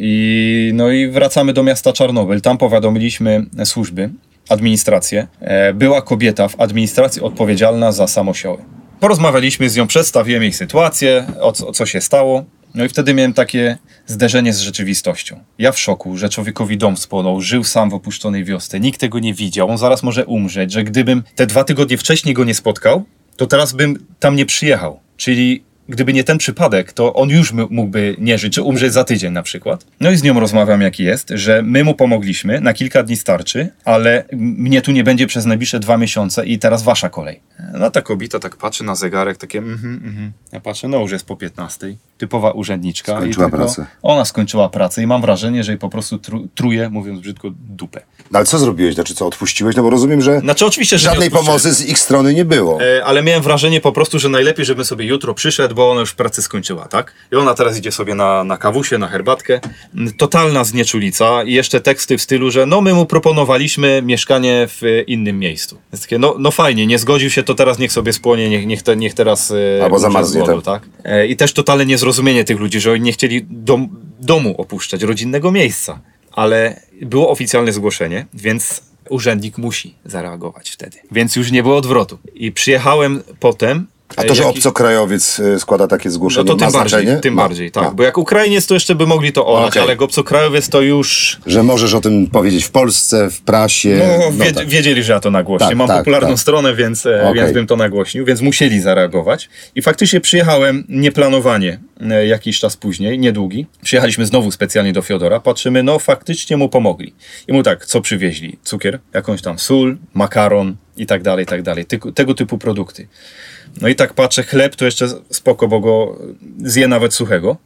i no i wracamy do miasta Czarnobyl. Tam powiadomiliśmy służby, administrację. Była kobieta w administracji odpowiedzialna za samosioły. Porozmawialiśmy z nią, przedstawiłem jej sytuację, o co, o co się stało. No i wtedy miałem takie zderzenie z rzeczywistością. Ja w szoku, że człowiekowi dom spłonął, żył sam w opuszczonej wiosce, nikt tego nie widział, on zaraz może umrzeć, że gdybym te dwa tygodnie wcześniej go nie spotkał, to teraz bym tam nie przyjechał. Czyli gdyby nie ten przypadek, to on już mógłby nie żyć, czy umrzeć za tydzień na przykład. No i z nią rozmawiam, jaki jest, że my mu pomogliśmy, na kilka dni starczy, ale mnie tu nie będzie przez najbliższe dwa miesiące i teraz wasza kolej. No ta kobieta tak patrzy na zegarek, takie mhm, mhm. Ja patrzę, no już jest po piętnastej. Typowa urzędniczka. Skończyła i tylko pracę. Ona skończyła pracę i mam wrażenie, że jej po prostu tru, truje, mówiąc brzydko, dupę. No ale co zrobiłeś? Znaczy co, odpuściłeś? No bo rozumiem, że znaczy, oczywiście, że żadnej pomocy z ich strony nie było. E, ale miałem wrażenie po prostu, że najlepiej, żebym sobie jutro przyszedł, bo ona już pracę skończyła, tak? I ona teraz idzie sobie na, na kawusie, na herbatkę. Totalna znieczulica i jeszcze teksty w stylu, że no my mu proponowaliśmy mieszkanie w innym miejscu. Jest takie, no, no fajnie, nie zgodził się, to teraz niech sobie spłonie, niech, niech, te, niech teraz e, albo zamarznie, głodu, tak? E, I też totalne niezrozumienie tych ludzi, że oni nie chcieli dom, domu opuszczać, rodzinnego miejsca. Ale było oficjalne zgłoszenie, więc urzędnik musi zareagować wtedy. Więc już nie było odwrotu. I przyjechałem potem... A to, że jaki... obcokrajowiec składa takie zgłoszenie, no to ma tym znaczenie? Bardziej, tym ma, bardziej, tak. Ma. Bo jak Ukrainiec, to jeszcze by mogli to olać, okay. Ale jak obcokrajowiec to już... Że możesz o tym powiedzieć w Polsce, w prasie... No, no wie, tak. Wiedzieli, że ja to nagłośnię. Tak, Mam tak, popularną tak. stronę, więc, okay. więc bym to nagłośnił, więc musieli zareagować. I faktycznie przyjechałem nieplanowanie e, jakiś czas później, niedługi. Przyjechaliśmy znowu specjalnie do Fiodora, patrzymy, no faktycznie mu pomogli. I mu tak, co przywieźli? Cukier, jakąś tam sól, makaron i tak dalej, i tak dalej. Ty, tego typu produkty. No i tak patrzę, chleb to jeszcze spoko, bo go zje nawet suchego.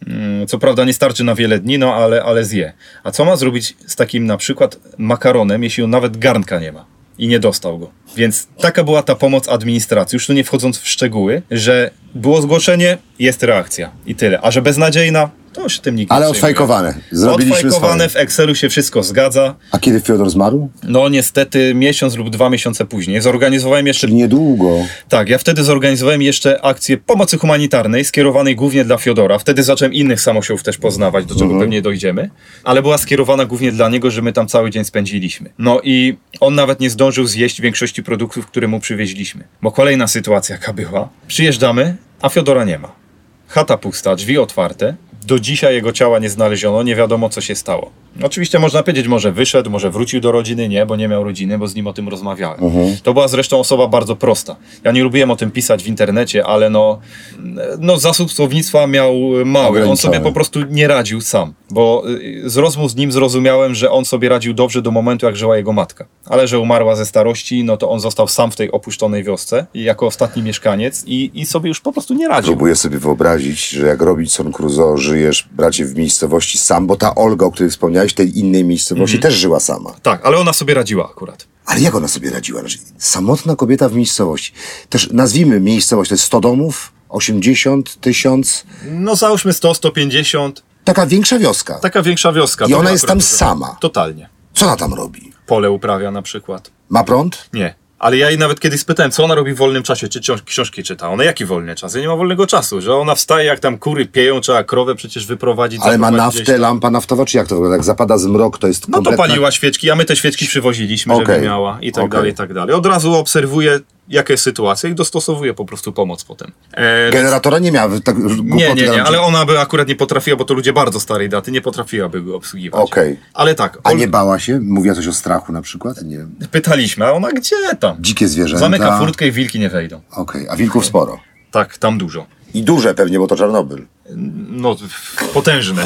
Co prawda nie starczy na wiele dni, no ale, ale zje. A co ma zrobić z takim na przykład makaronem, jeśli on nawet garnka nie ma i nie dostał go? Więc taka była ta pomoc administracji, już tu nie wchodząc w szczegóły, że było zgłoszenie, jest reakcja i tyle. A że beznadziejna, to się tym nikt nie Ale przejmuje. odfajkowane. Zrobiliśmy Odfajkowane, swoje. w Excelu się wszystko zgadza. A kiedy Fiodor zmarł? No niestety miesiąc lub dwa miesiące później. Zorganizowałem jeszcze... Czyli niedługo. Tak, ja wtedy zorganizowałem jeszcze akcję pomocy humanitarnej skierowanej głównie dla Fiodora. Wtedy zacząłem innych samosiłów też poznawać, do czego Mhm. pewnie dojdziemy. Ale była skierowana głównie dla niego, że my tam cały dzień spędziliśmy. No i on nawet nie zdążył zjeść większości produktów, które mu przywieźliśmy. Bo kolejna sytuacja jaka była. Przyjeżdżamy, a Fiodora nie ma. Chata pusta, drzwi otwarte. Do dzisiaj jego ciała nie znaleziono, nie wiadomo co się stało. Oczywiście można powiedzieć, może wyszedł, może wrócił do rodziny, nie, bo nie miał rodziny, bo z nim o tym rozmawiałem. Mhm. To była zresztą osoba bardzo prosta. Ja nie lubiłem o tym pisać w internecie, ale no, no zasób słownictwa miał mały. On sobie po prostu nie radził sam, bo z rozmów z nim zrozumiałem, że on sobie radził dobrze do momentu, jak żyła jego matka. Ale że umarła ze starości, no to on został sam w tej opuszczonej wiosce jako ostatni mieszkaniec i, i sobie już po prostu nie radził. Próbuję sobie wyobrazić, że jak Robinson Crusoe żyjesz, bracie, w miejscowości sam, bo ta Olga, o której wspomniałeś, tej innej miejscowości Mhm. też żyła sama. Tak, ale ona sobie radziła akurat. Ale jak ona sobie radziła? Znaczy, samotna kobieta w miejscowości. Też nazwijmy miejscowość, to jest sto domów, osiemdziesiąt, tysiąc. No załóżmy sto, sto pięćdziesiąt. Taka większa wioska. Taka większa wioska. I To ona była jest tam akurat- sama. Totalnie. Co ona tam robi? Pole uprawia na przykład. Ma prąd? Nie. Ale ja jej nawet kiedyś spytałem, co ona robi w wolnym czasie, czy książ- książki czyta. Ona jaki wolny czas? Ja nie ma wolnego czasu, że ona wstaje, jak tam kury pieją, trzeba krowę przecież wyprowadzić. Ale ma zaprowadzić gdzieś naftę, tam. lampa naftowa, czy jak to wygląda? Jak zapada zmrok, to jest No to kompletna... paliła świeczki, a my te świeczki przywoziliśmy, Okej. żeby miała i tak Okej. dalej, i tak dalej. Od razu obserwuję, jaka jest sytuacja i dostosowuję po prostu pomoc potem. E, Generatora nie miała. Tak, Nie, nie, nie, ale ona by akurat nie potrafiła, bo to ludzie bardzo starej daty, nie potrafiłaby go obsługiwać. Okej. Ale tak, A Ol- nie bała się? Mówiła coś o strachu na przykład? Nie wiem. pytaliśmy, a ona gdzie tam? Dzikie zwierzęta. Zamyka furtkę i wilki nie wejdą. Okej, a wilków sporo. Tak, tam dużo. I duże pewnie, bo to Czarnobyl. No, potężne.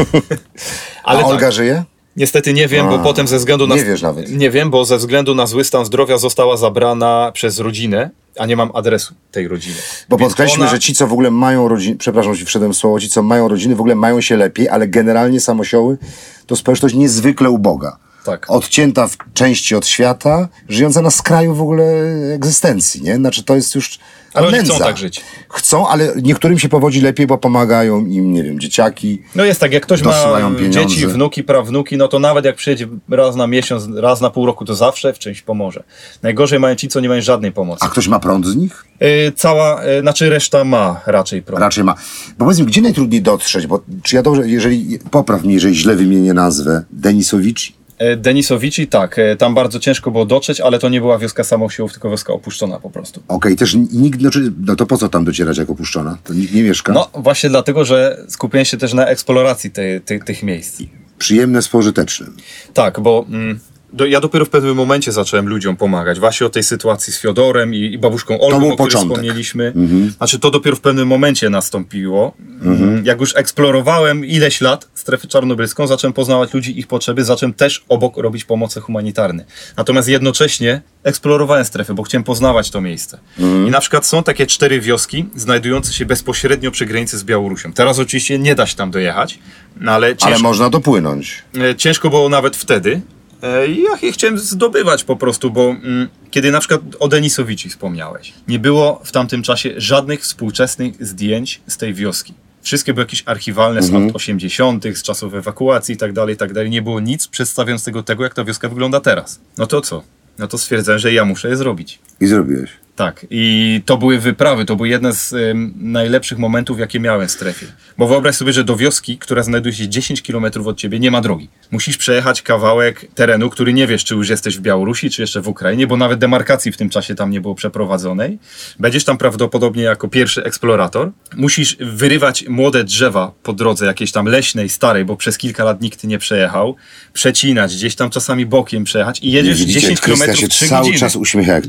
A Ale Olga tak, żyje? niestety nie wiem, bo A, potem ze względu na... nie wiesz nawet. Nie wiem, bo ze względu na zły stan zdrowia została zabrana przez rodzinę, a nie mam adresu tej rodziny. Bo Więc podkreślmy, ona- że ci, co w ogóle mają rodziny, przepraszam, że wszedłem w słowo, ci, co mają rodziny, w ogóle mają się lepiej, ale generalnie samosioły to społeczność niezwykle uboga. Tak. Odcięta w części od świata, żyjąca na skraju w ogóle egzystencji, nie? Znaczy to jest już Ale oni nędza. chcą tak żyć. Chcą, ale niektórym się powodzi lepiej, bo pomagają im, nie wiem, dzieciaki. No jest tak, jak ktoś ma Dosyłają pieniądze. dzieci, wnuki, prawnuki, no to nawet jak przyjedzie raz na miesiąc, raz na pół roku, to zawsze w czymś pomoże. Najgorzej mają ci, co nie mają żadnej pomocy. A ktoś ma prąd z nich? Yy, cała, yy, znaczy reszta ma raczej prąd. Raczej ma. Bo powiedz mi, gdzie najtrudniej dotrzeć? Bo czy ja dobrze, jeżeli, popraw mnie, jeżeli źle wymienię nazwę, Denisowicz? E, Denisowici, tak, e, tam bardzo ciężko było dotrzeć, ale to nie była wioska samosiłów, tylko wioska opuszczona po prostu. Okej, też nikt, znaczy, no to po co tam docierać jak opuszczona? To nikt nie mieszka? No właśnie dlatego, że skupiłem się też na eksploracji tej, tej, tych miejsc. Przyjemne z pożytecznym. Tak, bo mm, do, ja dopiero w pewnym momencie zacząłem ludziom pomagać. Właśnie o tej sytuacji z Fiodorem i, i babuszką Olgą, był o której początek. wspomnieliśmy. Znaczy to dopiero w pewnym momencie nastąpiło. Mm, Jak już eksplorowałem ileś lat strefę czarnobylską, zacząłem poznawać ludzi, ich potrzeby, zacząłem też obok robić pomoce humanitarne. Natomiast jednocześnie eksplorowałem strefę, bo chciałem poznawać to miejsce. I na przykład są takie cztery wioski znajdujące się bezpośrednio przy granicy z Białorusią. Teraz oczywiście nie da się tam dojechać, no ale ciężko. Ale można dopłynąć. E, Ciężko było nawet wtedy. E, i Ja je chciałem zdobywać po prostu, bo mm, kiedy na przykład o Denisowici wspomniałeś, nie było w tamtym czasie żadnych współczesnych zdjęć z tej wioski. Wszystkie były jakieś archiwalne z lat osiemdziesiątych, z czasów ewakuacji i tak dalej, i tak dalej. Nie było nic przedstawiającego tego, jak ta wioska wygląda teraz. No to co? No to stwierdzałem, że ja muszę je zrobić. I zrobiłeś. Tak, i to były wyprawy, to były jedne z ym, najlepszych momentów, jakie miałem w strefie. Bo wyobraź sobie, że do wioski, która znajduje się dziesięć kilometrów od ciebie, nie ma drogi. Musisz przejechać kawałek terenu, który nie wiesz, czy już jesteś w Białorusi, czy jeszcze w Ukrainie, bo nawet demarkacji w tym czasie tam nie było przeprowadzonej. Będziesz tam prawdopodobnie jako pierwszy eksplorator. Musisz wyrywać młode drzewa po drodze jakiejś tam leśnej, starej, bo przez kilka lat nikt nie przejechał. Przecinać, gdzieś tam czasami bokiem przejechać i jedziesz Widzicie, dziesięć Krystian kilometrów, się trzy cały godziny. czas uśmiecha, jak to mówi. Tak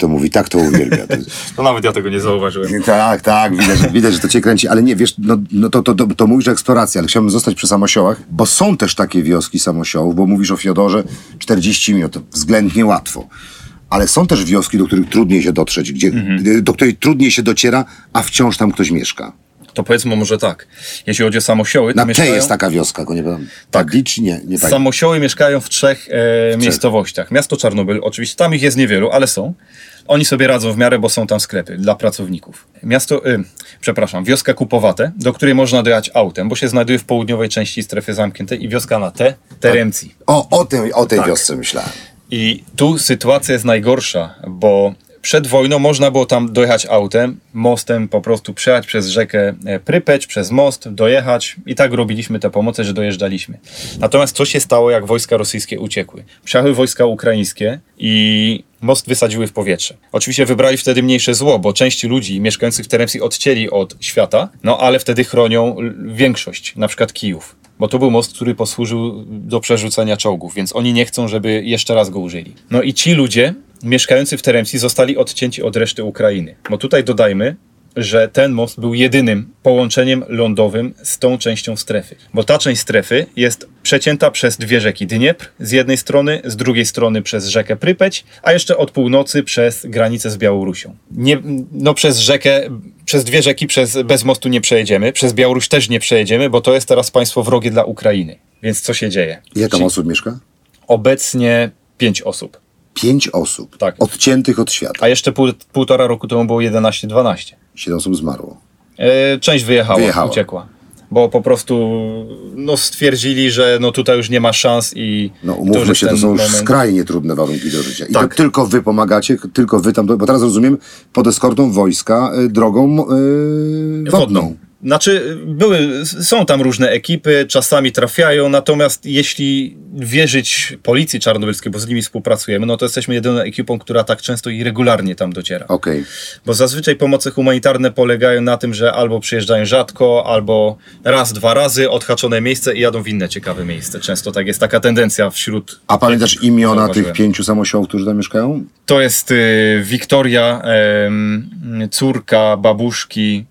tak to uwielbia. To, to nawet ja tego nie zauważyłem. Tak, tak, widać, widać, że to cię kręci, ale nie, wiesz, no, no to, to, to, to mówisz eksploracja, ale chciałbym zostać przy Samosiołach, bo są też takie wioski Samosiołów, bo mówisz o Fiodorze, czterdzieści minut, to względnie łatwo. Ale są też wioski, do których trudniej się dotrzeć, gdzie, mhm. do której trudniej się dociera, a wciąż tam ktoś mieszka. To powiedzmy może tak. Jeśli chodzi o Samosioły, to Na mieszkają... T jest taka wioska, go nie wiem. Tak. Czy nie, nie Samosioły mieszkają w trzech e, miejscowościach. Miasto Czarnobyl, oczywiście tam ich jest niewielu, ale są. Oni sobie radzą w miarę, bo są tam sklepy dla pracowników. Miasto, y, przepraszam, wioska Kupowate, do której można dojechać autem, bo się znajduje w południowej części strefy zamkniętej, i wioska na T, Teremci. O, o tej, o tej Tak. wiosce myślałem. I tu sytuacja jest najgorsza, bo przed wojną można było tam dojechać autem, mostem po prostu przejechać przez rzekę Prypeć, przez most, dojechać, i tak robiliśmy te pomoce, że dojeżdżaliśmy. Natomiast co się stało, jak wojska rosyjskie uciekły? Przyjechały wojska ukraińskie i most wysadziły w powietrze. Oczywiście wybrali wtedy mniejsze zło, bo części ludzi mieszkających w Teremcji odcięli od świata, no ale wtedy chronią większość, na przykład Kijów. Bo to był most, który posłużył do przerzucenia czołgów, więc oni nie chcą, żeby jeszcze raz go użyli. No i ci ludzie mieszkający w Teremcji zostali odcięci od reszty Ukrainy. Bo tutaj dodajmy, że ten most był jedynym połączeniem lądowym z tą częścią strefy. Bo ta część strefy jest przecięta przez dwie rzeki. Dniepr z jednej strony, z drugiej strony przez rzekę Prypeć, a jeszcze od północy przez granicę z Białorusią. Nie, no przez rzekę, przez dwie rzeki przez, bez mostu nie przejedziemy, przez Białoruś też nie przejedziemy, bo to jest teraz państwo wrogie dla Ukrainy. Więc co się dzieje? Ile tam Czyli osób mieszka? obecnie pięć osób. Pięć osób. Tak. Odciętych od świata. A jeszcze pół, półtora roku temu było jedenaście dwanaście. Siedem osób zmarło. E, część wyjechała, Wyjechała. uciekła. Bo po prostu no, stwierdzili, że no, tutaj już nie ma szans i... No to umówmy już jest się, to ten są już moment. skrajnie trudne warunki do życia. I Tak. to tylko wy pomagacie, tylko wy tam, bo teraz rozumiem, pod eskortą wojska y, drogą y, wodną. Znaczy, były, są tam różne ekipy, czasami trafiają, natomiast jeśli wierzyć policji czarnobylskiej, bo z nimi współpracujemy, no to jesteśmy jedyną ekipą, która tak często i regularnie tam dociera. Okej. Bo zazwyczaj pomoce humanitarne polegają na tym, że albo przyjeżdżają rzadko, albo raz, dwa razy odhaczone miejsce i jadą w inne ciekawe miejsce. Często tak jest taka tendencja wśród... A pamiętasz imiona Zauważyłem. tych pięciu Samosiołów, którzy tam mieszkają? To jest y, Wiktoria, y, córka babuszki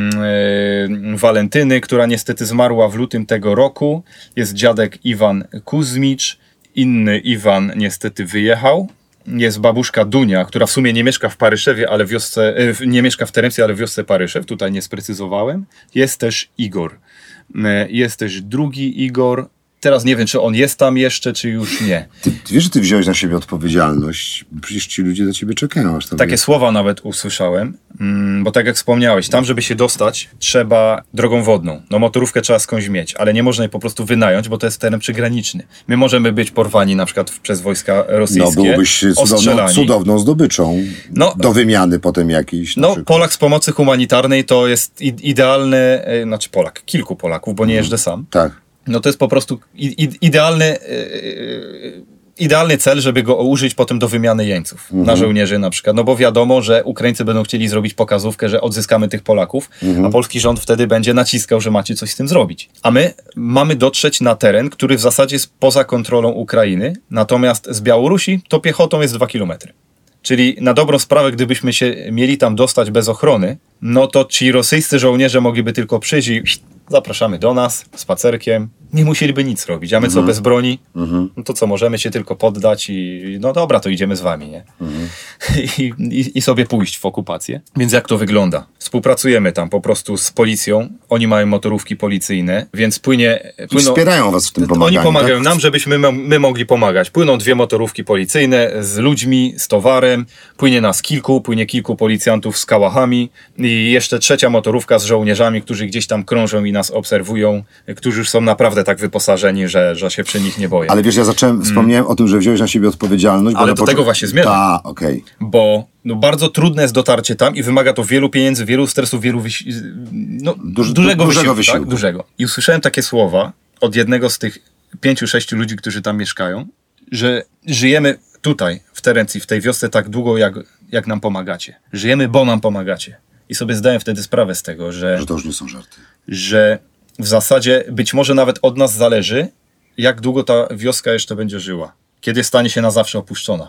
y, Walentyny, która niestety zmarła w lutym tego roku. Jest dziadek Iwan Kuzmicz, inny Iwan niestety wyjechał. Jest babuszka Dunia, która w sumie nie mieszka w Paryszewie, ale w wiosce, y, nie mieszka w Teremcji, ale w wiosce Paryszew. Tutaj nie sprecyzowałem. Jest też Igor. Y, jest też drugi Igor. Teraz nie wiem, czy on jest tam jeszcze, czy już nie. Ty, ty wiesz, że ty wziąłeś na siebie odpowiedzialność? Przecież ci ludzie za ciebie czekają. Aż tam Takie jest. słowa nawet usłyszałem, mm, bo tak jak wspomniałeś, tam żeby się dostać, trzeba drogą wodną. No motorówkę trzeba skądś mieć, ale nie można jej po prostu wynająć, bo to jest teren przygraniczny. My możemy być porwani na przykład przez wojska rosyjskie, No byłbyś cudowną, ostrzelani. cudowną zdobyczą No, do wymiany potem jakiejś. na No, przykład. Polak z pomocy humanitarnej to jest i- idealny, e, znaczy Polak, kilku Polaków, bo nie jeżdżę sam. Tak. No to jest po prostu i- i- idealny, yy, idealny cel, żeby go użyć potem do wymiany jeńców Mhm. na żołnierzy na przykład. No bo wiadomo, że Ukraińcy będą chcieli zrobić pokazówkę, że odzyskamy tych Polaków, Mhm. a polski rząd wtedy będzie naciskał, że macie coś z tym zrobić. A my mamy dotrzeć na teren, który w zasadzie jest poza kontrolą Ukrainy, natomiast z Białorusi to piechotą jest dwa kilometry. Czyli na dobrą sprawę, gdybyśmy się mieli tam dostać bez ochrony, no to ci rosyjscy żołnierze mogliby tylko przyjść i zapraszamy do nas spacerkiem. Nie musieliby nic robić, a my co, bez broni? No to co, możemy się tylko poddać i no dobra, to idziemy z wami, nie? I, i, I sobie pójść w okupację. Więc jak to wygląda? Współpracujemy tam po prostu z policją. Oni mają motorówki policyjne, więc płynie... I Płyną, wspierają was w tym pomaganiu. Oni pomagają tak? nam, żebyśmy my, my mogli pomagać. Płyną dwie motorówki policyjne z ludźmi, z towarem. Płynie nas kilku, płynie kilku policjantów z kałachami i jeszcze trzecia motorówka z żołnierzami, którzy gdzieś tam krążą i nas obserwują, którzy już są naprawdę tak wyposażeni, że, że się przy nich nie boję. Ale wiesz, ja zacząłem, wspomniałem o tym, że wziąłeś na siebie odpowiedzialność. bo Ale na do poczu- tego właśnie zmierzam. Tak, okej. Bo no, bardzo trudne jest dotarcie tam i wymaga to wielu pieniędzy, wielu stresów, wielu wysi- no, Duż- dużego, du- dużego wysiłku, wysiłku. Tak? Dużego. I usłyszałem takie słowa od jednego z tych pięciu, sześciu ludzi, którzy tam mieszkają, że żyjemy tutaj, w Terencji, w tej wiosce tak długo, jak, jak nam pomagacie. Żyjemy, bo nam pomagacie. I sobie zdałem wtedy sprawę z tego, że, Że to już nie są żarty. że w zasadzie być może nawet od nas zależy, jak długo ta wioska jeszcze będzie żyła. Kiedy stanie się na zawsze opuszczona.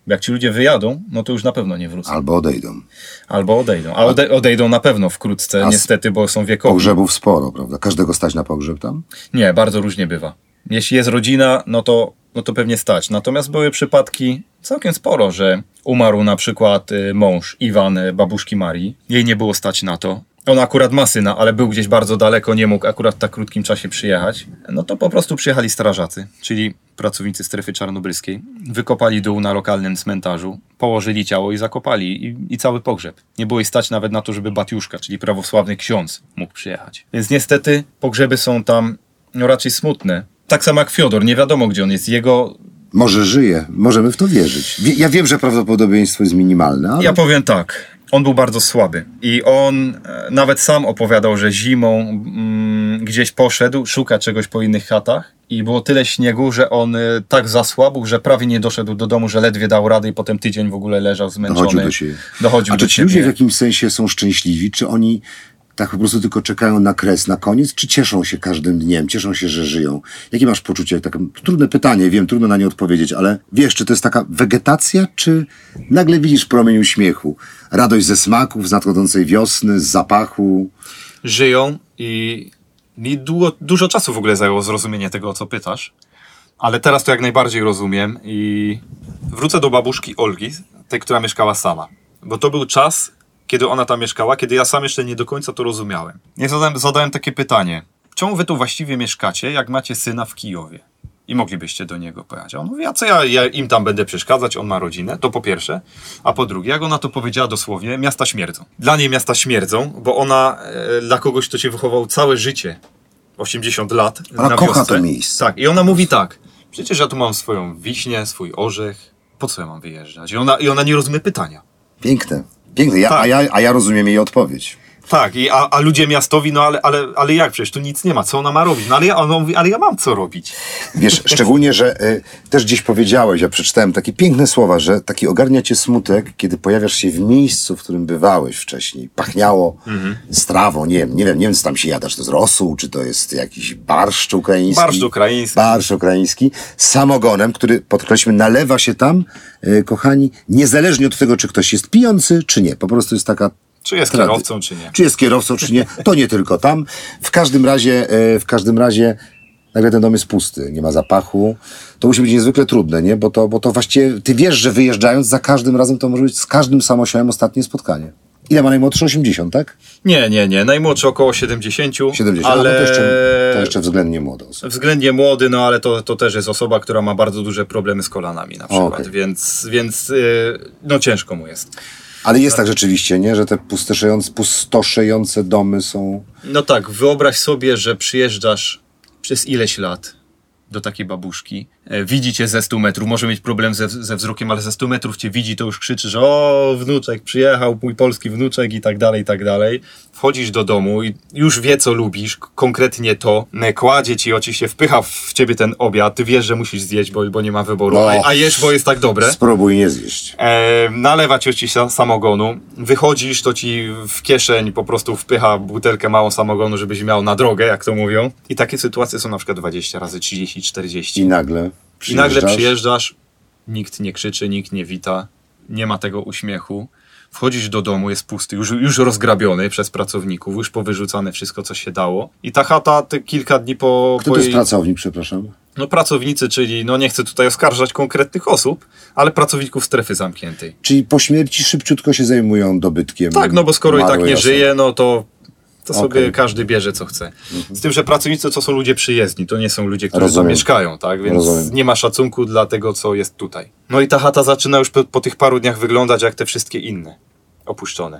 Bo jak ci ludzie wyjadą, no to już na pewno nie wrócą. Albo odejdą. Albo odejdą. A ode- odejdą na pewno wkrótce, A niestety, bo są wiekowi. Pogrzebów sporo, prawda? Każdego stać na pogrzeb tam? Nie, bardzo różnie bywa. Jeśli jest rodzina, no to, no to pewnie stać. Natomiast były przypadki całkiem sporo, że umarł na przykład y, mąż Iwan, y, babuszki Marii. Jej nie było stać na to. On akurat ma syna, ale był gdzieś bardzo daleko, nie mógł akurat w tak krótkim czasie przyjechać. No to po prostu przyjechali strażacy, czyli pracownicy strefy czarnobylskiej. Wykopali dół na lokalnym cmentarzu, położyli ciało i zakopali. I, i cały pogrzeb. Nie było jej stać nawet na to, żeby Batiuszka, czyli prawosławny ksiądz, mógł przyjechać. Więc niestety pogrzeby są tam no, raczej smutne. Tak samo jak Fiodor, nie wiadomo gdzie on jest. Jego... Może żyje, możemy w to wierzyć. Wie, ja wiem, że prawdopodobieństwo jest minimalne, ale... Ja powiem tak, on był bardzo słaby i on e, nawet sam opowiadał, że zimą mm, gdzieś poszedł szukać czegoś po innych chatach i było tyle śniegu, że on e, tak zasłabł, że prawie nie doszedł do domu, że ledwie dał radę i potem tydzień w ogóle leżał zmęczony. Dochodził do siebie. Dochodził A do czy ci siebie. ludzie w jakimś sensie są szczęśliwi? Czy oni tak po prostu tylko czekają na kres, na koniec? Czy cieszą się każdym dniem? Cieszą się, że żyją? Jakie masz poczucie? Takie trudne pytanie, wiem, trudno na nie odpowiedzieć, ale wiesz, czy to jest taka wegetacja, czy nagle widzisz promień uśmiechu? Radość ze smaków, z nadchodzącej wiosny, z zapachu? Żyją i, i długo, dużo czasu w ogóle zajęło zrozumienie tego, o co pytasz. Ale teraz to jak najbardziej rozumiem i wrócę do babuszki Olgi, tej, która mieszkała sama. Bo to był czas, kiedy ona tam mieszkała, kiedy ja sam jeszcze nie do końca to rozumiałem. Ja zadałem, zadałem takie pytanie. Czemu wy tu właściwie mieszkacie, jak macie syna w Kijowie? I moglibyście do niego pojechać. A on mówi, a co ja, ja im tam będę przeszkadzać, on ma rodzinę, to po pierwsze. A po drugie, jak ona to powiedziała dosłownie, miasta śmierdzą. Dla niej miasta śmierdzą, bo ona e, dla kogoś, kto się wychował całe życie, osiemdziesiąt lat Ona na kocha wiosce. to miejsce. Tak, i ona mówi tak, przecież ja tu mam swoją wiśnię, swój orzech, po co ja mam wyjeżdżać? I ona, i ona nie rozumie pytania. Piękne. Piękne. Ja, Tak. a, ja, a ja rozumiem jej odpowiedź. Tak, i, a, a ludzie miastowi, no ale, ale, ale jak przecież, tu nic nie ma, co ona ma robić? No ale ja, ona mówi, ale ja mam co robić. Wiesz, szczególnie, że y, też gdzieś powiedziałeś, ja przeczytałem takie piękne słowa, że taki ogarnia cię smutek, kiedy pojawiasz się w miejscu, w którym bywałeś wcześniej. Pachniało Mhm. strawą, nie wiem, nie wiem, nie wiem, co tam się jada, czy to jest rosół, czy to jest jakiś barszcz ukraiński. Barszcz ukraiński. Barszcz ukraiński. Z samogonem, który, podkreślmy, nalewa się tam, y, kochani, niezależnie od tego, czy ktoś jest pijący, czy nie. Po prostu jest taka Czy jest Trady. kierowcą, czy nie. Czy jest kierowcą, czy nie, to nie tylko tam. W każdym razie, e, w każdym razie nagle ten dom jest pusty, nie ma zapachu. To musi być niezwykle trudne, nie? Bo to, bo to właściwie, ty wiesz, że wyjeżdżając za każdym razem to może być z każdym samosiałem ostatnie spotkanie. Ile ma najmłodszy? osiemdziesiąt, tak? Nie, nie, nie. Najmłodszy około siedemdziesiąt. siedemdziesiąt, ale... ale... no to, jeszcze, to jeszcze względnie młoda osoba. Względnie młody, no ale to, to też jest osoba, która ma bardzo duże problemy z kolanami na przykład, Okej. więc, więc yy, no ciężko mu jest. Ale jest tak rzeczywiście, nie? Że te pustoszejące, pustoszejące domy są... No tak, wyobraź sobie, że przyjeżdżasz przez ileś lat do takiej babuszki, e, widzi cię ze stu metrów, może mieć problem ze, ze wzrokiem, ale ze stu metrów cię widzi, to już krzyczy, że o, wnuczek przyjechał, mój polski wnuczek i tak dalej, i tak dalej. Wchodzisz do domu i już wie, co lubisz, k- konkretnie to, e, kładzie ci, oczywiście wpycha w ciebie ten obiad, ty wiesz, że musisz zjeść, bo, bo nie ma wyboru, No. a, a jesz, bo jest tak dobre. Spróbuj nie zjeść. E, nalewa ci oczywiście sa- samogonu, wychodzisz, to ci w kieszeń po prostu wpycha butelkę małą samogonu, żebyś miał na drogę, jak to mówią. I takie sytuacje są na przykład dwadzieścia razy trzydzieści, czterdzieści. I nagle I nagle przyjeżdżasz. przyjeżdżasz, nikt nie krzyczy, nikt nie wita, nie ma tego uśmiechu. Wchodzisz do domu, jest pusty, już, już rozgrabiony przez pracowników, już powyrzucane wszystko, co się dało. I ta chata te kilka dni po... Kto po to jest jej- pracownik, przepraszam? No pracownicy, czyli no nie chcę tutaj oskarżać konkretnych osób, ale pracowników strefy zamkniętej. Czyli po śmierci szybciutko się zajmują dobytkiem. Tak, no bo skoro i tak umarłej nie osoby. żyje, no to, to sobie Okej. każdy bierze co chce. Z tym, że pracownicy to są ludzie przyjezdni, to nie są ludzie, którzy Rozumiem. tu mieszkają, tak? Więc Rozumiem. nie ma szacunku dla tego, co jest tutaj. No i ta chata zaczyna już po, po tych paru dniach wyglądać jak te wszystkie inne, opuszczone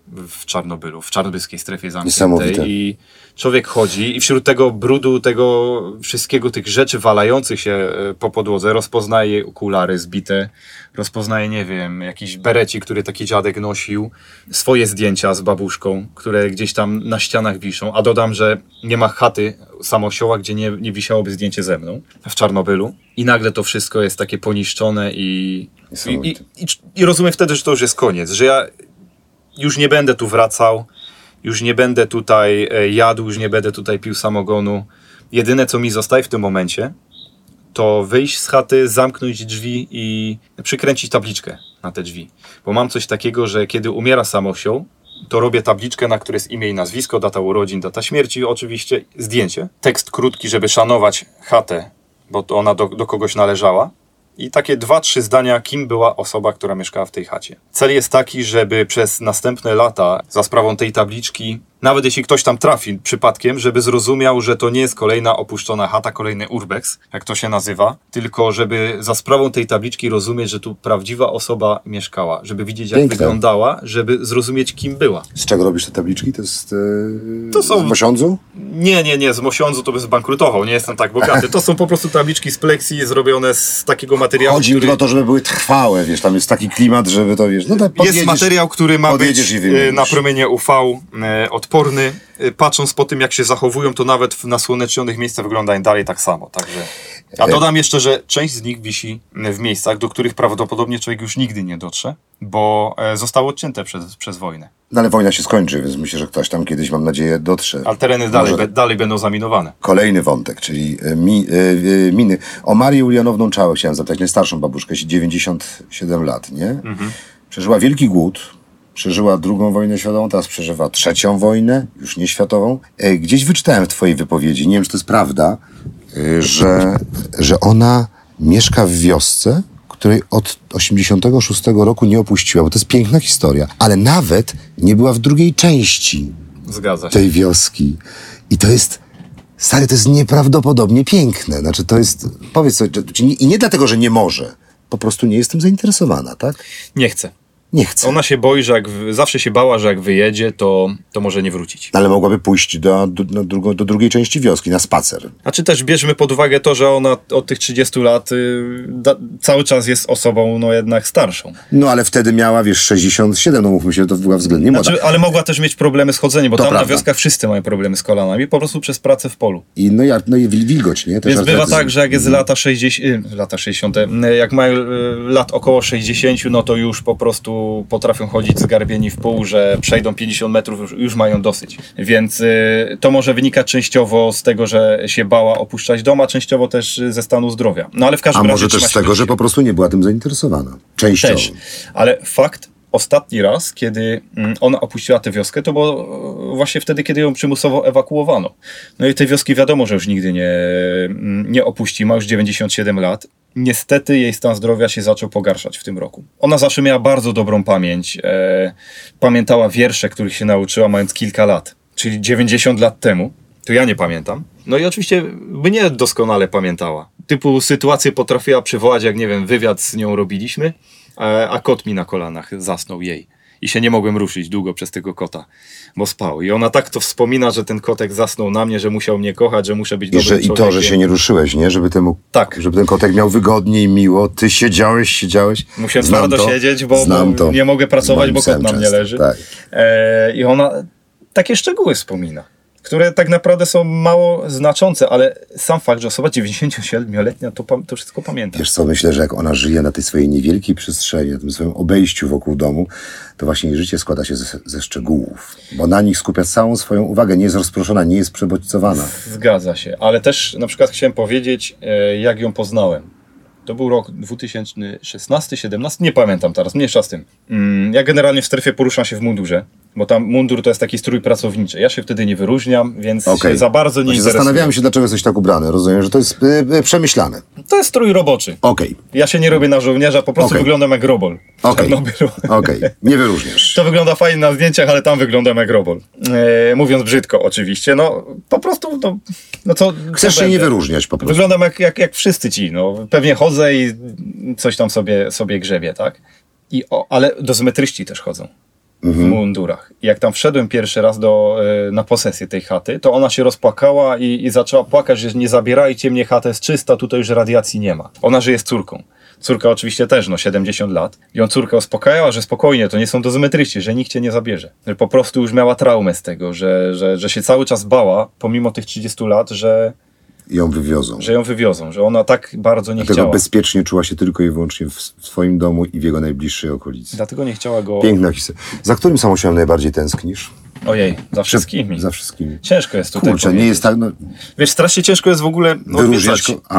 w Czarnobylu, w czarnobylskiej strefie Niesamowite. zamkniętej. I człowiek chodzi i wśród tego brudu, tego wszystkiego, tych rzeczy walających się e, po podłodze rozpoznaje okulary zbite, rozpoznaje, nie wiem, jakiś berecik, który taki dziadek nosił, swoje zdjęcia z babuszką, które gdzieś tam na ścianach wiszą, a dodam, że nie ma chaty samosioła, gdzie nie, nie wisiałoby zdjęcie ze mną w Czarnobylu. I nagle to wszystko jest takie poniszczone i, i, Niesamowite. i, i, i rozumiem wtedy, że to już jest koniec, że ja już nie będę tu wracał, już nie będę tutaj e, jadł, już nie będę tutaj pił samogonu. Jedyne, co mi zostaje w tym momencie, to wyjść z chaty, zamknąć drzwi i przykręcić tabliczkę na te drzwi. Bo mam coś takiego, że kiedy umiera samosioł, to robię tabliczkę, na której jest imię i nazwisko, data urodzin, data śmierci, oczywiście zdjęcie. Tekst krótki, żeby szanować chatę, bo to ona do, do kogoś należała. I takie dwa, trzy zdania, kim była osoba, która mieszkała w tej chacie. Cel jest taki, żeby przez następne lata za sprawą tej tabliczki, nawet jeśli ktoś tam trafi przypadkiem, żeby zrozumiał, że to nie jest kolejna opuszczona chata, kolejny urbex, jak to się nazywa, tylko żeby za sprawą tej tabliczki rozumieć, że tu prawdziwa osoba mieszkała, żeby widzieć, jak Piękne. wyglądała, żeby zrozumieć, kim była. Z czego robisz te tabliczki? To jest yy, To są- z Mosiądzu? Nie, nie, nie, z Mosiądzu to by zbankrutował, nie jestem tak bogaty. To są po prostu tabliczki z pleksji zrobione z takiego materiału, Chodzi mi który... o to, żeby były trwałe, wiesz, tam jest taki klimat, żeby to, wiesz, no tak Jest materiał, który ma być podjedziesz i e, wymienisz. na promienie U V e, odporny. E, Patrząc po tym, jak się zachowują, to nawet w nasłonecznionych miejscach wyglądają dalej tak samo. Także... A dodam jeszcze, że część z nich wisi w miejscach, do których prawdopodobnie człowiek już nigdy nie dotrze, bo e, zostało odcięte przez, przez wojnę. No ale wojna się skończy, więc myślę, że ktoś tam kiedyś, mam nadzieję, dotrze. Ale tereny dalej, Może- be, dalej będą zaminowane. Kolejny wątek, czyli e, mi, e, e, miny. O Marię Ulianowną Czałę chciałem zapytać, najstarszą babuszkę, dziewięćdziesiąt siedem lat, nie? Mhm. Przeżyła wielki głód, przeżyła drugą wojnę światową, teraz przeżywa trzecią wojnę, już nie światową. E, Gdzieś wyczytałem w twojej wypowiedzi, nie wiem, czy to jest prawda, e, że, że ona mieszka w wiosce, której od osiemdziesiątego szóstego roku nie opuściła, bo to jest piękna historia, ale nawet nie była w drugiej części Zgadza się. tej wioski. I to jest, stary, to jest nieprawdopodobnie piękne. Znaczy to jest, powiedz sobie, czy nie, i nie dlatego, że nie może, po prostu nie jestem zainteresowana, tak? Nie chcę. Nie chcę. Ona się boi, że jak w... zawsze się bała, że jak wyjedzie, to, to może nie wrócić. Ale mogłaby pójść do, do, do, drugą, do drugiej części wioski, na spacer. A czy też bierzmy pod uwagę to, że ona od tych trzydziestu lat y, da, cały czas jest osobą no jednak starszą. No ale wtedy miała, wiesz, sześćdziesiąt siedem, no mówmy się, że to była względnie młoda. Znaczy, ale mogła też mieć problemy z chodzeniem, bo To tam prawda. na wioskach wszyscy mają problemy z kolanami, po prostu przez pracę w polu. I no, ja, no i wil- wilgoć, nie? Też Więc bywa artretyzm. tak, że jak jest lata sześćdziesiąte, y, lata sześćdziesiąte, y, jak mają y, lat około sześćdziesięciu, no to już po prostu potrafią chodzić zgarbieni w pół, że przejdą pięćdziesiąt metrów, już, już mają dosyć. Więc y, to może wynikać częściowo z tego, że się bała opuszczać dom, a częściowo też ze stanu zdrowia. No ale w A każdym razie może też trzyma z się tego, do że po prostu nie była tym zainteresowana. Częściowo. Też. Ale fakt, ostatni raz, kiedy mm, ona opuściła tę wioskę, to było e, właśnie wtedy, kiedy ją przymusowo ewakuowano. No i tej wioski wiadomo, że już nigdy nie, mm, nie opuści, ma już dziewięćdziesiąt siedem lat. Niestety jej stan zdrowia się zaczął pogarszać w tym roku. Ona zawsze miała bardzo dobrą pamięć. E, pamiętała wiersze, których się nauczyła mając kilka lat, czyli dziewięćdziesiąt lat temu. To ja nie pamiętam. No i oczywiście mnie doskonale pamiętała. Typu sytuację potrafiła przywołać, jak nie wiem, wywiad z nią robiliśmy, a, a kot mi na kolanach zasnął jej. I się nie mogłem ruszyć długo przez tego kota, bo spał. I ona tak to wspomina, że ten kotek zasnął na mnie, że musiał mnie kochać, że muszę być I, dobrym że, I człowiekiem. to, że się nie ruszyłeś, nie? Żeby, temu, Tak. żeby ten kotek miał wygodnie i miło. Ty siedziałeś, siedziałeś. Musiałem Znam twardo to, siedzieć, bo, znam bo to. nie mogę pracować, Moim bo kot psem na mnie często, leży. tak. E, I ona takie szczegóły wspomina, które tak naprawdę są mało znaczące, ale sam fakt, że osoba dziewięćdziesięciosiedmioletnia to, pam- to wszystko pamięta. Wiesz co, myślę, że jak ona żyje na tej swojej niewielkiej przestrzeni, na tym swoim obejściu wokół domu, to właśnie jej życie składa się ze, ze szczegółów. Bo na nich skupia całą swoją uwagę, nie jest rozproszona, nie jest przebodźcowana. Zgadza się, ale też na przykład chciałem powiedzieć, e, jak ją poznałem. To był rok dwa tysiące szesnasty, siedemnasty, nie pamiętam teraz, mniejsza z tym. Mm, ja generalnie w strefie poruszam się w mundurze, bo tam mundur to jest taki strój pracowniczy. Ja się wtedy nie wyróżniam, więc Okej. się za bardzo nie Właśnie interesuję. zastanawiałem się, dlaczego jesteś tak ubrany. Rozumiem, że to jest y, y, przemyślane. To jest strój roboczy. Okej, Ja się nie robię na żołnierza, po prostu Okej. wyglądam jak robol. w okej, Czarnobylu. okej. Nie wyróżniasz. To wygląda fajnie na zdjęciach, ale tam wyglądam jak robol. E, mówiąc brzydko oczywiście, no po prostu, no, no co... Chcesz co się nie będę? wyróżniać po prostu. Wyglądam jak, jak, jak wszyscy ci, no. Pewnie chodzę i coś tam sobie, sobie grzebię, tak? I o, ale dozymetryści też chodzą w mundurach. I jak tam wszedłem pierwszy raz do, e, na posesję tej chaty, to ona się rozpłakała i, i zaczęła płakać, że nie zabierajcie mnie, chata jest czysta, tutaj już radiacji nie ma. Ona żyje z córką. Córka oczywiście też, no siedemdziesiąt lat. Ją córka uspokajała, że spokojnie, to nie są dozymetryści, że nikt cię nie zabierze. Że po prostu już miała traumę z tego, że, że, że się cały czas bała, pomimo tych trzydziestu lat, że, I ją wywiozą. że ją wywiozą, że ona tak bardzo nie Dlatego chciała. bezpiecznie czuła się tylko i wyłącznie w, w swoim domu i w jego najbliższej okolicy. Dlatego nie chciała go... Piękna historia. Za którym samosiałem najbardziej tęsknisz? Ojej, za wszystkimi. Za wszystkimi. Ciężko jest tutaj Kurczę, nie powiedzieć. jest tak, no, Wiesz, strasznie ciężko jest w ogóle wyróżniać odwiedzać ko- A,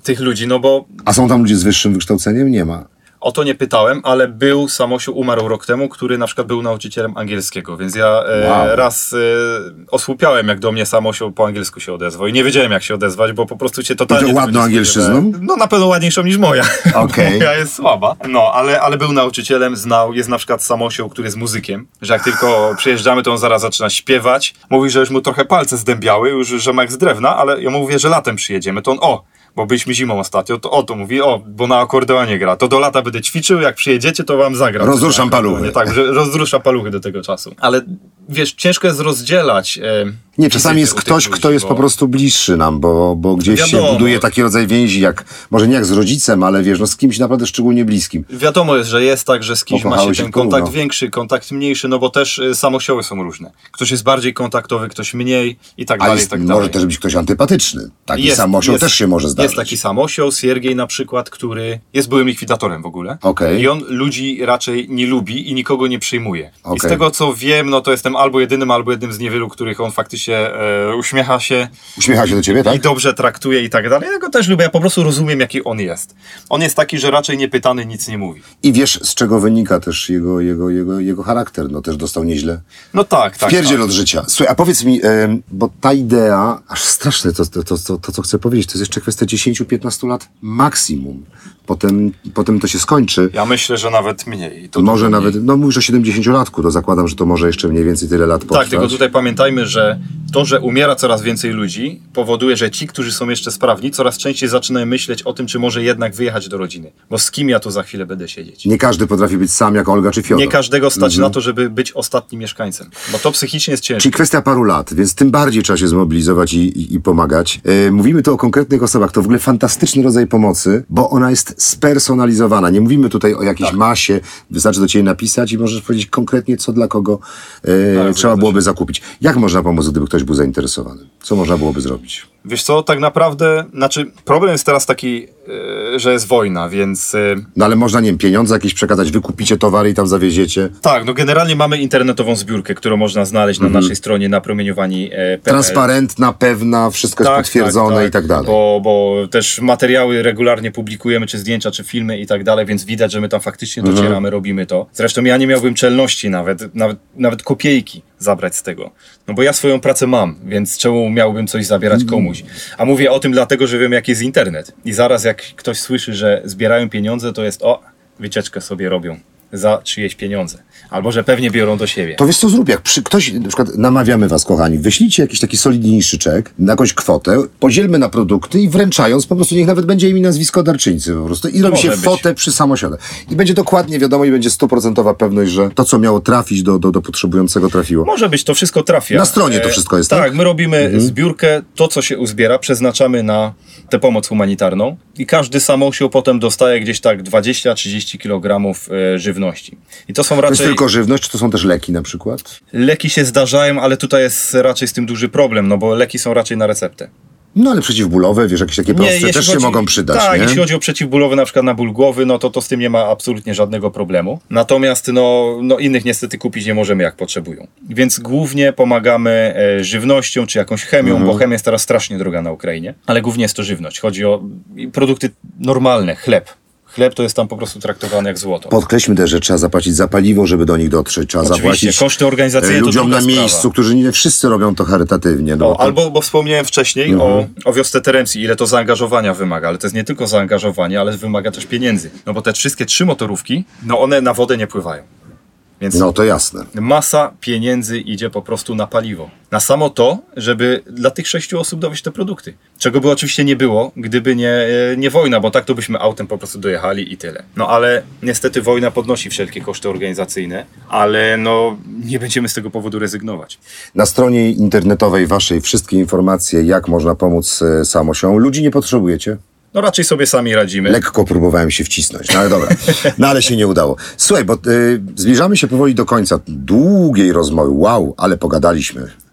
tych ludzi, no bo... A są tam ludzie z wyższym wykształceniem? Nie ma. O to nie pytałem, ale był, Samosiu umarł rok temu, który na przykład był nauczycielem angielskiego, więc ja e, Wow. raz e, osłupiałem, jak do mnie Samosiu po angielsku się odezwał i nie wiedziałem, jak się odezwać, bo po prostu cię totalnie... Powiedział ładną tego nie angielszczyzną? spodziewałem. No na pewno ładniejszą niż moja. Okej. Moja jest słaba. No, ale, ale był nauczycielem, znał, jest na przykład Samosiu, który jest muzykiem, że jak tylko przyjeżdżamy, to on zaraz zaczyna śpiewać. Mówi, że już mu trochę palce zdębiały, już rzemek z drewna, ale ja mu mówię, że latem przyjedziemy, to on o... Bo byliśmy zimą ostatnio, to o to mówi, o, bo na akordeonie gra. To do lata będę ćwiczył, jak przyjedziecie, to wam zagram. Rozruszam paluchy. Tak, że rozrusza paluchy do tego czasu. Ale wiesz, ciężko jest rozdzielać. E, Nie, czasami jest u tych ktoś, ludzi, kto jest bo... po prostu bliższy nam, bo, bo gdzieś Wiadomo. się buduje taki rodzaj więzi, jak może nie jak z rodzicem, ale wiesz, no z kimś naprawdę szczególnie bliskim. Wiadomo jest, że jest tak, że z kimś ma się Pokochałeś ten się porówno. kontakt większy, kontakt mniejszy, no bo też y, samosioły są różne. Ktoś jest bardziej kontaktowy, ktoś mniej i tak A dalej, i jest, tak może dalej. też być ktoś antypatyczny. Taki Jest- sam osioł jest- też się może zdarzyć. Jest taki sam osioł, Siergiej na przykład, który jest byłym likwidatorem w ogóle. Okej. I on ludzi raczej nie lubi i nikogo nie przyjmuje. I z Okej. tego co wiem, no to jestem albo jedynym, albo jednym z niewielu, których on faktycznie e, uśmiecha się Uśmiecha się do ciebie, i tak? dobrze traktuje i tak dalej. Ja go też lubię, ja po prostu rozumiem, jaki on jest. On jest taki, że raczej niepytany nic nie mówi. I wiesz, z czego wynika też jego, jego, jego, jego charakter. No też dostał nieźle. No tak, tak. Pierdziel tak. od życia. Słuchaj, a powiedz mi, em, bo ta idea, aż straszne to, to, to, to, to, co chcę powiedzieć, to jest jeszcze kwestia dziesięć do piętnastu lat maksimum. Potem, potem to się skończy. Ja myślę, że nawet mniej. To Może dużo nawet, mniej. no mówisz o siedemdziesięciolatku, to zakładam, że to może jeszcze mniej więcej tyle lat potrwać. Tak, tylko tutaj pamiętajmy, że to, że umiera coraz więcej ludzi, powoduje, że ci, którzy są jeszcze sprawni, coraz częściej zaczynają myśleć o tym, czy może jednak wyjechać do rodziny. Bo z kim ja tu za chwilę będę siedzieć? Nie każdy potrafi być sam jak Olga czy Fiodor. Nie każdego stać Mhm. na to, żeby być ostatnim mieszkańcem. Bo to psychicznie jest ciężkie. Czyli kwestia paru lat, więc tym bardziej trzeba się zmobilizować i, i, i pomagać. E, mówimy tu o konkretnych osobach. To w ogóle fantastyczny rodzaj pomocy, bo ona jest spersonalizowana. Nie mówimy tutaj o jakiejś Tak. masie. Wystarczy do ciebie napisać i możesz powiedzieć konkretnie, co dla kogo e, Tak, trzeba zgadza byłoby się. zakupić. Jak można pomóc, gdyby ktoś był zainteresowany? Co można byłoby zrobić? Wiesz co, tak naprawdę, znaczy problem jest teraz taki, yy, że jest wojna, więc... Yy, No ale można, nie wiem, pieniądze jakieś przekazać, wykupicie towary i tam zawieziecie. tak, no generalnie mamy internetową zbiórkę, którą można znaleźć na naszej stronie napromieniowani kropka p l. Transparentna, pewna, wszystko jest potwierdzone i tak dalej. Bo, bo też materiały regularnie publikujemy, czy zdjęcia, czy filmy i tak dalej, więc widać, że my tam faktycznie docieramy, robimy to. Zresztą ja nie miałbym czelności nawet, nawet, nawet kopiejki zabrać z tego. No bo ja swoją pracę mam, więc czemu miałbym coś zabierać komuś? A mówię o tym dlatego, że wiem, jaki jest internet. I zaraz jak ktoś słyszy, że zbierają pieniądze, to jest o, wycieczkę sobie robią za czyjeś pieniądze. Albo, że pewnie biorą do siebie. To wiesz co zrób, jak przy, ktoś, na przykład namawiamy was, kochani, wyślijcie jakiś taki solidniejszy czek na jakąś kwotę, podzielmy na produkty i wręczając, po prostu niech nawet będzie imię, nazwisko darczyńcy po prostu i robi Może się być. fotę przy samosiodę. I będzie dokładnie wiadomo i będzie stuprocentowa pewność, że to, co miało trafić do, do, do potrzebującego, trafiło. Może być, to wszystko trafia. Na stronie to wszystko jest, tak? Tak, my robimy zbiórkę, to co się uzbiera, przeznaczamy na tę pomoc humanitarną i każdy samosioł potem dostaje gdzieś tak dwadzieścia do trzydziestu kilogramów e, żywności. I to są To jest raczej... tylko żywność, czy to są też leki na przykład? Leki się zdarzają, ale tutaj jest raczej z tym duży problem, no bo leki są raczej na receptę. No ale przeciwbólowe, wiesz, jakieś takie prostsze jeśli też się chodzi- mogą przydać, Tak, nie? jeśli chodzi o przeciwbólowy, na przykład na ból głowy, no to, to z tym nie ma absolutnie żadnego problemu. Natomiast no, no innych niestety kupić nie możemy, jak potrzebują. Więc głównie pomagamy e, żywnością czy jakąś chemią, Mhm. bo chemia jest teraz strasznie droga na Ukrainie. Ale głównie jest to żywność. Chodzi o i produkty normalne, chleb. Chleb to jest tam po prostu traktowany jak złoto. Podkreślmy też, że trzeba zapłacić za paliwo, żeby do nich dotrzeć. Trzeba Oczywiście, zapłacić koszty organizacyjne e, to ludziom druga na sprawa. miejscu, którzy nie wszyscy robią to charytatywnie. No, O, bo to... albo, bo wspomniałem wcześniej Mhm. o, o wiosce Teremcji, ile to zaangażowania wymaga, ale to jest nie tylko zaangażowanie, ale wymaga też pieniędzy. No bo te wszystkie trzy motorówki, no one na wodę nie pływają. Więc No to jasne. masa pieniędzy idzie po prostu na paliwo. Na samo to, żeby dla tych sześciu osób dowieść te produkty. Czego by oczywiście nie było, gdyby nie, e, nie wojna, bo tak to byśmy autem po prostu dojechali i tyle. No ale niestety wojna podnosi wszelkie koszty organizacyjne, ale no nie będziemy z tego powodu rezygnować. Na stronie internetowej waszej wszystkie informacje, jak można pomóc e, samosią. Ludzi nie potrzebujecie? No raczej sobie sami radzimy. Lekko próbowałem się wcisnąć, no ale dobra. No ale się nie udało. Słuchaj, bo y, zbliżamy się powoli do końca długiej rozmowy. Wow, ale pogadaliśmy.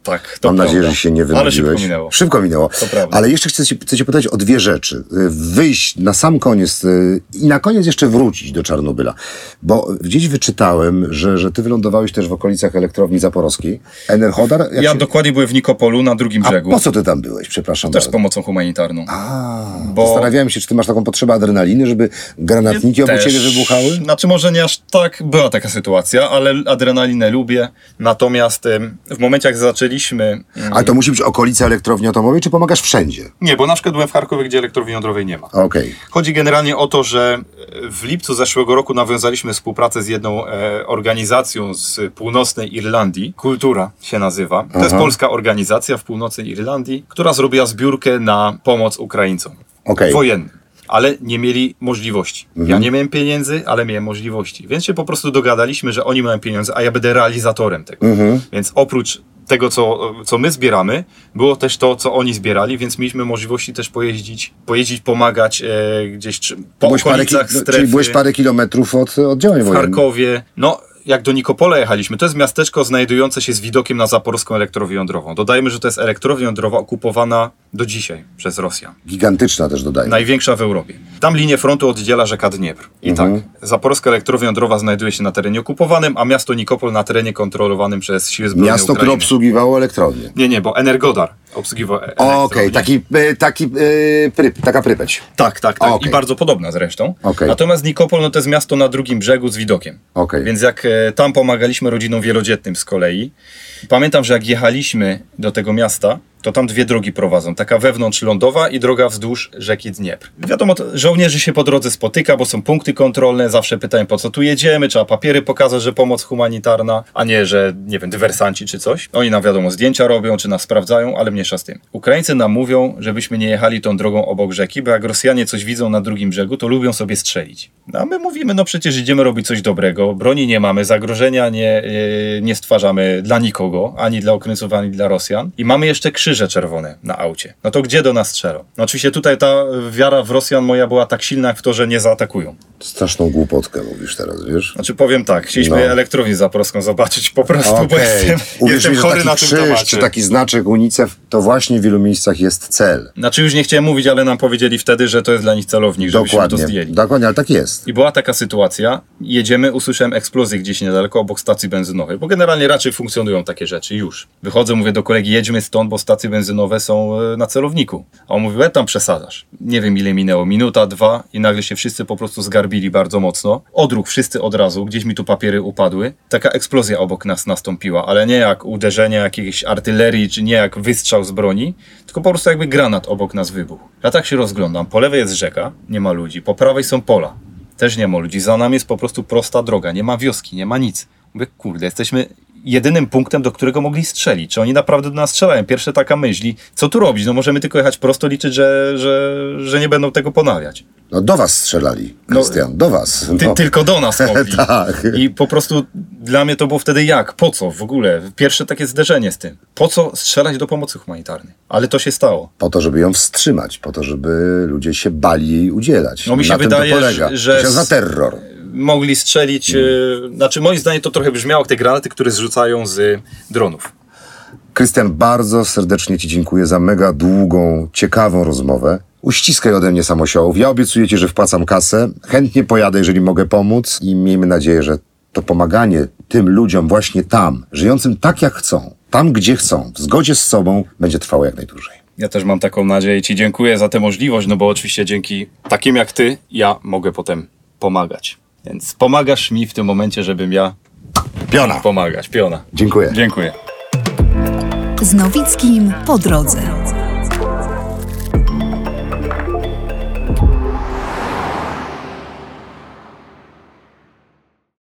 Tak, to Mam prawda. nadzieję, że się nie wynudziłeś. Ale szybko minęło. Szybko minęło. To prawda. Ale jeszcze chcę cię, chcę cię pytać o dwie rzeczy. Wyjść na sam koniec y, i na koniec jeszcze wrócić do Czarnobyla. Bo gdzieś wyczytałem, że, że ty wylądowałeś też w okolicach elektrowni zaporowskiej. Enerhodar? Jak Ja się... dokładnie byłem w Nikopolu na drugim A brzegu. po co ty tam byłeś? Przepraszam Też z bardzo. pomocą humanitarną. A, Bo- Zastanawiałem się, czy ty masz taką potrzebę adrenaliny, żeby granatniki obok Też. ciebie wybuchały? Znaczy może nie aż tak była taka sytuacja, ale adrenalinę lubię. Natomiast ym, w momencie jak zaczęliśmy... ym, Ale to musi być okolica elektrowni atomowej, czy pomagasz wszędzie? Nie, bo na przykład byłem w Charkowie, gdzie elektrowni jądrowej nie ma. Okej. Chodzi generalnie o to, że w lipcu zeszłego roku nawiązaliśmy współpracę z jedną e, organizacją z północnej Irlandii. Kultura się nazywa. To jest polska organizacja w północnej Irlandii, która zrobiła zbiórkę na pomoc Ukraińcom. Okej. Wojennym. Ale nie mieli możliwości. Ja nie miałem pieniędzy, ale miałem możliwości. Więc się po prostu dogadaliśmy, że oni mają pieniądze, a ja będę realizatorem tego. Więc oprócz tego, co, co my zbieramy, było też to, co oni zbierali, więc mieliśmy możliwości też pojeździć, pojeździć pomagać e, gdzieś czy, po Byłeś parę, okolicach ki- strefy. czyli byłeś parę kilometrów od, od działań w wojennych. Charkowie. No, jak do Nikopola jechaliśmy, to jest miasteczko znajdujące się z widokiem na zaporską elektrownię jądrową. Dodajmy, że to jest elektrownia jądrowa okupowana do dzisiaj przez Rosjan. Gigantyczna też dodajmy. Największa w Europie. Tam linię frontu oddziela rzeka Dniepr. I Mhm. tak, zaporska elektrownia jądrowa znajduje się na terenie okupowanym, a miasto Nikopol na terenie kontrolowanym przez siły zbrojne Miasto, które Ukrainy. obsługiwało elektrownię. Nie, nie, bo Energodar obsługiwał e- Okej, elektrownię. taki, e, taki e, pryp, taka prypeć. Tak, tak, tak. Okej. I bardzo podobna zresztą. Okej. Natomiast Nikopol no, to jest miasto na drugim brzegu z widokiem. Okej. Więc jak e, tam pomagaliśmy rodzinom wielodzietnym z kolei, pamiętam, że jak jechaliśmy do tego miasta, to tam dwie drogi prowadzą. Taka wewnątrzlądowa i droga wzdłuż rzeki Dniepr. Wiadomo, to żołnierzy się po drodze spotyka, bo są punkty kontrolne, zawsze pytają, po co tu jedziemy, trzeba papiery pokazać, że pomoc humanitarna, a nie, że, nie wiem, dywersanci czy coś. Oni nam, wiadomo, zdjęcia robią, czy nas sprawdzają, ale mniejsza z tym. Ukraińcy nam mówią, żebyśmy nie jechali tą drogą obok rzeki, bo jak Rosjanie coś widzą na drugim brzegu, to lubią sobie strzelić. No, a my mówimy, no przecież idziemy robić coś dobrego, broni nie mamy, zagrożenia nie, yy, nie stwarzamy dla nikogo, ani dla Ukraińców, ani dla Rosjan. I mamy jeszcze krzyże czerwone na aucie. No to gdzie do nas strzelą? No oczywiście tutaj ta wiara w Rosjan moja była tak silna, jak w to, że nie zaatakują. Straszną głupotkę mówisz teraz, wiesz? Znaczy powiem tak, chcieliśmy No. elektrownię zaporską zobaczyć po prostu, bo Okej. jestem, Uwierz jestem mi, że chory taki na tym krzyż, temacie. czy taki znaczek UNICEF, to właśnie w wielu miejscach jest cel. Znaczy już nie chciałem mówić, ale nam powiedzieli wtedy, że to jest dla nich celownik, żebyśmy to Dokładnie, zdjęli. dokładnie, ale tak jest. I była taka sytuacja, jedziemy, usłyszałem eksplozję gdzieś niedaleko obok stacji benzynowej, bo generalnie raczej funkcjonują takie rzeczy już. Wychodzę, mówię do kolegi, jedźmy stąd, bo stacje benzynowe są e, na celowniku. A on mówi, e, tam przesadzasz. Nie wiem ile minęło, minuta, dwa i nagle się wszyscy po prostu zgarbili bardzo mocno. Odruch, wszyscy od razu, gdzieś mi tu papiery upadły. Taka eksplozja obok nas nastąpiła, ale nie jak uderzenie jakiejś artylerii, czy nie jak wystrzał z broni, tylko po prostu jakby granat obok nas wybuchł. Ja tak się rozglądam, po lewej jest rzeka, nie ma ludzi, po prawej są pola. Też nie ma ludzi. Za nami jest po prostu prosta droga. Nie ma wioski, nie ma nic. Mówię, kurde, jesteśmy jedynym punktem, do którego mogli strzelić. Czy oni naprawdę do nas strzelają? Pierwsza taka myśl. Co tu robić? No możemy tylko jechać prosto, liczyć, że, że, że nie będą tego ponawiać. No do was strzelali, Krystian, do was. Ty, No. Tylko do nas mogli. Tak. I po prostu dla mnie to było wtedy jak? Po co w ogóle? Pierwsze takie zderzenie z tym. Po co strzelać do pomocy humanitarnej? Ale to się stało. Po to, żeby ją wstrzymać, po to, żeby ludzie się bali jej udzielać. No mi się Na wydaje, tym to polega. że- To się nazywa terror. Mogli strzelić, hmm. znaczy moim zdaniem to trochę brzmiało jak te granaty, które zrzucają z dronów. Krystian, bardzo serdecznie ci dziękuję za mega długą, ciekawą rozmowę. Uściskaj ode mnie samosiołów. Ja obiecuję ci, że wpłacam kasę. Chętnie pojadę, jeżeli mogę pomóc i miejmy nadzieję, że to pomaganie tym ludziom właśnie tam, żyjącym tak jak chcą, tam gdzie chcą, w zgodzie z sobą, będzie trwało jak najdłużej. Ja też mam taką nadzieję i ci dziękuję za tę możliwość, no bo oczywiście dzięki takim jak ty, ja mogę potem pomagać. Więc pomagasz mi w tym momencie, żebym ja Piona! pomagać. Piona. Dziękuję. Dziękuję. Z Nowickim po drodze.